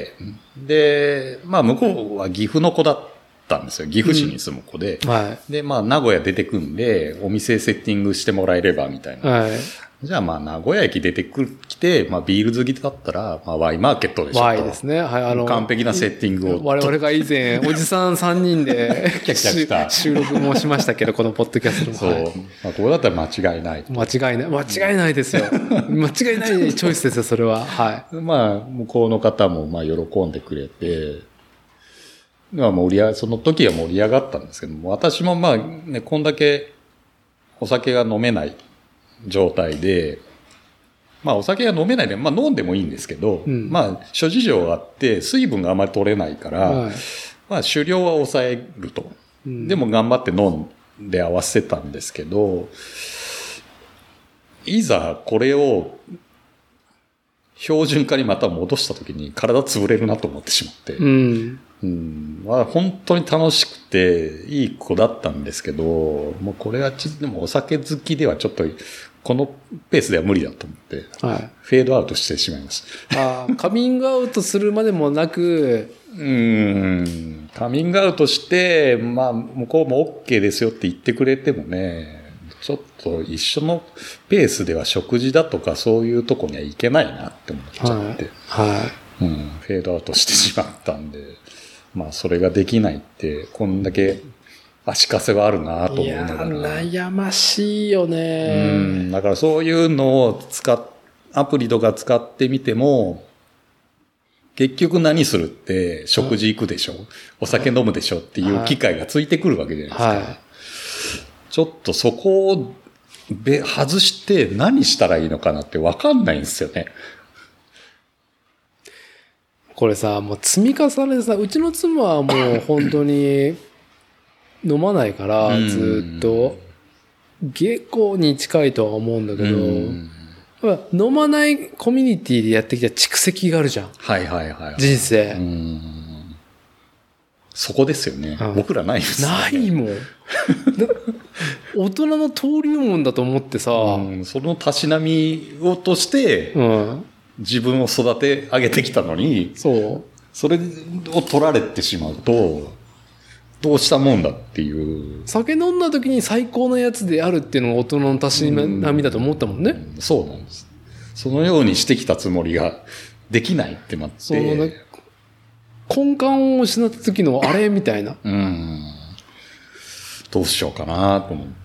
はい、で、まあ向こうは岐阜の子だったんですよ。岐阜市に住む子で。うん、はい。で、まあ名古屋出てくんで、お店セッティングしてもらえればみたいな。はい。じゃあまあ名古屋駅出てくる、来て、まあビール好きだったら、まあワイマーケットでしょ。 ワイですね。はい。あの、 完璧なセッティングを。 我々が以前、おじさんさんにんで収録もしましたけど、このポッドキャストも。 そう。はい、まあこれだったら間違いない。 間違いない。間違いないですよ。間違いないチョイスですよ、それは。はい。 まあ、向こうの方もまあ喜んでくれて、まあ盛り上が、その時は盛り上がったんですけども、私もまあね、こんだけお酒が飲めない状態で、まあお酒が飲めないで、まあ飲んでもいいんですけど、うん、まあ諸事情があって水分があまり取れないから、はい、まあ酒量は抑えると、うん。でも頑張って飲んで合わせたんですけど、いざこれを標準化にまた戻した時に体潰れるなと思ってしまって、うんうんまあ、本当に楽しくていい子だったんですけど、もうこれはちょっとでもお酒好きではちょっとこのペースでは無理だと思って、はい、フェードアウトしてしまいました。 あカミングアウトするまでもなく、 うーんカミングアウトして、まあ向こうも OK ですよって言ってくれてもね、ちょっと一緒のペースでは食事だとかそういうとこには行けないなって思っちゃって、はいはいうん、フェードアウトしてしまったんで、まあそれができないってこんだけ足かせはあるなと思いながら。 いや、悩ましいよね。 うん、だからそういうのを使っ、アプリとか使ってみても、結局何するって食事行くでしょ、お酒飲むでしょっていう機会がついてくるわけじゃないですか。はいはい、ちょっとそこを外して何したらいいのかなって分かんないんですよね。 これさ、もう積み重ねでさ、うちの妻はもう本当に飲まないから、ずっと下校に近いとは思うんだけど、飲まないコミュニティでやってきた蓄積があるじゃん。 はいはいはい、はい。 人生。 うんそこですよね。うん、僕らないですね。 ないもん。大人の登竜門だと思ってさ、うん、そのたしなみをとして、うん自分を育て上げてきたのに、そう。それを取られてしまうと、どうしたもんだっていう。 酒飲んだ時に最高のやつであるっていうのが大人のたしなみだと思ったもんね。 うん、そうなんです。そのようにしてきたつもりができないってなって。その根幹を失った時のあれみたいな。うんどうしようかなと思って、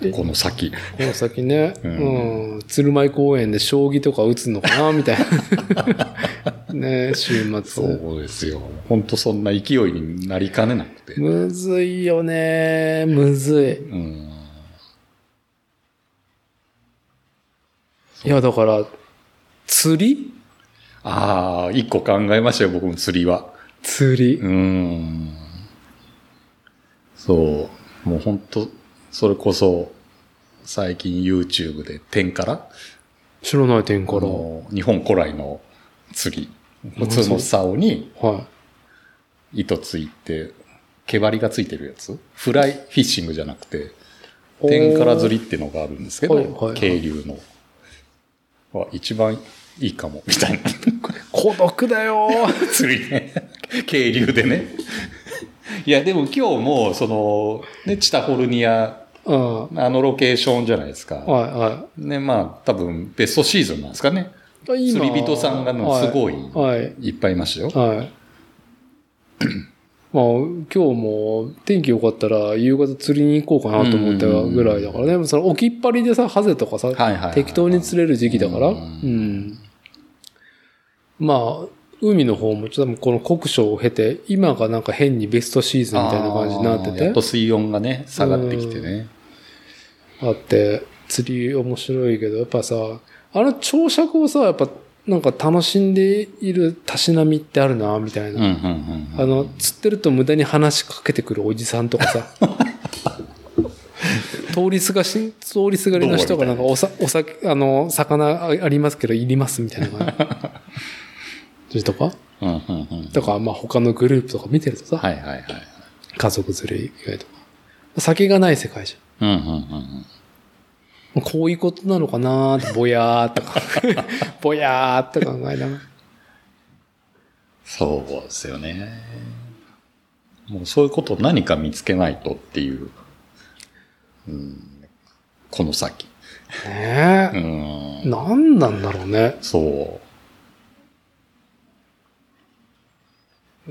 この先。 この先ね、うん、うん、鶴舞公園で将棋とか打つのかなみたいな。ね週末。 そうですよ。本当そんな勢いになりかねなくて。 むずいよねむずい。うん、いや、だから、釣りああ、一個考えましたよ、僕も釣りは。 釣り。 うん。そう。もう本当それこそ、最近 YouTube で天から知らない天から。 日本古来の釣り。普通の竿に、 はい。 糸ついて、毛針がついてるやつ。フライフィッシングじゃなくて、天から釣りっていうのがあるんですけど、はいはいはい、渓流の。は一番いいかも、みたいな。 孤独だよ釣りね。渓流でね。いや、でも今日も、その、ね、チタフォルニア、うん、あのロケーションじゃないですか。 はいはい。 ね、まあ、多分、ベストシーズンなんですかね。釣り人さんがのすごい、はい、いっぱいいましたよ。はい。 まあ、今日も天気良かったら夕方釣りに行こうかなと思ったぐらいだからね。その置きっぱりでさ、ハゼとかさ、はいはいはいはい、適当に釣れる時期だから。うん。まあ、海の方もちょっとこの酷暑を経て、今がなんか変にベストシーズンみたいな感じになってて。 やっと水温がね、下がってきてね。 あって、釣り面白いけど、やっぱさ、あの朝食をさ、やっぱなんか楽しんでいるたしなみってあるな、みたいな。うんうんうんうん、あの、釣ってると無駄に話しかけてくるおじさんとかさ。通りすがし、通りすがりの人がなんかおさ、お酒、あの、魚ありますけどいりますみたいな感じとか。うんうんうん、とか、まあ他のグループとか見てるとさ。はいはいはい。家族連れ以外とか。酒がない世界じゃん。うんうんうんこういうことなのかなーって、ぼやーっとか、ぼやーって考えながら。 そうですよね。もうそういうことを何か見つけないとっていう、うん、この先。 ねえ。うん。何なんだろうね。 そう。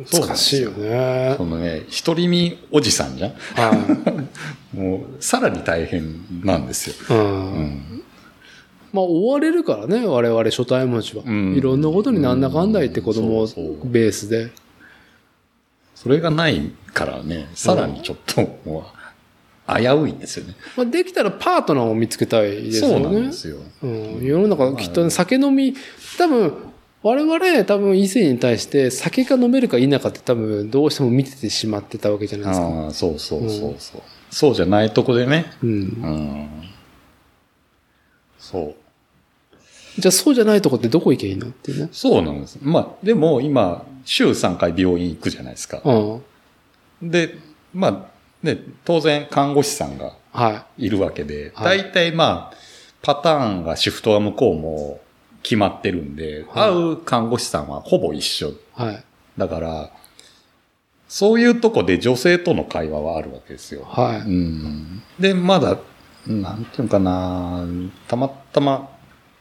難しいよね。 そのね、一人身おじさんじゃん、はい、もう、さらに大変なんですよ。うんうん、 まあ、追われるからね、我々初対持ちは。うん、いろんなことになんだかんだ言って子供ベースで。 それがないからね、さらにちょっともう、危ういんですよね。 まあ、できたらパートナーを見つけたいですよね。 そうなんですよ。 うん、世の中きっと、ね、酒飲み、多分、我々多分異性に対して酒が飲めるか否かって多分どうしても見ててしまってたわけじゃないですか。 ああ、そうそうそうそう、うん。そうじゃないとこでね。うん。うん、そう。 じゃあそうじゃないとこってどこ行けばいいのってね。 そうなんです。まあでも今週さんかい病院行くじゃないですか。うん。で、まあね、当然看護師さんがいるわけで、はい、大体まあパターンがシフトは向こうも決まってるんで、はい、会う看護師さんはほぼ一緒。はい。だから、そういうとこで女性との会話はあるわけですよ。はい。うん。で、まだ、なんていうのかな、たまたま、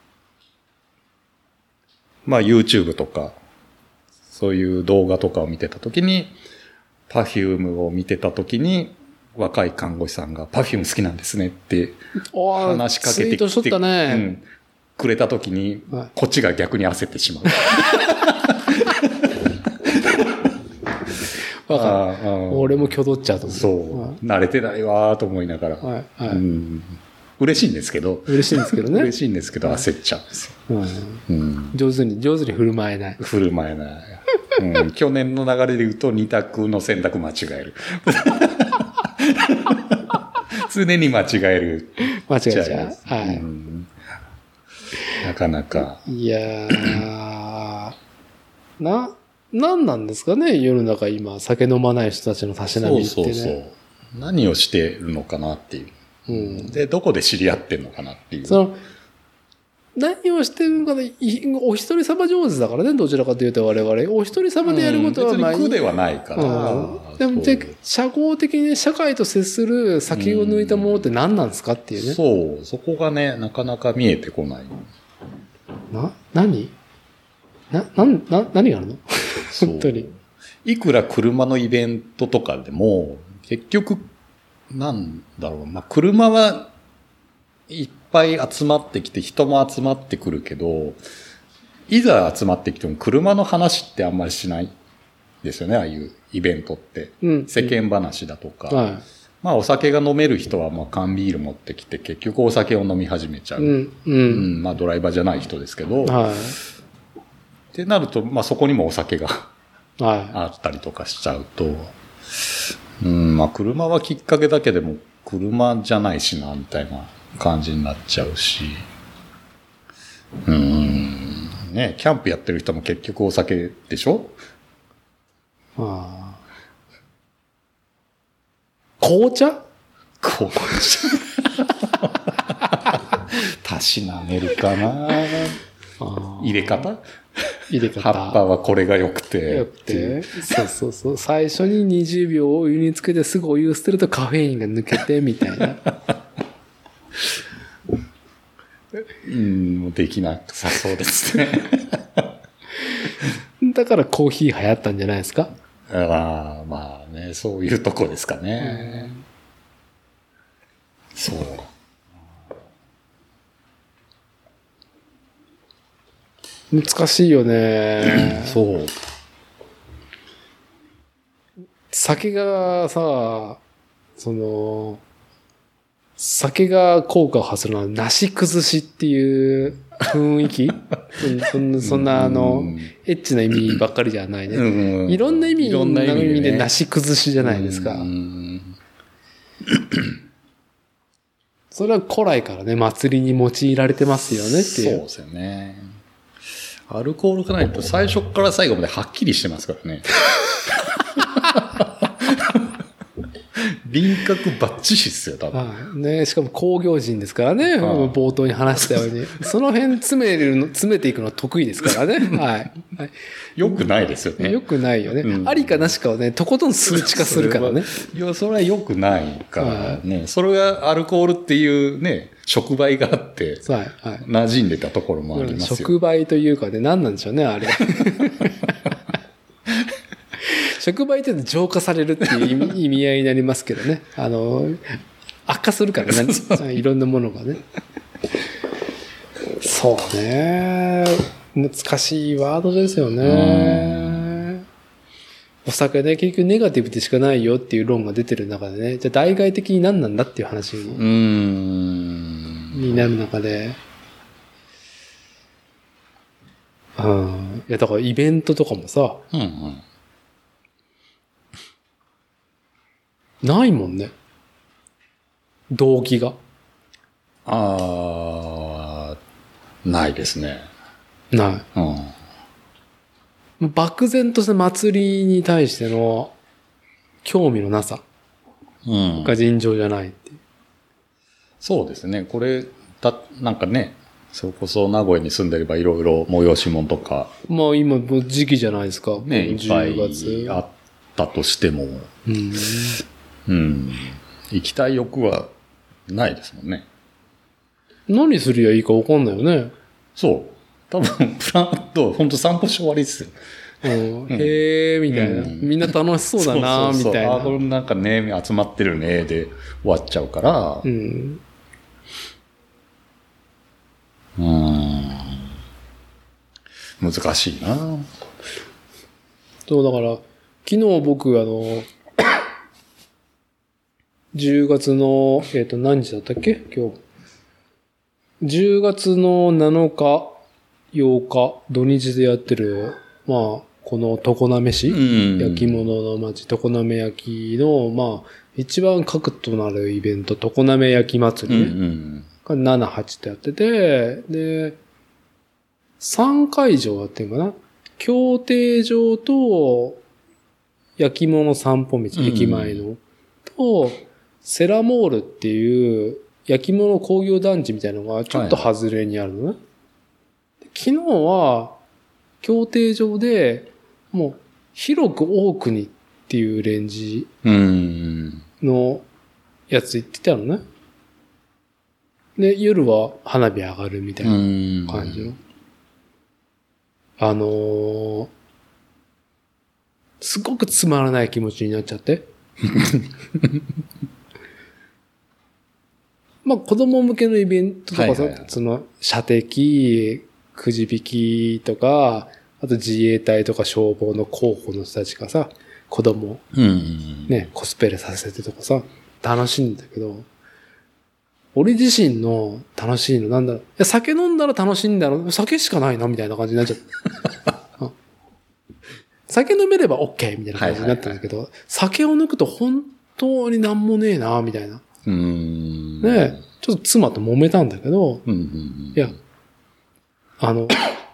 まあ YouTube とか、そういう動画とかを見てたときに、Perfume を見てたときに、若い看護師さんが Perfume 好きなんですねって話しかけてきて、ツイートしとったね。うんくれたときに、こっちが逆に焦ってしまう。 わかる。俺も挙動っちゃうと思う。 そう。慣れてないわーと思いながら、はいはいうん。嬉しいんですけど。 嬉しいんですけどね。 嬉しいんですけど、焦っちゃうんですよ、 うんうん。上手に、上手に振る舞えない。 振る舞えない。うん、去年の流れで言うと、二択の選択間違える。常に間違える。 間違えちゃう。はい。 うんなかなか。 いやー、な、なんなんですかね世の中今、酒飲まない人たちのたしなみってね。そうそうそう。 何をしてるのかなっていう。うん、で、どこで知り合ってんのかなっていう。 その、何をしてるのかなお一人様上手だからね、どちらかというと我々。お一人様でやることはない。うん、別に苦ではないから。 うん、でも、社交的に社会と接する先を抜いたものって何なんですかっていうね。 そう、そこがね、なかなか見えてこない。 な、何な、な、な、何があるの本当に。 いくら車のイベントとかでも、結局、なんだろう、まあ、車はいっぱい集まってきて、人も集まってくるけど、いざ集まってきても車の話ってあんまりしないですよね、ああいうイベントって。うん、世間話だとか。うんはい、まあお酒が飲める人はまあ缶ビール持ってきて結局お酒を飲み始めちゃう。うんうんうん、まあドライバーじゃない人ですけど。はい、ってなると、まあそこにもお酒があったりとかしちゃうと、うん、まあ車はきっかけだけでも車じゃないしなみたいな感じになっちゃうし、うん、ね、キャンプやってる人も結局お酒でしょ？ ああ。紅茶？ 紅茶。たしなめるかな。入れ方？ 入れ方。 葉っぱはこれが良くて。 良くて。そうそうそう。最初ににじゅうびょうお湯につけてすぐお湯捨てるとカフェインが抜けてみたいな。 うん、もうできなさそうですね。 だからコーヒー流行ったんじゃないですか？ ああ、まあね、そういうとこですかね。そう。 難しいよね。 そう。 酒がさ、その、酒が効果を発するのは、なし崩しっていう雰囲気そんな、そんなあの、エッチな意味ばっかりじゃないね。うん、いろんな意味、いろんな意味でなし崩しじゃないですか。うん、それは古来からね、祭りに用いられてますよねっていう。そうですよね。アルコールがないと最初から最後まではっきりしてますからね。輪郭バッチシっすよ、多分。 はい、ね、しかも工業人ですからね、冒頭に話したように。その辺詰めるの、詰めていくのは得意ですからね。はい。はい、 よくないですよね。 よくないよね。うん、ありかなしかをね、とことん数値化するからね。 いや、それはよくないからね。はい、それがアルコールっていうね、触媒があって、はいはい、馴染んでたところもありますよ。 触媒というかね、何なんでしょうね、あれ。触媒って浄化されるっていう意味合いになりますけどね。あの、悪化するからね、いろんなものがね。そうね。難しいワードですよね。お酒ね、結局ネガティブでしかないよっていう論が出てる中でね、じゃあ代替的に何なんだっていう話になる中で、うん、いやだからイベントとかもさ、うんうん、ないもんね。動機が。 ああ、ないですね。 ない。うん、漠然とした祭りに対しての興味のなさが尋常じゃないっていう、うん。 そうですね。これ、だ、なんかね、それこそ名古屋に住んでればいろいろ催し物とか。 まあ今もう時期じゃないですか。 ね、いっぱいあったとしても。うん。うん。行きたい欲はないですもんね。 何すりゃいいか分かんないよね。 そう。多分、プランと、ほんと散歩して終わりですよ。 うん、へーみたいな、うん。みんな楽しそうだなみたいな。そうそうそう、 あ、これなんかね、集まってるね、で終わっちゃうから。うん。うん。難しいな。 そう、だから、昨日僕、あの、じゅうがつの、えっと、何日だったっけ今日。じゅうがつのなのか、ようか、土日でやってる、まあ、この常滑市、うん、焼き物の町、常滑焼の、まあ、一番核となるイベント、常滑焼き祭りね。うんうん、がなな、はちってやってて、で、さんかいじょうやってるかな。競艇場と、焼き物散歩道、駅前の、うん、と、セラモールっていう焼き物工業団地みたいなのがちょっと外れにあるのね。はい、昨日は、競艇場で、もう、広く多くにっていうレンジのやつ行ってたのね。で、夜は花火上がるみたいな感じの。あのー、すごくつまらない気持ちになっちゃって。まあ子供向けのイベントとかさ、はいはいはい、その射的、くじ引きとか、あと自衛隊とか消防の候補の人たちがさ、子供、うんうんうん、ね、コスプレさせてとかさ、楽しいんだけど、俺自身の楽しいのなんだろう。いや、酒飲んだら楽しいんだろう。酒しかないなみたいな感じになっちゃった。 酒飲めれば OK みたいな感じになったんだけど、はいはいはい、酒を抜くと本当になんもねえな、みたいな。 うーんで、ちょっと妻と揉めたんだけど、 うんうんうん、 いや、あの、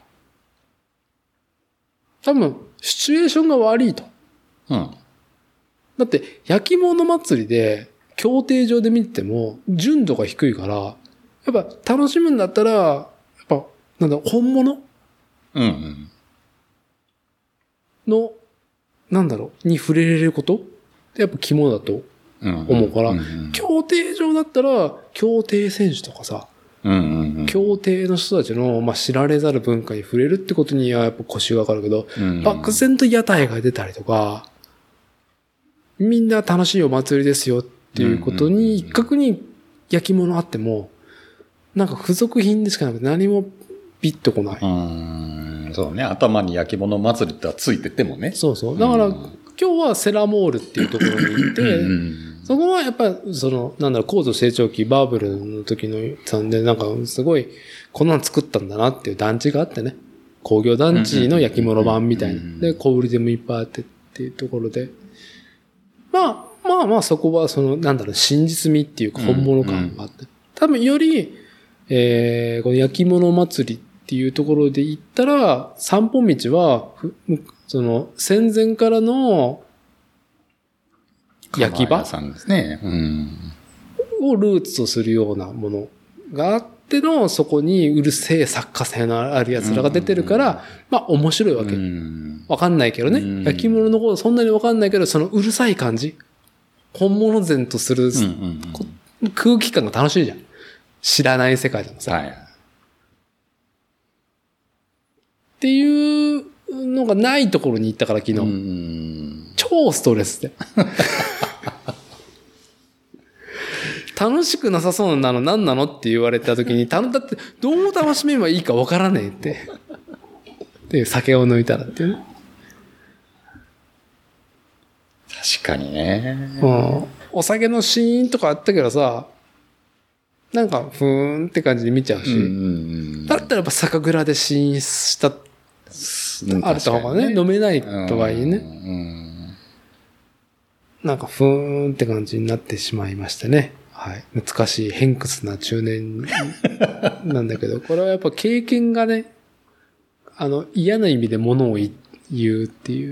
多分、シチュエーションが悪いと。 うん、 だって、焼き物祭りで、競艇場で見ても、純度が低いから、やっぱ楽しむんだったら、やっぱ、なんだ、本物、 うんうん、 の、なんだろう、に触れれることってやっぱ肝だと思うから、うんうんうん、競艇場だったら、競艇選手とかさ、 うんうんうん、 競艇の人たちの、まあ、知られざる文化に触れるってことにはやっぱ腰がかかるけど、うんうん、漠然と屋台が出たりとか、みんな楽しいお祭りですよっていうことに、一角に焼き物あっても、なんか付属品でしかなくて何もビッとこない。 うーん、そうね。頭に焼き物祭りってついててもね。 そうそう。だから、うん、今日はセラモールっていうところに行って、うん、そこはやっぱり、その、なんだろう、高度成長期、バーブルの時のさんで、なんかすごい、こんなの作ったんだなっていう団地があってね。工業団地の焼き物版みたいな。で、小売りでもいっぱいあってっていうところで。まあ、まあまあそこはその、なんだろう、真実味っていうか本物感があって。多分より、えー、この焼き物祭りっていうところで行ったら、散歩道は、その、戦前からの、焼き場さんですね。うん。 をルーツとするようなものがあっての、そこにうるせえ作家性のある奴らが出てるから、まあ面白いわけ。わかんないけどね。焼き物のことそんなにわかんないけど、そのうるさい感じ。本物然とする空気感が楽しいじゃん。知らない世界でもさ。はい、っていうのがないところに行ったから昨日。うん超ストレスで。楽しくなさそうなの何なのって言われた時に、だってどう楽しめばいいか分からねえって。で、酒を抜いたらっていうね。 確かにね。 うん。お酒のシーンとかあったけどさ、なんかふーんって感じで見ちゃうし。うんうんうん、だったらやっぱ酒蔵でシーンした、あるた方がね、飲めないとはいえね。うん、なんかふーんって感じになってしまいましたね。はい。難しい偏屈な中年なんだけど、これはやっぱ経験がね、あの、嫌な意味で物を言うっていう。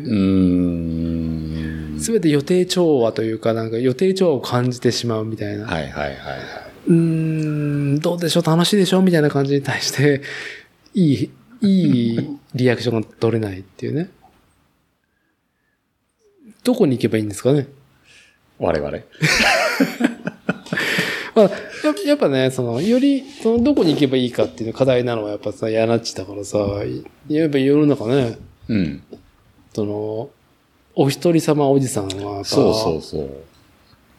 すべて予定調和というか、なんか予定調和を感じてしまうみたいな。 はいはいはいはい。 うーん、どうでしょう楽しいでしょみたいな感じに対して、いい、いいリアクションが取れないっていうね。どこに行けばいいんですかね我々。 まあ、やっぱね、その、より、その、どこに行けばいいかっていう課題なのはやっぱさ、やなっちだからさ、やっぱ世の中ね、 うん。 その、お一人様おじさんは、 そうそうそう。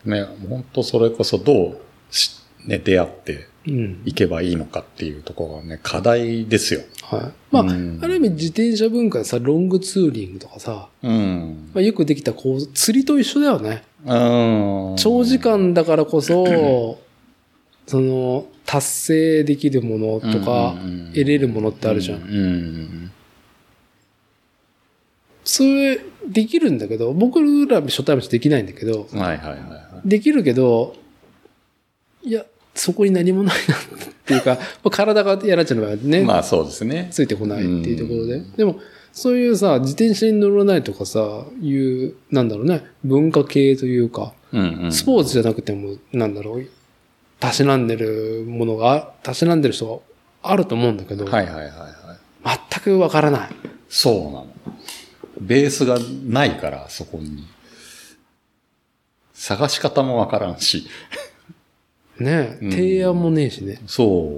ね、本当それこそどうし、ね、出会っていけばいいのかっていうところがね、課題ですよ。 はい。まあ、うん、ある意味自転車文化でさ、ロングツーリングとかさ、 うん。 まあ、よくできた構造、釣りと一緒だよね。 うん。 長時間だからこそ、その、達成できるものとか、得れるものってあるじゃん。 うんうん、 それ、できるんだけど、僕ら初対面できないんだけど、 はいはいはいはい、 できるけど、いや、そこに何もないなっていうか、体がやらっちゃうのがね、 まあそうですね。 ついてこないっていうところで。でも、そういうさ、自転車に乗らないとかさ、いう、なんだろうね、文化系というか、 うんうん、 スポーツじゃなくても、なんだろう、たしなんでるものが、たしなんでる人があると思うんだけど、 はいはいはいはい。 全くわからない。 そうなの。ベースがないから、そこに。探し方もわからんし。 ねえ、提案もねえしね。 そう。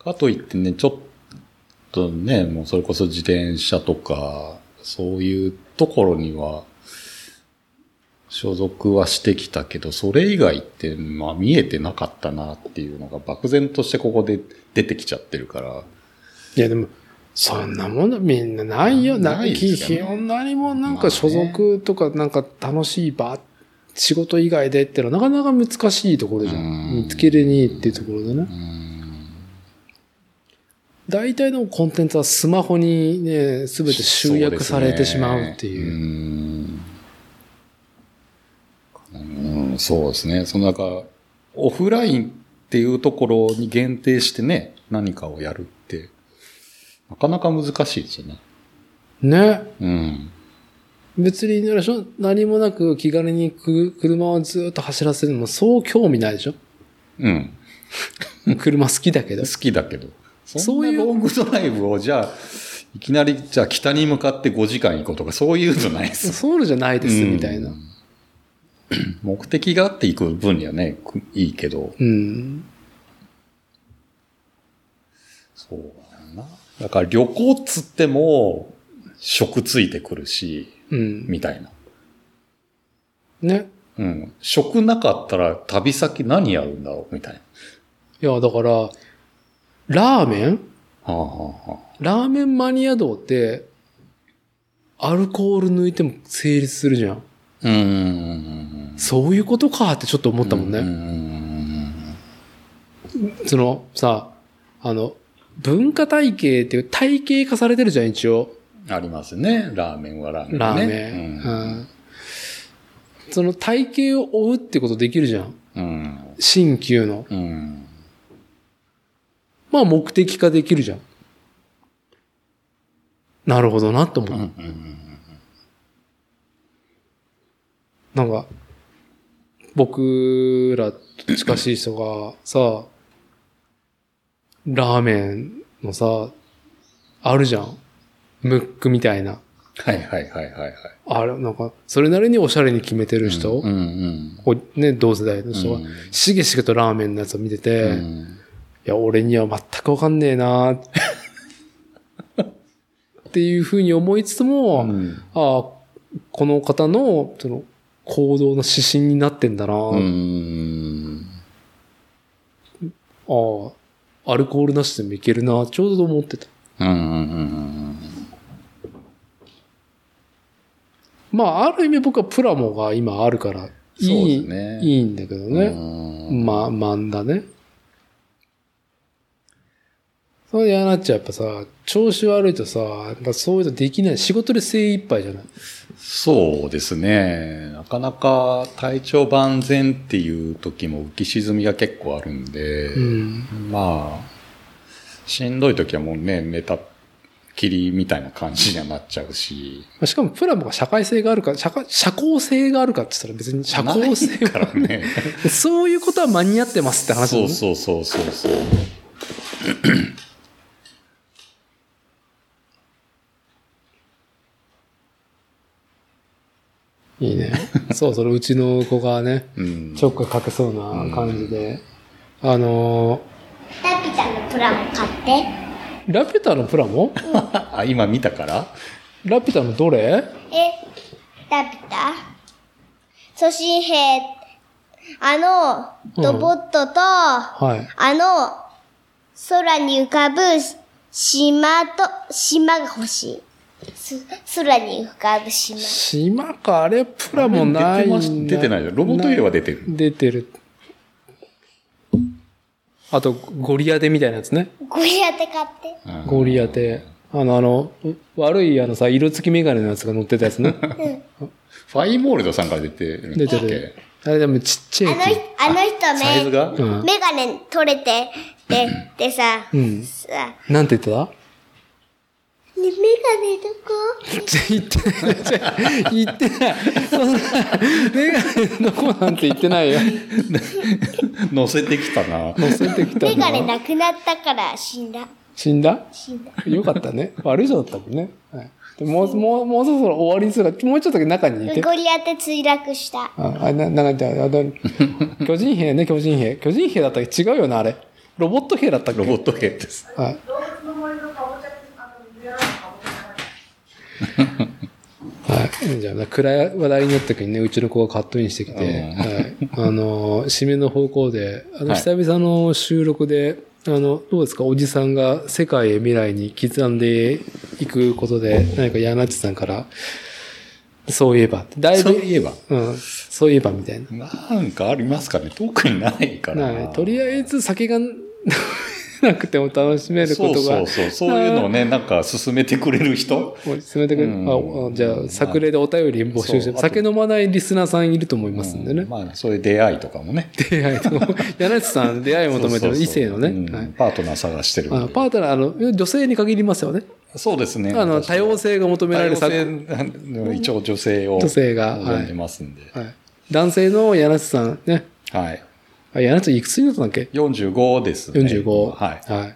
かといってね、ちょっとね、もうそれこそ自転車とか、そういうところには、所属はしてきたけど、それ以外って、まあ見えてなかったなっていうのが漠然としてここで出てきちゃってるから。 いやでも、そんなものみんなないよ。ないですよね。基本何もなんか所属とかなんか楽しい場、仕事以外でってのはなかなか難しいところじゃん。見つけれねえっていうところでね。 大体のコンテンツはスマホにね、すべて集約されてしまうっていう。 うーんうん、そうですね。そのなんか、オフラインっていうところに限定してね、何かをやるって、なかなか難しいですよね。 ね。 うん。 別にあれでしょ、何もなく気軽にく車をずっと走らせるのもそう興味ないでしょ。 うん。 車好きだけど。 好きだけど。そういうロングドライブをじゃあ、いきなりじゃあ北に向かってごじかん行こうとかそういうのないです。 そういうのじゃないです、みたいな。 目的があって行く分にはね、いいけど。 うん。 そうだな。だから旅行っつっても、食ついてくるし、うん、みたいな。 ね。 うん。食なかったら旅先何やるんだろうみたいな。いや、だから、ラーメン、 はあはあはあ、 ラーメンマニア道って、アルコール抜いても成立するじゃん。 うーん。 そういうことかってちょっと思ったもんね。うーん、そのさ、あの、文化体系っていう体系化されてるじゃん、一応。 ありますね。ラーメンはラーメン、ね。 ラーメン。うんうん、その体系を追うってことできるじゃん。うん、新旧の。うん、まあ目的化できるじゃん。なるほどなと思う。うんうんうん、なんか、僕らと近しい人がさ、ラーメンのさ、あるじゃん。ムックみたいな。 はいはいはいはいはい。 あれ、なんか、それなりにおしゃれに決めてる人、うんうんうん、ね、同世代の人が、うん、しげしげとラーメンのやつを見てて、うん、いや、俺には全くわかんねえなっていうふうに思いつつも、うん、ああ、この方の、その、行動の指針になってんだな、うん、ああ、アルコールなしでもいけるな、ちょうど思ってた。うんうんうん、まあ、ある意味僕はプラモが今あるから、いい、ね、いいんだけどね。まあ、漫画ね。そうやなっちゃやっぱさ、調子悪いとさ、やっぱそういうのできない。仕事で精一杯じゃない。 そうですね。なかなか体調万全っていう時も浮き沈みが結構あるんで、うん、まあ、しんどい時はもうね、寝たきりみたいな感じにはなっちゃうし。 しかもプラモが社会性があるか、社会、社交性があるかって言ったら別に社交性からね。 そういうことは間に合ってますって話だね。そうそうそうそうそう。 いいね。そうそれうちの子がね、うん、ちょっかかけそうな感じで、うん、あのー、ラピュタのプラモ買って。 ラピュタのプラモ？ あ、今見たから？ ラピュタのどれ？え、 ラピュタ？蘇新兵、あの、ロボットと、うん、はい、あの、空に浮かぶ島と、島が欲しい。空に浮かぶ島。 島か、あれプラモないんだ。出てないよ。ロボット兵は出てる。 出てる。あと、ゴリアテみたいなやつね。 ゴリアテ買って。 ゴリアテ。あの、あの、悪い、あのさ、色付きメガネのやつが乗ってたやつね。うん。 ファイモールドさんから出てる。 出てる。あれでもちっちゃい。 あの人、あの人サイズが、 うん、メガネ取れて、で、でさ、うん。 さ、なんて言ってた？ ね、メガネどこ？ 言ってない。言ってない。そんな、メガネどこなんて言ってないよ。 乗せてきたな。 乗せてきたな。 メガネなくなったから死んだ。 死んだ？ 死んだ。 よかったね。悪い人だったもんね。はい、でもう、もう、もうそろそろ終わりにするから、もうちょっと中にいて。 ゴリアテ墜落した。 あ、あ、な、なんか、あの、巨人兵ね、巨人兵。巨人兵だったっけ？違うよな、あれ。ロボット兵だったっけ？ ロボット兵です。はい。 はい。じゃあ、暗い話題になった時にね、うちの子がカットインしてきて、はい。あの、締めの方向で、あの、久々の収録で、はい、あの、どうですか、おじさんが世界へ未来に刻んでいくことで、何かヤナッチさんから、そういえば、だいぶ、 そういえば。 うん。そういえばみたいな。 なんかありますかね？特にないからな。 ない。とりあえず酒が、 なくても楽しめることが。 そうそうそう。そういうのをね、なんか進めてくれる人進めてくれる。うん、あじゃあ、作例でお便り募集して、酒飲まないリスナーさんいると思いますんでね。うん、 まあ、そういう出会いとかもね。 出会いとか。柳瀬さん、出会いを求めてる異性のね、 うんはい。パートナー探してる。 パートナー、あの、女性に限りますよね。 そうですね。 あの、多様性が求められる作一応女性を。 女性が。 望んでますんで。 はいはい、男性の柳瀬さんね。 はい。 あ、柳瀬いくつになったんだっけ ? よんじゅうご ですね。 よんじゅうご。はい。はい。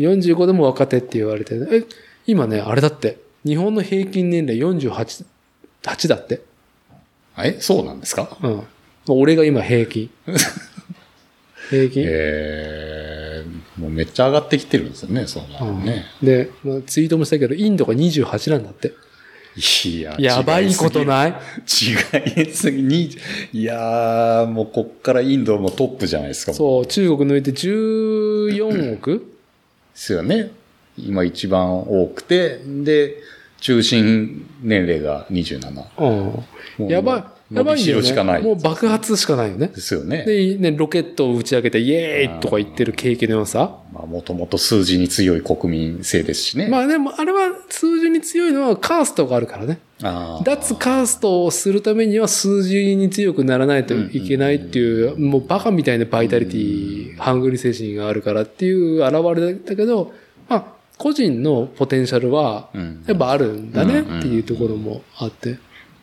よんじゅうごでも若手って言われて、え、今ね、あれだって、日本の平均年齢よんじゅうはち、はちだって。 え、そうなんですか？ うん。俺が今平均。平均。 えー、もうめっちゃ上がってきてるんですよね、そうなのね、 うん。で、まあ、ツイートもしたけど、インドがにじゅうはちなんだって。 いや、 やばいことない？ 違いすぎに、いやー、もうこっからインドもトップじゃないですか。 そう、中国抜いてじゅうよんおくですよね。今一番多くて、で、中心年齢がにじゅうなな。 うん。やばい。やばいよね。もう爆発しかないよね。 ですよね。 で、ね、ロケットを打ち上げてイエーイとか言ってる景気の良さ。 まあ、もともと数字に強い国民性ですしね。 まあでも、あれは数字に強いのはカーストがあるからね。脱カーストをするためには数字に強くならないといけないっていう、もうバカみたいなバイタリティ、ハングリー精神があるからっていう現れだけど、まあ、個人のポテンシャルは、やっぱあるんだねっていうところもあって。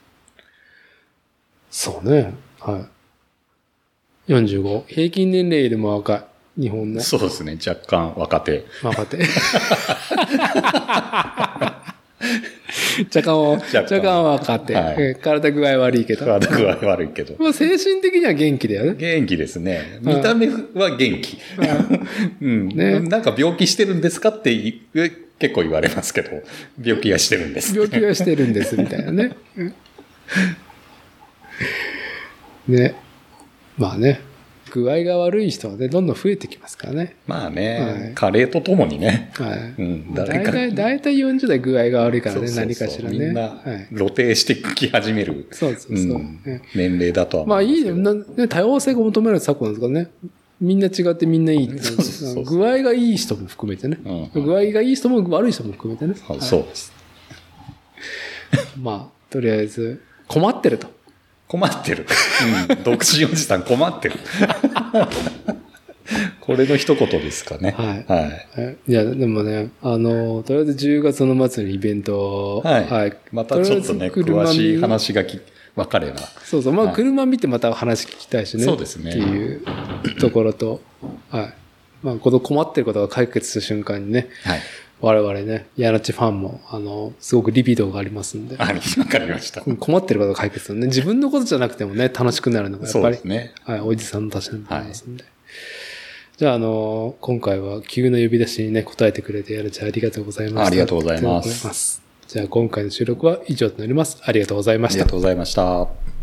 そうね。はい。よんじゅうご。平均年齢よりも若い。日本の。 そうですね。若干若手。 若手。若干は、若干は若手、はい。体具合悪いけど。 体具合悪いけど。 まあ精神的には元気だよね。 元気ですね。見た目は元気。うんね、なんか病気してるんですかって結構言われますけど、病気はしてるんです。 病気はしてるんです、みたいなね。ね。まあね。具合が悪い人はね、どんどん増えてきますからね。 まあね。はい、加齢とともにね。 はい。 うん。 誰か。だいたいよんじゅう代具合が悪いからね、そうそうそう何かしらね。 みんな、露呈してき始める。 そうそうそう。うん、 年齢だとは思いますけど。まあいいね。多様性が求められる昨今なんですからね。みんな違ってみんないい。そうそうそう具合がいい人も含めてね。うん、具合がいい人も悪い人も含めてね。 そうです。 まあ、とりあえず、困ってると。 困ってる。うん。独身おじさん困ってる。これの一言ですかね。 はい。はい。いや、でもね、あの、とりあえずじゅうがつの末にイベントを、 はい。はい、またちょっとね、詳しい話がき、分かれば。 そうそう。まあ、はい、車見てまた話聞きたいしね。 そうですね。 っていうところと、はい。まあ、この困ってることが解決した瞬間にね。はい。我々ね、ヤナチファンも、あの、すごくリビドーがありますんで。 あ、わかりました。 困ってることが解決するね。自分のことじゃなくてもね、楽しくなるのがやっぱり。 そうですね。 はい、おじさんのたちになりますんで。はい、じゃあ、あの、今回は急な呼び出しにね、答えてくれて、ヤナチありがとうございました。 ありがとうございます。 じゃあ、今回の収録は以上となります。ありがとうございました。 ありがとうございました。